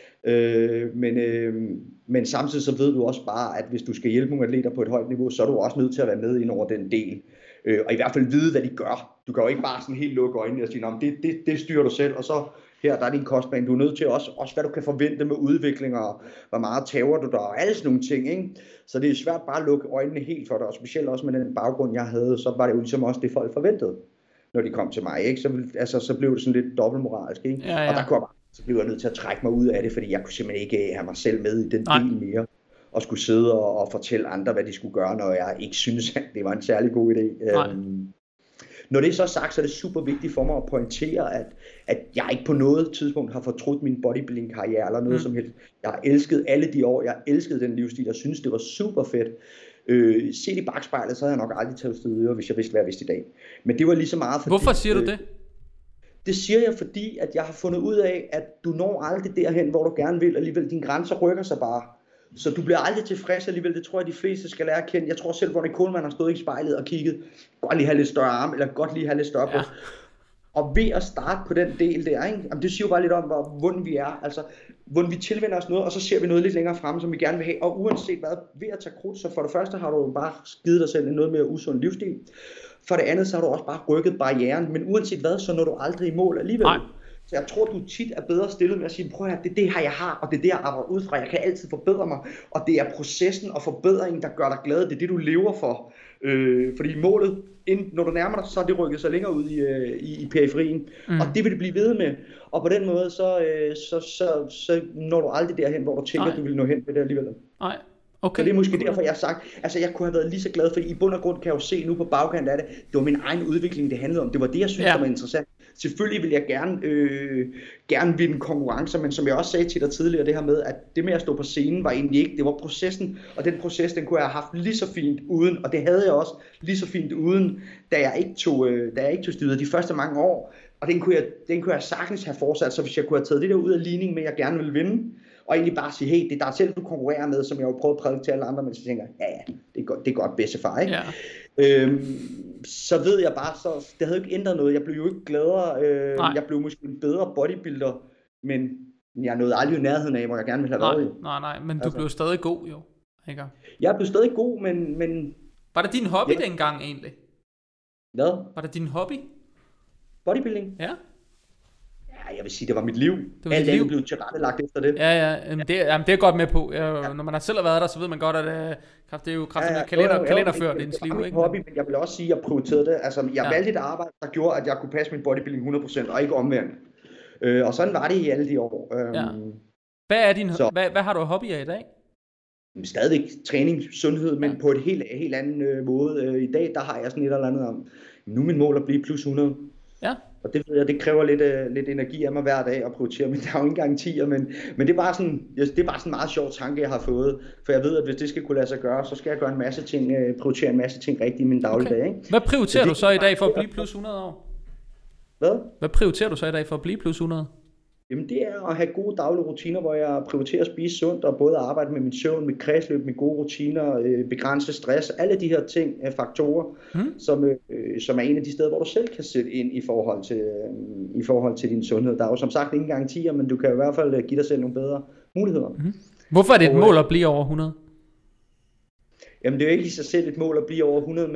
Men samtidig så ved du også bare, at hvis du skal hjælpe nogle atleter på et højt niveau, så er du også nødt til at være med ind over den del. Og i hvert fald vide, hvad de gør. Du kan jo ikke bare sådan helt lukke øjnene og sige, det styrer du selv, og så her, der er din kostplan. Du er nødt til også hvad du kan forvente med udvikling, og hvor meget tager du der, og alle sådan nogle ting, ikke? Så det er svært bare at lukke øjnene helt for dig, og specielt også med den baggrund, jeg havde, så var det jo ligesom også det, folk forventede, når de kom til mig, ikke? Så blev det sådan lidt dobbeltmoralsk, ikke? Ja. Og der kunne så blev jeg nødt til at trække mig ud af det, fordi jeg kunne simpelthen ikke have mig selv med i den del mere, og skulle sidde og fortælle andre, hvad de skulle gøre, når jeg ikke synes, at det var en særlig god idé. Når det er så sagt, så er det super vigtigt for mig at pointere, at jeg ikke på noget tidspunkt har fortrudt min bodybuilding-karriere eller noget som helst. Jeg har elsket alle de år, jeg elskede den livsstil, jeg synes, det var super fedt. Set i bagspejlet, så havde jeg nok aldrig taget stødøre, hvis jeg vidste, hvad jeg vidste i dag. Men det var lige så meget fordi... Hvorfor siger du det? Det siger jeg, fordi at jeg har fundet ud af, at du når aldrig derhen, hvor du gerne vil, alligevel dine grænser rykker sig bare. Så du bliver aldrig tilfreds alligevel, det tror jeg, de fleste skal lære at kende. Jeg tror selv, hvor Ronnie Coleman har stået i spejlet og kigget, godt lige have lidt større arm, eller godt lige have lidt større på. Og ved at starte på den del der, ikke? Jamen, det siger jo bare lidt om, hvor vunden vi er. Altså, hvordan vi tilvender os noget, og så ser vi noget lidt længere frem, som vi gerne vil have. Og uanset hvad, ved at tage krudt, så for det første har du bare skidt dig selv en noget mere usund livsstil. For det andet, så har du også bare rykket barrieren. Men uanset hvad, så når du aldrig i mål alligevel. Nej. Så jeg tror, du tit er bedre stillet med at sige, prøv at høre, det er det her, jeg har, og det er det, jeg arbejder ud fra. Jeg kan altid forbedre mig, og det er processen og forbedringen, der gør dig glad. Det er det, du lever for. Fordi målet, når du nærmer dig, så er det rykket så længere ud i periferien. Og det vil det blive ved med. Og på den måde, så når du aldrig derhen, hvor du tænker, du vil nå hen med det alligevel. Nej. Okay. Så det er måske derfor, jeg har sagt, altså jeg kunne have været lige så glad, fordi i bund og grund kan jeg jo se nu på bagkanten af det, det var min egen udvikling, det handlede om. Det var det, jeg synes, der var interessant. Selvfølgelig vil jeg gerne vinde konkurrencer, men som jeg også sagde til dig tidligere, det her med, at det med at stå på scenen var egentlig ikke, det var processen, og den proces, den kunne jeg have haft lige så fint uden, og det havde jeg også lige så fint uden, da jeg ikke tog styret de første mange år, og den kunne jeg sagtens have fortsat, så hvis jeg kunne have taget det der ud af ligningen med, at jeg gerne ville vinde, og egentlig bare sige, hey, det er dig selv, du konkurrerer med, som jeg jo prøvet at prædike til alle andre, men så tænker jeg, det er godt bedstefar, ikke? Ja. Så ved jeg bare, så det havde jo ikke ændret noget, jeg blev jo ikke gladere, jeg blev måske en bedre bodybuilder, men jeg nåede aldrig i nærheden af, hvor jeg gerne ville have været. Nej, men du blev stadig god jo, ikke? Jeg blev stadig god, men... Var det din hobby dengang egentlig? Hvad? Var det din hobby? Bodybuilding? Ja. Ja, jeg vil sige, det var mit liv. Alt andet blev tilrettelagt efter det. Ja. Det er godt med på. Når man har selv været der, så ved man godt, at det er jo kraftigt kalenderført i ens liv. Det var hobby, men jeg vil også sige, at jeg prioriterede det. Altså, jeg valgte et arbejde, der gjorde, at jeg kunne passe min bodybuilding 100%, og ikke omvendt. Og sådan var det i alle de år. Hvad har du hobbyer i dag? Stadigvæk træning, sundhed, men på et helt anden måde. I dag, der har jeg sådan et eller andet om, nu er mit mål at blive plus 100. Ja. Og det ved jeg, det kræver lidt energi af mig hver dag at prioritere, men der er jo ikke garantier, men det er bare sådan en meget sjov tanke, jeg har fået, for jeg ved, at hvis det skal kunne lade sig gøre, så skal jeg gøre en masse ting, prioritere en masse ting rigtigt i min dagligdag. Ikke? Hvad prioriterer du så i dag for at blive plus 100 år? Hvad prioriterer du så i dag for at blive plus 100? Jamen det er at have gode daglige rutiner, hvor jeg prioriterer at spise sundt og både arbejde med min søvn, mit kredsløb, med gode rutiner, begrænse stress, alle de her ting, faktorer, som er en af de steder, hvor du selv kan sætte ind i forhold til din sundhed. Der er jo som sagt ingen garantier, men du kan i hvert fald give dig selv nogle bedre muligheder. Hvorfor er det et mål at blive over 100? Jamen det er jo ikke i sig selv et mål at blive over 100,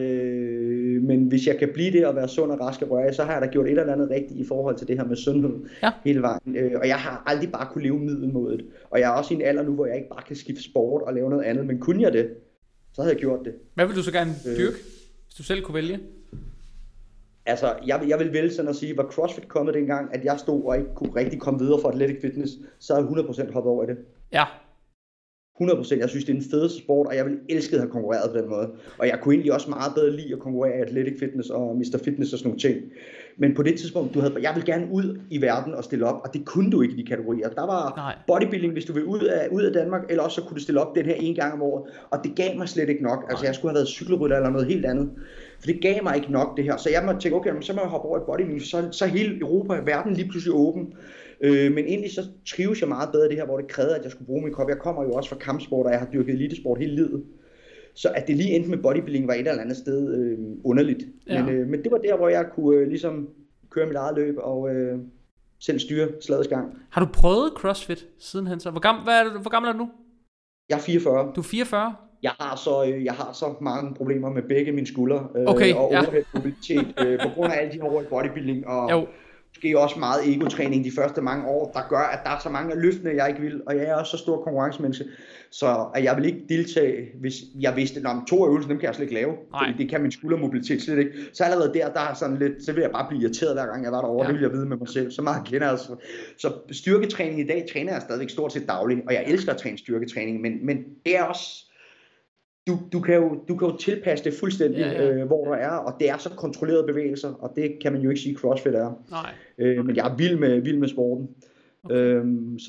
men hvis jeg kan blive det og være sund og rask og rørig, så har jeg da gjort et eller andet rigtigt i forhold til det her med sundhed hele vejen. Og jeg har aldrig bare kunne leve middelmådet. Og jeg er også i en alder nu, hvor jeg ikke bare kan skifte sport og lave noget andet, men kunne jeg det, så havde jeg gjort det. Hvad vil du så gerne dyrke, hvis du selv kunne vælge? Altså, jeg vil vælge sådan at sige, var CrossFit kommet dengang, at jeg stod og ikke kunne rigtig komme videre for Athletic Fitness, så havde jeg 100% hoppet over i det. Ja. 100%. Jeg synes, det er den fedeste sport, og jeg vil elske at have konkurreret på den måde. Og jeg kunne egentlig også meget bedre lide at konkurrere i Athletic Fitness og Mr. Fitness og sådan nogle ting. Men på det tidspunkt, jeg vil gerne ud i verden og stille op, og det kunne du ikke i de kategorier. Der var bodybuilding, hvis du vil ud af Danmark, eller også så kunne du stille op den her en gang om året, og det gav mig slet ikke nok. Altså jeg skulle have været cykelrytter eller noget helt andet. For det gav mig ikke nok det her. Så jeg må tænke, okay, så må jeg hoppe over i bodybuilding, så hele Europa og verden lige pludselig åben. Men egentlig så trives jeg meget bedre i det her, hvor det krævede, at jeg skulle bruge min krop. Jeg kommer jo også fra kampsport, og jeg har dyrket elitesport hele livet. Så at det lige endte med bodybuilding var et eller andet sted underligt. Ja. Men det var der, hvor jeg kunne ligesom køre mit eget løb og selv styre slagets gang. Har du prøvet CrossFit sidenhen så? Hvor gammel er du nu? Jeg er 44. Du er 44? Jeg har så mange problemer med begge mine skuldre og overhead mobilitet på grund af alle de år i bodybuilding og måske også meget egotræning de første mange år, der gør, at der er så mange af løftene, jeg ikke vil, og jeg er også så stor konkurrencemenneske, så at jeg vil ikke deltage, hvis jeg vidste, at 2 øvelser, dem kan jeg slet ikke lave, fordi det kan min skuldermobilitet slet ikke. Så allerede der er sådan lidt, så vil jeg bare blive irriteret hver gang jeg var derovre, det vil jeg vide med mig selv, så meget kender jeg altså. Så styrketræning i dag træner jeg stadigvæk stort set dagligt, og jeg elsker at træne styrketræning, men det er også, du kan jo tilpasse det fuldstændig, hvor du er, og det er så kontrollerede bevægelser, og det kan man jo ikke sige, CrossFit er. Nej. Men jeg er vild med sporten. Okay.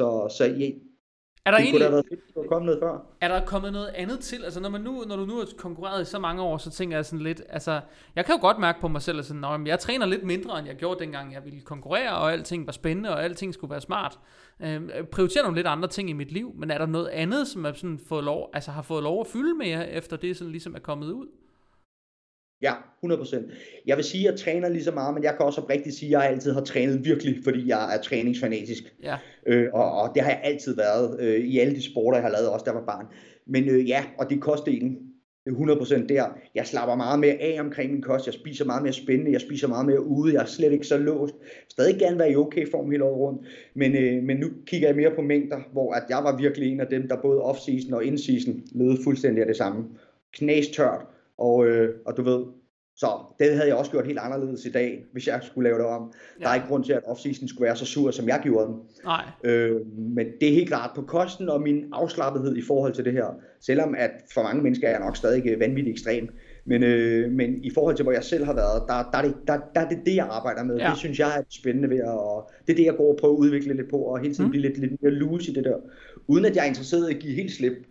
Er der det kunne da have været fedt, at der kommet noget før. Er der kommet noget andet til? Altså når du nu har konkurreret i så mange år, så tænker jeg sådan lidt, altså jeg kan jo godt mærke på mig selv, at jeg træner lidt mindre, end jeg gjorde dengang jeg ville konkurrere, og alting var spændende, og alting skulle være smart. Prioriterer nogle lidt andre ting i mit liv, men er der noget andet, som er sådan har fået lov at fylde mere, efter det sådan ligesom er kommet ud? Ja, 100%. Jeg vil sige, at jeg træner lige så meget, men jeg kan også oprigtigt sige, at jeg altid har trænet virkelig, fordi jeg er træningsfanatisk. Ja. Og det har jeg altid været i alle de sporter, jeg har lavet, også da jeg var barn. Men og det er kostdelen. 100% der. Jeg slapper meget mere af omkring min kost. Jeg spiser meget mere spændende. Jeg spiser meget mere ude. Jeg er slet ikke så låst. Stadig gerne være i okay form hele året rundt. Men nu kigger jeg mere på mængder, hvor at jeg var virkelig en af dem, der både off-season og in-season levede fuldstændig af det samme. Knæstørt. Og du ved, så det havde jeg også gjort helt anderledes i dag, hvis jeg skulle lave det om. Ja. Der er ikke grund til, at off-season skulle være så sur, som jeg gjorde den. Nej. Men det er helt klart på kosten og min afslappethed i forhold til det her. Selvom at for mange mennesker er jeg nok stadig vanvittigt ekstrem. Men i forhold til, hvor jeg selv har været, der er det, jeg arbejder med. Ja. Det synes jeg er spændende ved, og det er det, jeg går på at udvikle lidt på, og hele tiden blive lidt mere loose i det der. Uden at jeg er interesseret i at give helt slip.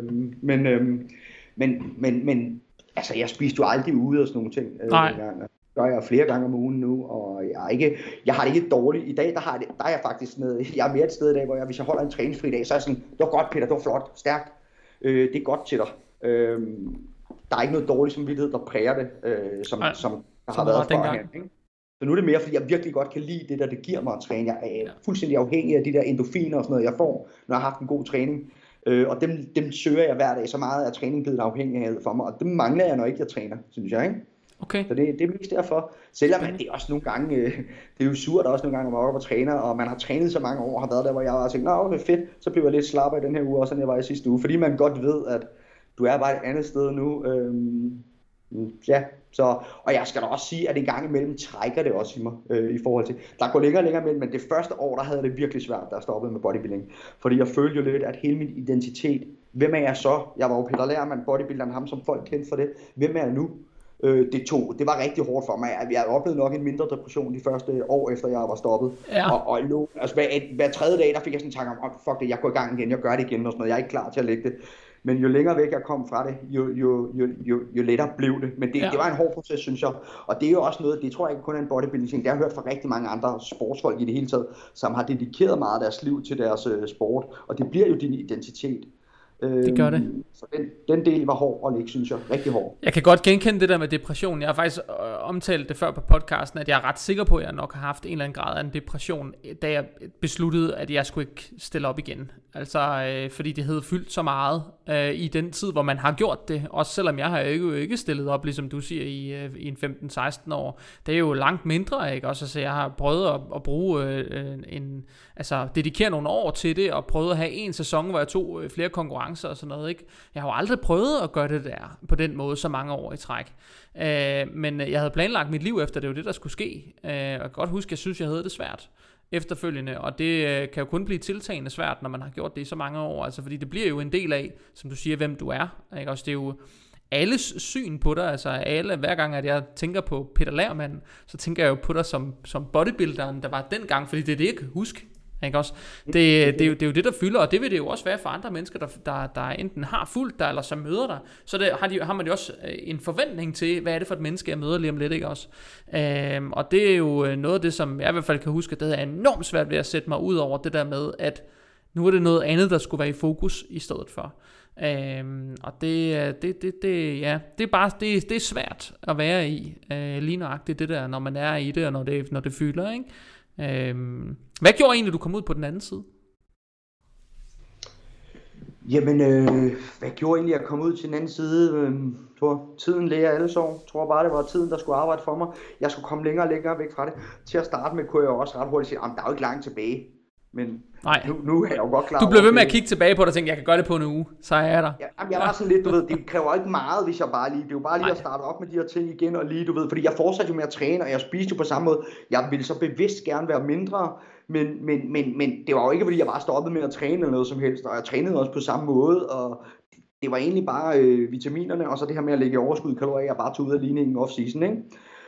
Men altså, jeg spiste jo aldrig ude og sådan nogle ting. Det gør jeg flere gange om ugen nu, og jeg har det ikke dårligt. I dag, der er jeg faktisk jeg er mere et sted i dag, hvor hvis jeg holder en træningsfri dag, så er jeg sådan, det var godt, Peter, det var flot, stærkt. Det er godt til dig. Der er ikke noget dårligt samvittighed, der præger det, som der har været førhen. Så nu er det mere, fordi jeg virkelig godt kan lide det der, det giver mig at træne. Jeg er fuldstændig afhængig af de der endorfiner og sådan noget, jeg får, når jeg har haft en god træning. Og dem søger jeg hver dag, så meget er træning blevet afhængighed for mig, og det mangler jeg, når ikke jeg træner, synes jeg, ikke? Okay. Så det er mest derfor, selvom det er også nogle gange, det er jo surt også nogle gange, når man er oppe og træner, og man har trænet så mange år, har været der, hvor jeg har tænkt, nå, det er fedt, så bliver jeg lidt slapper i den her uge, også end jeg var i sidste uge, fordi man godt ved, at du er bare et andet sted nu, og jeg skal da også sige, at en gang imellem trækker det også i mig, i forhold til, der går længere og længere imellem, men det første år, der havde det virkelig svært, da jeg stoppede med bodybuilding, fordi jeg følte jo lidt, at hele min identitet, hvem er jeg så? Jeg var jo Peter Lerman, bodybuilderen, ham som folk kendte for det, hvem er jeg nu? Det var rigtig hårdt for mig. Jeg oplevede nok en mindre depression de første år efter jeg var stoppet. Ja. Og altså hver tredje dag, der fik jeg sådan en tanke om, fuck det, jeg går i gang igen, jeg gør det igen og sådan noget. Jeg er ikke klar til at lægge det. Men jo længere væk jeg kom fra det, jo lettere blev det. Men det var en hård proces, synes jeg. Og det er jo også noget, det tror jeg ikke kun er en bodybuilding. Det har jeg hørt fra rigtig mange andre sportsfolk i det hele taget, som har dedikeret meget af deres liv til deres sport. Og det bliver jo din identitet. Det gør det. Så den del var hård at lægge, synes jeg. Rigtig hård. Jeg kan godt genkende det der med depression. Jeg har faktisk omtalt det før på podcasten, at jeg er ret sikker på, at jeg nok har haft en eller anden grad af en depression, da jeg besluttede, at jeg skulle ikke stille op igen. Altså, fordi det havde fyldt så meget i den tid, hvor man har gjort det. Også selvom jeg har jo ikke stillet op, ligesom du siger, i en 15-16 år. Det er jo langt mindre, ikke? Også, altså, jeg har prøvet at bruge dedikere nogle år til det, og prøvet at have en sæson, hvor jeg tog flere konkurrencer og sådan noget, ikke? Jeg har jo aldrig prøvet at gøre det der på den måde så mange år i træk. Men jeg havde planlagt mit liv efter, det var det, der skulle ske. Og jeg kan godt huske, jeg synes, jeg havde det svært efterfølgende, og det kan jo kun blive tiltagende svært, når man har gjort det i så mange år, altså fordi det bliver jo en del af, som du siger, hvem du er, ikke? Også det er jo alles syn på dig, altså hver gang at jeg tænker på Peter Lerman, så tænker jeg jo på dig som bodybuilderen, der var dengang, fordi det er det, jeg kan huske. Ikke også? Det er jo det, der fylder, og det vil det jo også være for andre mennesker, der enten har fulgt dig, eller som møder dig. Så har man jo også en forventning til, hvad er det for et menneske, jeg møder lige om lidt, ikke også? Og det er jo noget af det, som jeg i hvert fald kan huske, det er enormt svært ved at sætte mig ud over det der med, at nu er det noget andet, der skulle være i fokus i stedet for. Og det er bare det er svært at være i, lige nøjagtigt det der, når man er i det, og når det fylder, ikke? Hvad gjorde egentlig, du kom ud på den anden side? Jamen, hvad gjorde egentlig, at jeg kom ud til den anden side? Tror tiden læger alle sår. Tror bare, det var tiden, der skulle arbejde for mig. Jeg skulle komme længere og længere væk fra det. Til at starte med kunne jeg også ret hurtigt sige, der er jo ikke langt tilbage. Men nu er jeg jo godt klar. Du blev ved med at kigge tilbage på det og tænke, jeg kan gøre det på en uge, så er jeg der. Ja, jeg var sådan lidt, du ved, det kræver ikke meget, hvis jeg bare lige, det er jo bare lige at starte op med de her ting igen, og lige, du ved, fordi jeg fortsatte jo med at træne, og jeg spiste jo på samme måde. Jeg ville så bevidst gerne være mindre, men det var jo ikke, fordi jeg bare stoppede med at træne eller noget som helst, og jeg trænede også på samme måde, og det var egentlig bare vitaminerne, og så det her med at lægge overskud kalorier, jeg bare tog ud af ligningen off-season, ikke?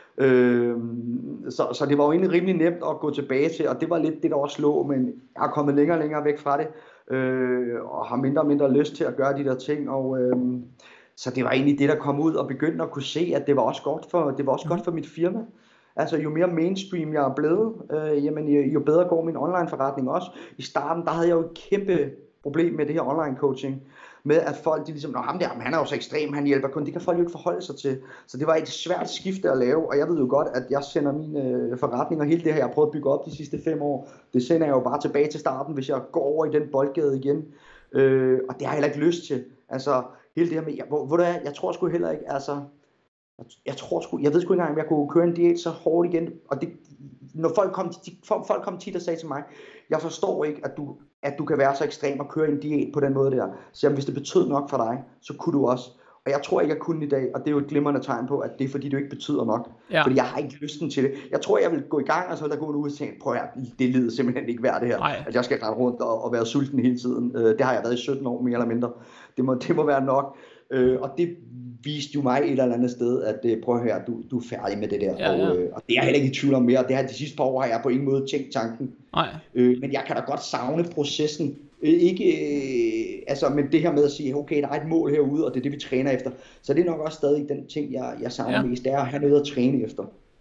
Så det var jo egentlig rimelig nemt at gå tilbage til, og det var lidt det, der også lå, men jeg har kommet længere og længere væk fra det, og har mindre og mindre lyst til at gøre de der ting, og så det var egentlig det, der kom ud og begyndte at kunne se, at det var også godt for mit firma. Altså jo mere mainstream jeg er blevet, jo bedre går min online forretning også. I starten, der havde jeg jo et kæmpe problem med det her online coaching, med at folk de ligesom, han er jo så ekstrem, han hjælper kun, det kan folk jo ikke forholde sig til. Så det var et svært skifte at lave, og jeg ved jo godt, at jeg sender mine forretninger, hele det her, jeg har prøvet at bygge op de sidste 5 år, det sender jeg jo bare tilbage til starten, hvis jeg går over i den boldgade igen. Og det har jeg heller ikke lyst til. Altså, hele det her med, jeg tror sgu heller ikke, altså, jeg ved sgu ikke engang, om jeg kunne køre en diæt så hårdt igen, og det, når folk kom tit og sagde til mig, jeg forstår ikke, at du kan være så ekstrem og køre en diæt på den måde der. Så hvis det betød nok for dig, så kunne du også. Og jeg tror ikke, jeg kunne i dag, og det er jo et glimrende tegn på, at det er fordi, det ikke betyder nok. Ja. Fordi jeg har ikke lysten til det. Jeg tror, jeg vil gå i gang, og så vil der gå en uge og tænke, prøv at det lider simpelthen ikke værd det her. Nej. At jeg skal rende rundt og være sulten hele tiden. Det har jeg været i 17 år, mere eller mindre. Det må være nok. Og det viste jo mig et eller andet sted, at prøv at høre, du er færdig med det der. Ja. Og det er jeg heller ikke i tvivl om mere. Det her de sidste par år har jeg på ingen måde tænkt tanken. Men jeg kan da godt savne processen. Men det her med at sige, okay, der er et mål herude, og det er det, vi træner efter. Så det er nok også stadig den ting, jeg savner mest, det er at have noget at træne efter.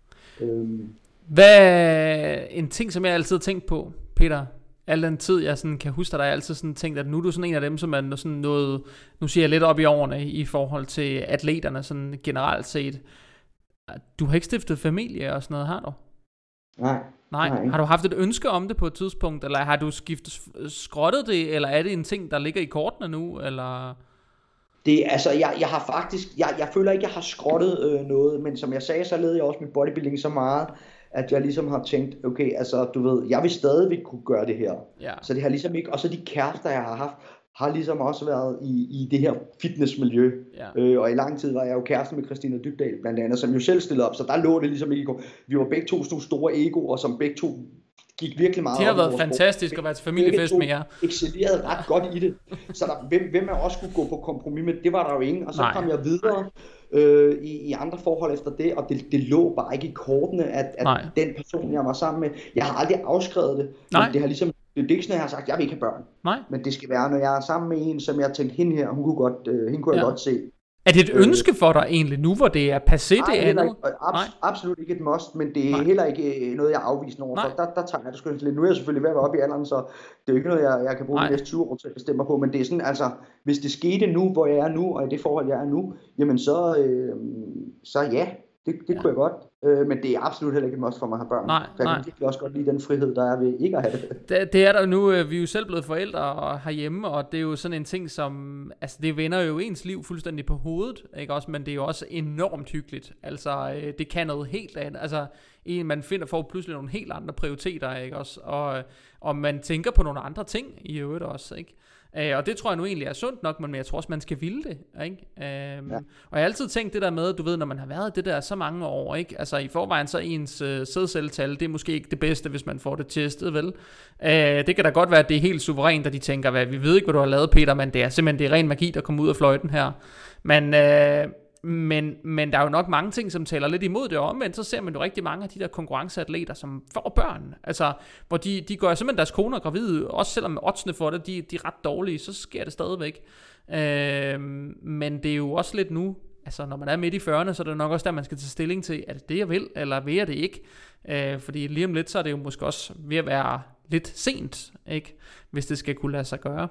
Hvad en ting, som jeg altid har tænkt på, Peter, al den tid jeg sådan kan huske, der er altid sådan tænkt, at nu er du sådan en af dem, som er sådan noget, nu siger jeg lidt op i årene i forhold til atleterne sådan generelt set. Du har ikke stiftet familie og sådan noget, har du? Nej. Har du haft et ønske om det på et tidspunkt, eller har du skrottet det, eller er det en ting, der ligger i kortene nu, eller? Det, altså, jeg har faktisk, jeg føler ikke, jeg har skrottet noget, men som jeg sagde, så led jeg også med bodybuilding så meget, at jeg ligesom har tænkt, okay, altså, du ved, jeg vil stadigvæk kunne gøre det her. Ja. Så det har ligesom ikke, og så de kærester, jeg har haft, har ligesom også været i det her fitnessmiljø. Ja. Og i lang tid var jeg jo kæreste med Christina Dybdahl, blandt andet, som jo selv stillede op, så der lå det ligesom ikke. Vi var begge to store egoer, som begge to gik virkelig meget. Det har været fantastisk at være til familiefest med jer. Excellerede ret godt i det. Så hvem jeg også skulle gå på kompromis med, det var der jo ingen. Og så kom jeg videre i andre forhold efter det, og det lå bare ikke i kortene, at den person, jeg var sammen med, jeg har aldrig afskrevet det. Men det har ligesom, det er ikke sådan, jeg har sagt, jeg vil ikke have børn. Nej. Men det skal være, når jeg er sammen med en, som jeg tænkte, hende her, hende kunne jeg godt se. Er det et ønske for dig egentlig nu, hvor det er passé det andet? Absolut ikke et must, men det er heller ikke noget, jeg afviser overfor. Der tager jeg det sgu lidt. Nu er jeg selvfølgelig ved at være oppe i alderen, så det er jo ikke noget, jeg kan bruge de næste 20 år til at bestemme på, men det er sådan, altså, hvis det skete nu, hvor jeg er nu, og i det forhold, jeg er nu, jamen så ja, det kunne jeg godt. Men det er absolut heller ikke et must for mig at have børn. Så jeg kan virkelig også godt lide den frihed, der er ved ikke at have det. Det er der nu. Vi er jo selv blevet forældre herhjemme, og det er jo sådan en ting, som, altså det vender jo ens liv fuldstændig på hovedet, ikke også? Men det er jo også enormt hyggeligt. Altså det kan noget helt andet. Altså man får pludselig nogle helt andre prioriteter, ikke også? Og man tænker på nogle andre ting i øvrigt også, ikke? Og det tror jeg nu egentlig er sundt nok, men jeg tror også, man skal ville det, ikke? Og jeg har altid tænkt det der med, du ved, når man har været det der så mange år, ikke? Altså i forvejen så ens sædcelletal, det er måske ikke det bedste, hvis man får det testet, vel? Det kan da godt være, at det er helt suverænt, at de tænker, vi ved ikke, hvad du har lavet, Peter, men det er simpelthen ren magi, der kommer ud af fløjten her. Men Men der er jo nok mange ting, som taler lidt imod det, og omvendt så ser man jo rigtig mange af de der konkurrenceatleter, som får børn, altså hvor de gør simpelthen deres koner gravide, også selvom oddsene for det, de er ret dårlige, så sker det stadigvæk. Men det er jo også lidt nu, altså når man er midt i 40'erne, så er det nok også der, man skal tage stilling til, er det det, jeg vil, eller vil jeg det ikke? Fordi lige om lidt, så er det jo måske også ved at være lidt sent, ikke? Hvis det skal kunne lade sig gøre.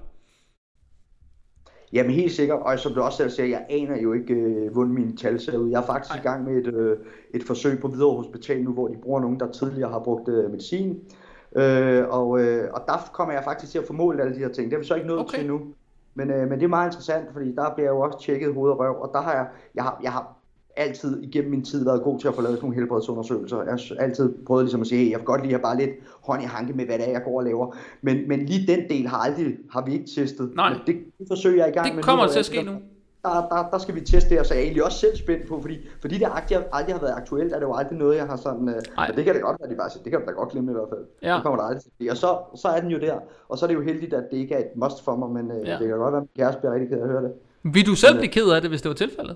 Jamen helt sikkert, og som du også selv siger, jeg aner jo ikke, hvordan mine tal ser ud. Jeg er faktisk i gang med et forsøg på Hvidovre Hospital nu, hvor de bruger nogen, der tidligere har brugt medicin. Og der kommer jeg faktisk til at få målt alle de her ting. Det har vi så ikke nået til nu. Men det er meget interessant, fordi der bliver jo også tjekket hoved og røv, og der har jeg har altid igennem min tid været god til at få lavet sådan nogle helbredsundersøgelser. Jeg har altid prøvet ligesom at sige, hey, jeg vil godt lige have bare lidt hånd i hanke med, hvad det er, jeg går og laver. Men lige den del har vi ikke testet. Nej. Men det forsøger jeg i gang med. Det kommer til at ske nu. Der skal vi teste det, og så er jeg egentlig også selv spændt på, fordi det aldrig har været aktuelt, er det jo aldrig noget, jeg har sådan... det kan det godt være, de bare siger, det kan du da godt glemme i hvert fald. Ja. Det kommer der aldrig til. Og så er den jo der, og så er det jo heldigt, at det ikke er et must for mig, men det kan godt være, at min kæreste bliver rigtig ked af at høre det. Vil du selv blive ked af det, hvis det var tilfældet?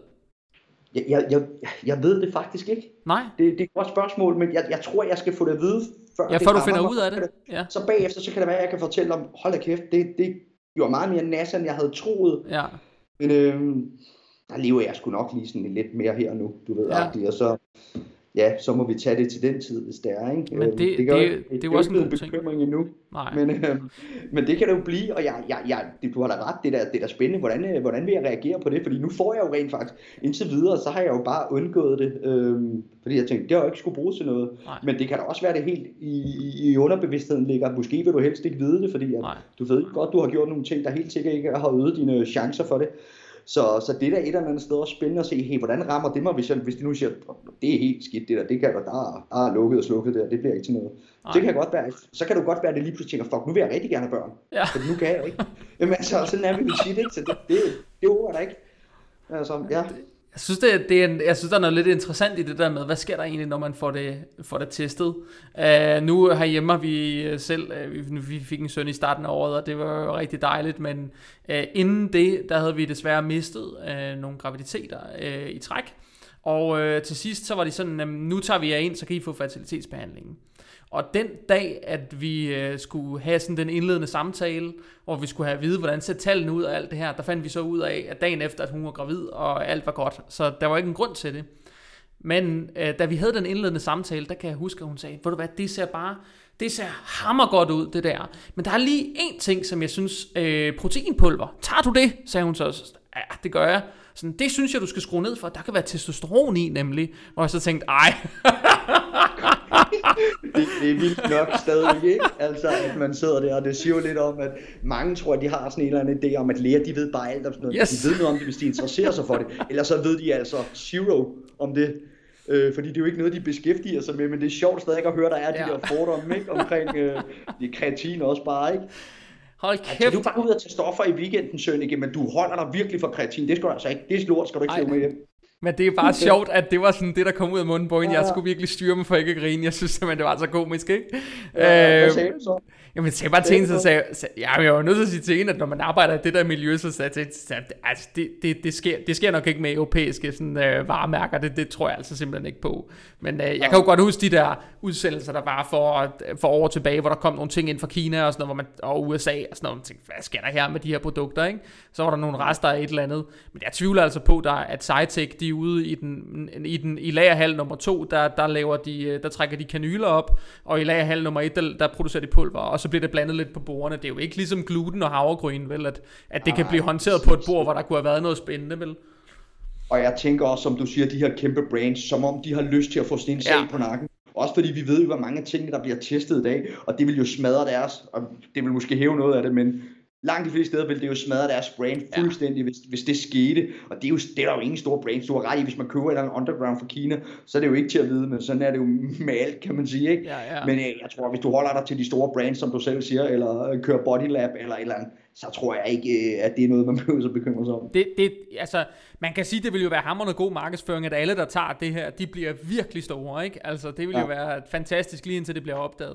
Jeg ved det faktisk ikke. Nej. Det er et godt spørgsmål, men jeg tror, jeg skal få det at vide, før du finder ud af det. Ja. Så bagefter, så kan det være, at jeg kan fortælle om, hold da kæft, det gjorde meget mere NASA, end jeg havde troet. Ja. Men der lever jeg sgu nok lige sådan lidt mere her nu, du ved, og så... Ja, så må vi tage det til den tid, hvis det er, ikke? Men det er jo også en god bekymring endnu. Nej. Men det kan det jo blive, og du har da ret, det er da spændende, hvordan vil jeg reagere på det? Fordi nu får jeg jo rent faktisk, indtil videre, så har jeg jo bare undgået det, fordi jeg tænkte, det har jo ikke skulle bruges til noget. Nej. Men det kan da også være, det helt i underbevidstheden ligger, måske vil du helst ikke vide det, fordi du ved godt, du har gjort nogle ting, der helt sikkert ikke har øget dine chancer for det. Så det der et eller andet sted også spændende at se, hey, hvordan rammer det mig, hvis de nu siger, det er helt skidt det der, det kan der er lukket og slukket der, det bliver ikke til noget. Det kan godt være, så kan du godt være, at det lige pludselig tænker, fuck, nu vil jeg rigtig gerne have børn, for nu kan jeg ikke. Jamen altså, sådan er vi vil sige det, så det håber der ikke. Altså, ja. Jeg synes, jeg synes, der er noget lidt interessant i det der med, hvad sker der egentlig, når man får det testet. Nu herhjemme har vi selv, vi fik en søn i starten af året, og det var jo rigtig dejligt, men inden det, der havde vi desværre mistet nogle graviditeter i træk. Og til sidst, så var de sådan, nu tager vi jer ind, så kan I få fertilitetsbehandlingen. Og den dag, at vi skulle have sådan den indledende samtale, hvor vi skulle have at vide, hvordan ser tallene ud og alt det her, der fandt vi så ud af, at dagen efter, at hun var gravid, og alt var godt. Så der var ikke en grund til det. Men da vi havde den indledende samtale, der kan jeg huske, at hun sagde, ved du hvad, det ser hammer godt ud, det der. Men der er lige en ting, som jeg synes, proteinpulver. Tager du det? Sagde hun så. Ja, det gør jeg. Sådan, det synes jeg, du skal skrue ned for. Der kan være testosteron i, nemlig. Hvor jeg så tænkte, ej. det er vildt nok stadig, ikke? Altså, at man sidder der, og det siger jo lidt om, at mange tror, at de har sådan en eller anden idé om, at læger, de ved bare alt om sådan noget. Yes. De ved noget om det, hvis de interesserer sig for det. Ellers så ved de altså zero om det. Fordi det er jo ikke noget, de beskæftiger sig med, men det er sjovt stadig at høre, der er de der fordomme, ikke? Omkring det kreatin også bare, ikke? Hold kæft. Altså, du er bare ud og tage stoffer i weekenden, Sønneke, men du holder dig virkelig for kreatin. Det skal du altså ikke. Det er lort, skal du ikke slæve med hjem. Men det er bare sjovt, at det var sådan det, der kom ud af munden på hende. Jeg skulle virkelig styre mig for ikke at grine. Jeg synes simpelthen, det var så komisk, ikke? Hvad sagde du så? Jamen, jeg bare til hende, så sagde jeg var nødt til at sige til hende, at når man arbejder i det der miljø, så sagde jeg til altså, det sker nok ikke med europæiske sådan, varemærker. Det tror jeg altså simpelthen ikke på. Men jeg kan jo godt huske de der udsendelser, der var for år tilbage, hvor der kom nogle ting ind fra Kina og sådan noget, og USA og sådan noget. Man tænkte, hvad sker der her med de her produkter, ikke? Så var der nogle rester af et eller andet. Men jeg tvivler altså på, at Cytec, de er ude i lagerhal nummer 2, der trækker de kanyler op, og i lagerhal nummer 1, der producerer de pulver, og så bliver det blandet lidt på bordene. Det er jo ikke ligesom gluten og havregryn, vel, at det kan blive håndteret på et bord, hvor der kunne have været noget spændende, vel? Og jeg tænker også, som du siger, de her kæmpe brands, som om de har lyst til at få sådan en sag på nakken. Også fordi vi ved jo, hvor mange ting, der bliver testet i dag, og det vil jo smadre deres, og det vil måske hæve noget af det, men langt de fleste steder vil det jo smadre deres brand fuldstændig, hvis det skete. Og det er der jo ingen store brands. Du har ret i, hvis man køber et eller andet underground fra Kina, så er det jo ikke til at vide, men sådan er det jo med alt, kan man sige, ikke? Ja. Men jeg tror, hvis du holder dig til de store brands, som du selv siger, eller kører Bodylab eller et eller andet, så tror jeg ikke, at det er noget, man behøver så bekymre sig om. Altså, man kan sige, det vil jo være hamrende god markedsføring, at alle, der tager det her, de bliver virkelig store, ikke? Altså, det vil jo være fantastisk lige indtil det bliver opdaget.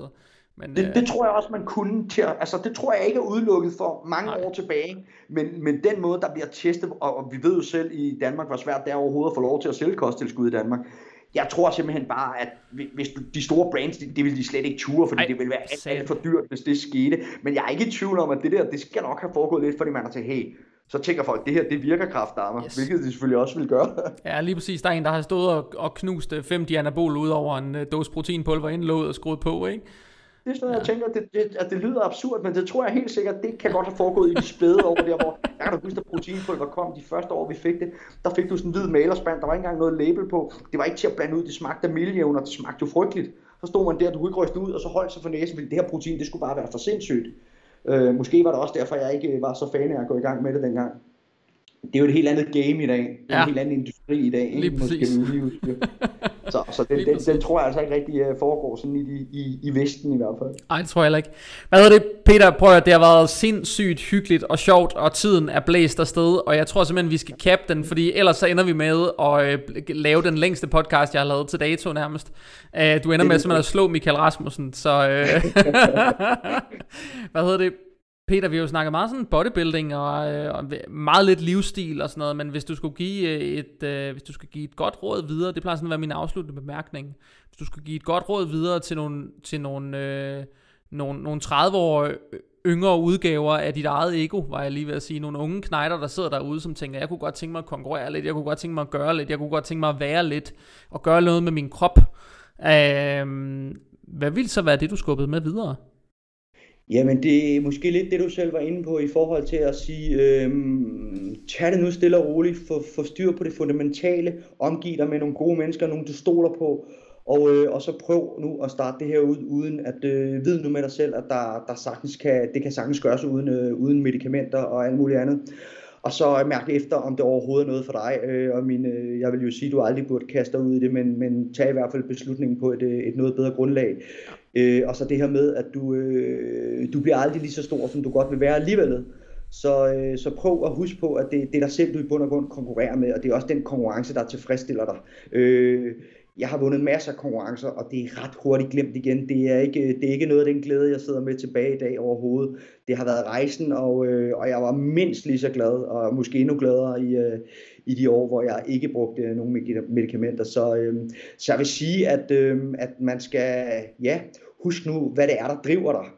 Men, det tror jeg også, man kunne til, altså det tror jeg ikke er udelukket for mange år tilbage, men den måde, der bliver testet, og vi ved jo selv i Danmark, hvor svært det er overhovedet at få lov til at sælge kosttilskud i Danmark. Jeg tror simpelthen bare, at hvis de store brands, det vil de slet ikke ture, fordi det vil være alt for dyrt, hvis det skete. Men jeg er ikke i tvivl om, at det skal nok have foregået lidt, fordi man har tænkt, hey, så tænker folk, det her, det virker kraftedeme, hvilket de selvfølgelig også vil gøre. Ja, lige præcis. Der er en, der har stået og knust 5 Dianabol ud over en dåse proteinpulver indlåget og skruet på, ikke? Det er sådan noget, jeg tænker, at det lyder absurd, men det tror jeg helt sikkert, det kan godt have foregået i de spæde år der, hvor jeg kan da huske, at proteinpulver kom de første år, vi fik det. Der fik du sådan en hvid malerspand, der var ikke engang noget label på. Det var ikke til at blande ud, det smagte af miljøvn, og det smagte jo frygteligt. Så stod man der, du kunne ikke ryste ud, og så holdt sig for næsen, fordi det her protein, det skulle bare være for sindssygt. Måske var det også derfor, jeg ikke var så fan af at gå i gang med det dengang. Det er jo et helt andet game i dag. Det er en helt anden industri i dag. Lige præcis. Så den tror jeg altså ikke rigtig foregår sådan i Vesten i hvert fald. Nej, det tror jeg heller ikke. Hvad hedder det, Peter? Prøv at det har været sindssygt hyggeligt og sjovt, og tiden er blæst afsted, og jeg tror simpelthen, vi skal cappe den, fordi ellers så ender vi med at lave den længste podcast, jeg har lavet til dato nærmest. Du ender med simpelthen at slå Michael Rasmussen, så hvad hedder det? Peter, vi har jo snakket meget sådan bodybuilding og meget lidt livsstil og sådan noget, men hvis du skulle give et godt råd videre, det plejer sådan at være min afsluttende bemærkning. Hvis du skulle give et godt råd videre til nogle 30 år yngre udgaver af dit eget ego, var jeg lige ved at sige, nogle unge knejder, der sidder derude, som tænker, jeg kunne godt tænke mig at konkurrere lidt, jeg kunne godt tænke mig at gøre lidt, jeg kunne godt tænke mig at være lidt og gøre noget med min krop. Hvad vil så være det, du skubbede med videre? Jamen det er måske lidt det, du selv var inde på i forhold til at sige, tag det nu stille og roligt, få styr på det fundamentale, omgiv dig med nogle gode mennesker, nogle du stoler på, og så prøv nu at starte det her ud, uden at vide nu med dig selv, at det kan sagtens gøres uden medicamenter og alt muligt andet. Og så mærke efter, om det overhovedet er noget for dig. Jeg vil jo sige, at du aldrig burde kaste dig ud i det, men tag i hvert fald beslutningen på et noget bedre grundlag. Og så det her med, at du bliver aldrig lige så stor, som du godt vil være alligevel. Så prøv at huske på, at det er dig selv, du i bund og grund konkurrerer med, og det er også den konkurrence, der tilfredsstiller dig. Jeg har vundet masser af konkurrencer, og det er ret hurtigt glemt igen. Det er ikke noget af den glæde, jeg sidder med tilbage i dag overhovedet. Det har været rejsen, og jeg var mindst lige så glad, og måske endnu gladere i de år, hvor jeg ikke brugte nogen medicamenter. Så jeg vil sige, at man skal huske nu, hvad det er, der driver dig.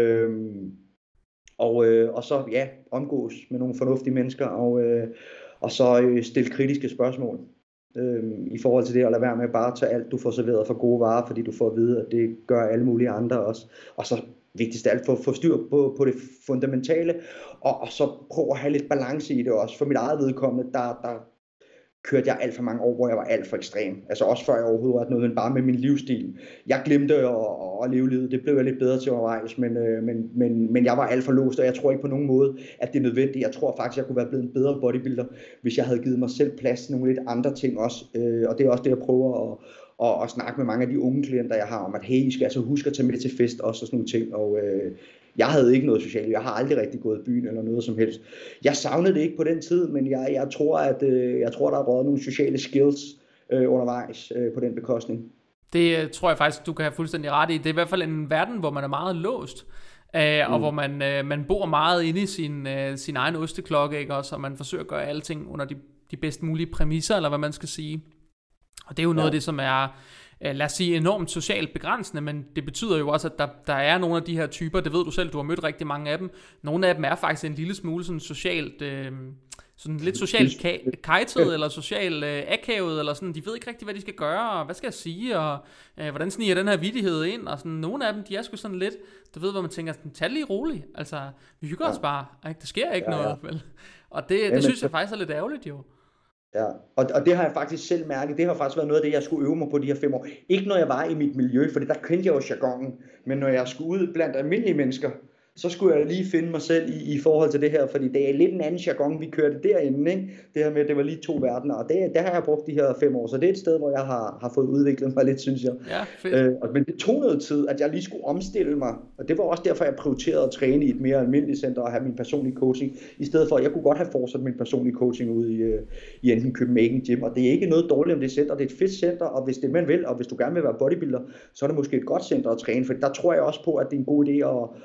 Og så omgås med nogle fornuftige mennesker, og så stille kritiske spørgsmål. I forhold til det at lade være med bare at tage alt du får serveret for gode varer, fordi du får at vide, at det gør alle mulige andre også. Og så vigtigst af alt få styr på det fundamentale, og så prøv at have lidt balance i det også. For mit eget vedkommende, der kørte jeg alt for mange år, hvor jeg var alt for ekstrem. Altså også før jeg overhovedet var noget, men bare med min livsstil. Jeg glemte at leve livet. Det blev jeg lidt bedre til undervejs, men jeg var alt for låst, og jeg tror ikke på nogen måde, at det er nødvendigt. Jeg tror faktisk, jeg kunne være blevet en bedre bodybuilder, hvis jeg havde givet mig selv plads til nogle lidt andre ting også. Og det er også det, jeg prøver at snakke med mange af de unge klienter, jeg har om, at hey, I skal altså huske at tage med til fest også og sådan nogle ting. Og jeg havde ikke noget socialt. Jeg har aldrig rigtig gået i byen eller noget som helst. Jeg savnede det ikke på den tid, men jeg tror, der er røget nogle sociale skills undervejs på den bekostning. Det tror jeg faktisk, du kan have fuldstændig ret i. Det er i hvert fald en verden, hvor man er meget låst, og hvor man bor meget inde i sin egen osteklokke, ikke også? Og man forsøger at gøre alting under de bedst mulige præmisser, eller hvad man skal sige. Og det er jo noget af det, som er, lad os sige, enormt socialt begrænsende, men det betyder jo også, at der er nogle af de her typer, det ved du selv, du har mødt rigtig mange af dem. Nogle af dem er faktisk en lille smule sådan socialt, sådan lidt socialt kajtet, eller socialt akavet, eller sådan, de ved ikke rigtig, hvad de skal gøre, og hvad skal jeg sige, og hvordan sniger den her vittighed ind, og sådan, nogle af dem, de er sgu sådan lidt, du ved, hvor man tænker, sådan, tag lige roligt, altså, vi hygger os bare, ikke? Der sker ikke noget, vel? Og det synes jeg faktisk er lidt ærgerligt, jo. Ja, og det har jeg faktisk selv mærket. Det har faktisk været noget af det, jeg skulle øve mig på de her 5 år. Ikke når jeg var i mit miljø, for der kendte jeg jo jargonen, men når jeg skulle ud blandt almindelige mennesker, så skulle jeg lige finde mig selv i forhold til det her, fordi det er lidt en anden jargon, vi kørte derinde, ikke? Det her med, at det var lige to verdener, og der har jeg brugt de her 5 år, så det er et sted, hvor jeg har fået udviklet mig lidt, synes jeg. Ja, fedt. Men det tog noget tid, at jeg lige skulle omstille mig, og det var også derfor, jeg prioriterede at træne i et mere almindeligt center og have min personlige coaching, i stedet for, at jeg kunne godt have fortsat min personlige coaching ude i enten Copenhagen Gym, og det er ikke noget dårligt om det center, det er et fedt center, og hvis det man vil, og hvis du gerne vil være bodybuilder, så er det måske et godt center at træne, for der tror jeg også på, at det er en god idé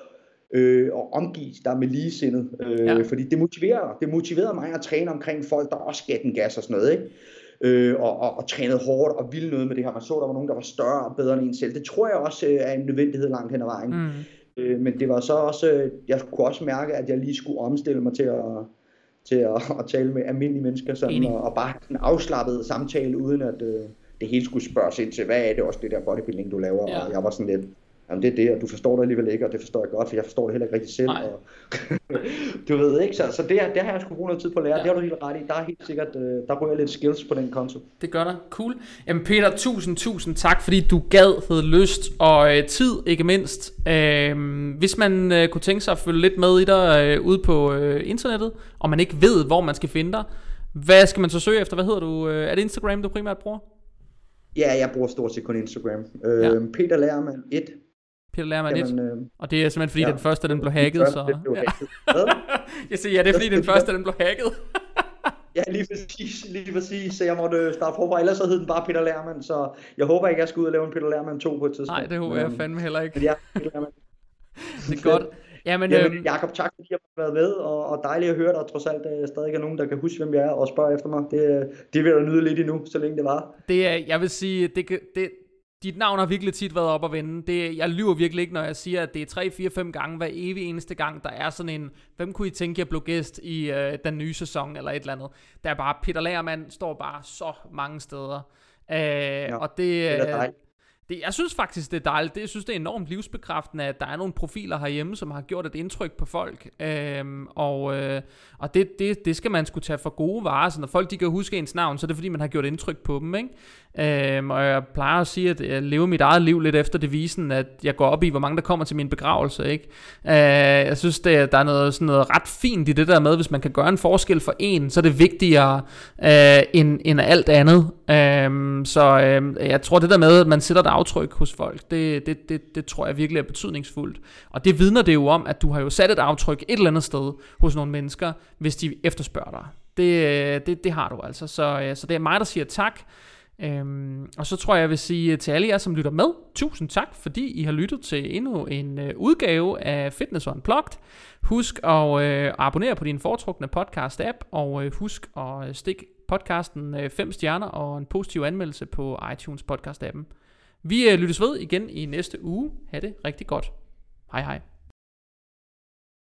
at omgive dig med ligesindet, fordi det motiverede mig at træne omkring folk, der også gav den gas og sådan noget, ikke? Og trænede hårdt og ville noget med det her. Man så, der var nogen, der var større og bedre end en selv. Det tror jeg også er en nødvendighed langt hen ad vejen. Men det var så også, jeg kunne også mærke, at jeg lige skulle omstille mig til at tale med almindelige mennesker sådan, og bare have en afslappet samtale, uden at det hele skulle spørges ind til, hvad er det også det der bodybuilding, du laver? Og jeg var sådan lidt, jamen det er det, og du forstår det alligevel ikke, og det forstår jeg godt, for jeg forstår det heller ikke rigtig selv. Og du ved ikke, så det har jeg sgu brugt noget tid på at lære. Det har du helt ret i. Der er helt sikkert, der ryger lidt skills på den konto. Det gør der. Cool. Jamen Peter, tusind tak, fordi du gad, havde lyst og tid, ikke mindst. Hvis man kunne tænke sig at følge lidt med i dig ude på internettet, og man ikke ved, hvor man skal finde dig, hvad skal man så søge efter? Hvad hedder du? Er det Instagram, du primært bruger? Ja, jeg bruger stort set kun Instagram. Peter Lerman 1. Peter Lerman 1. Og det er simpelthen fordi den første den blev hacket, så. Jeg siger det er fordi den første den blev hacket. Ja, lige præcis. Så jeg måtte starte forfra. Ellers så hed den bare Peter Lerman, så jeg håber ikke jeg skal ud og lave en Peter Lerman 2 på et tidspunkt. Nej, det håber jeg fandme heller ikke. Men ja, Peter Lerman. Det er godt. Jamen Jakob, tak fordi jeg har været med, og dejligt at høre, at der trods alt stadig er nogen, der kan huske, hvem jeg er, og spørge efter mig. Det vil jeg nyde lidt endnu, så længe det var. Jeg vil sige, dit navn har virkelig tit været op at vende. Jeg lyver virkelig ikke, når jeg siger, at det er 3, 4, 5 gange hver evig eneste gang, der er sådan en, hvem kunne I tænke, jeg blev gæst i den nye sæson, eller et eller andet. Der er bare, Peter Lagermand står bare så mange steder. Og det er dejligt. Jeg synes faktisk, det er dejligt. Jeg synes, det er enormt livsbekræftende, at der er nogle profiler herhjemme, som har gjort et indtryk på folk. Og det skal man skulle tage for gode varer. Så når folk de kan huske ens navn, så er det fordi, man har gjort indtryk på dem, ikke? Og jeg plejer at sige, at jeg lever mit eget liv lidt efter devisen, at jeg går op i, hvor mange der kommer til min begravelse, ikke? Jeg synes, der er noget ret fint i det der med, hvis man kan gøre en forskel for en, så er det vigtigere end alt andet. Jeg tror, det der med, at man sætter et aftryk hos folk, det tror jeg virkelig er betydningsfuldt. Og det vidner det jo om, at du har jo sat et aftryk et eller andet sted hos nogle mennesker, hvis de efterspørger dig. Det har du altså. Så det er mig, der siger tak. Og så tror jeg vil sige til alle jer som lytter med, tusind tak fordi I har lyttet til endnu en udgave af Fitness Unplugged. Husk at abonnere på din foretrukne podcast app, og husk at stikke podcasten 5 stjerner og en positiv anmeldelse på iTunes podcast appen. Vi lyttes ved igen i næste uge. Ha' det rigtig godt. Hej hej.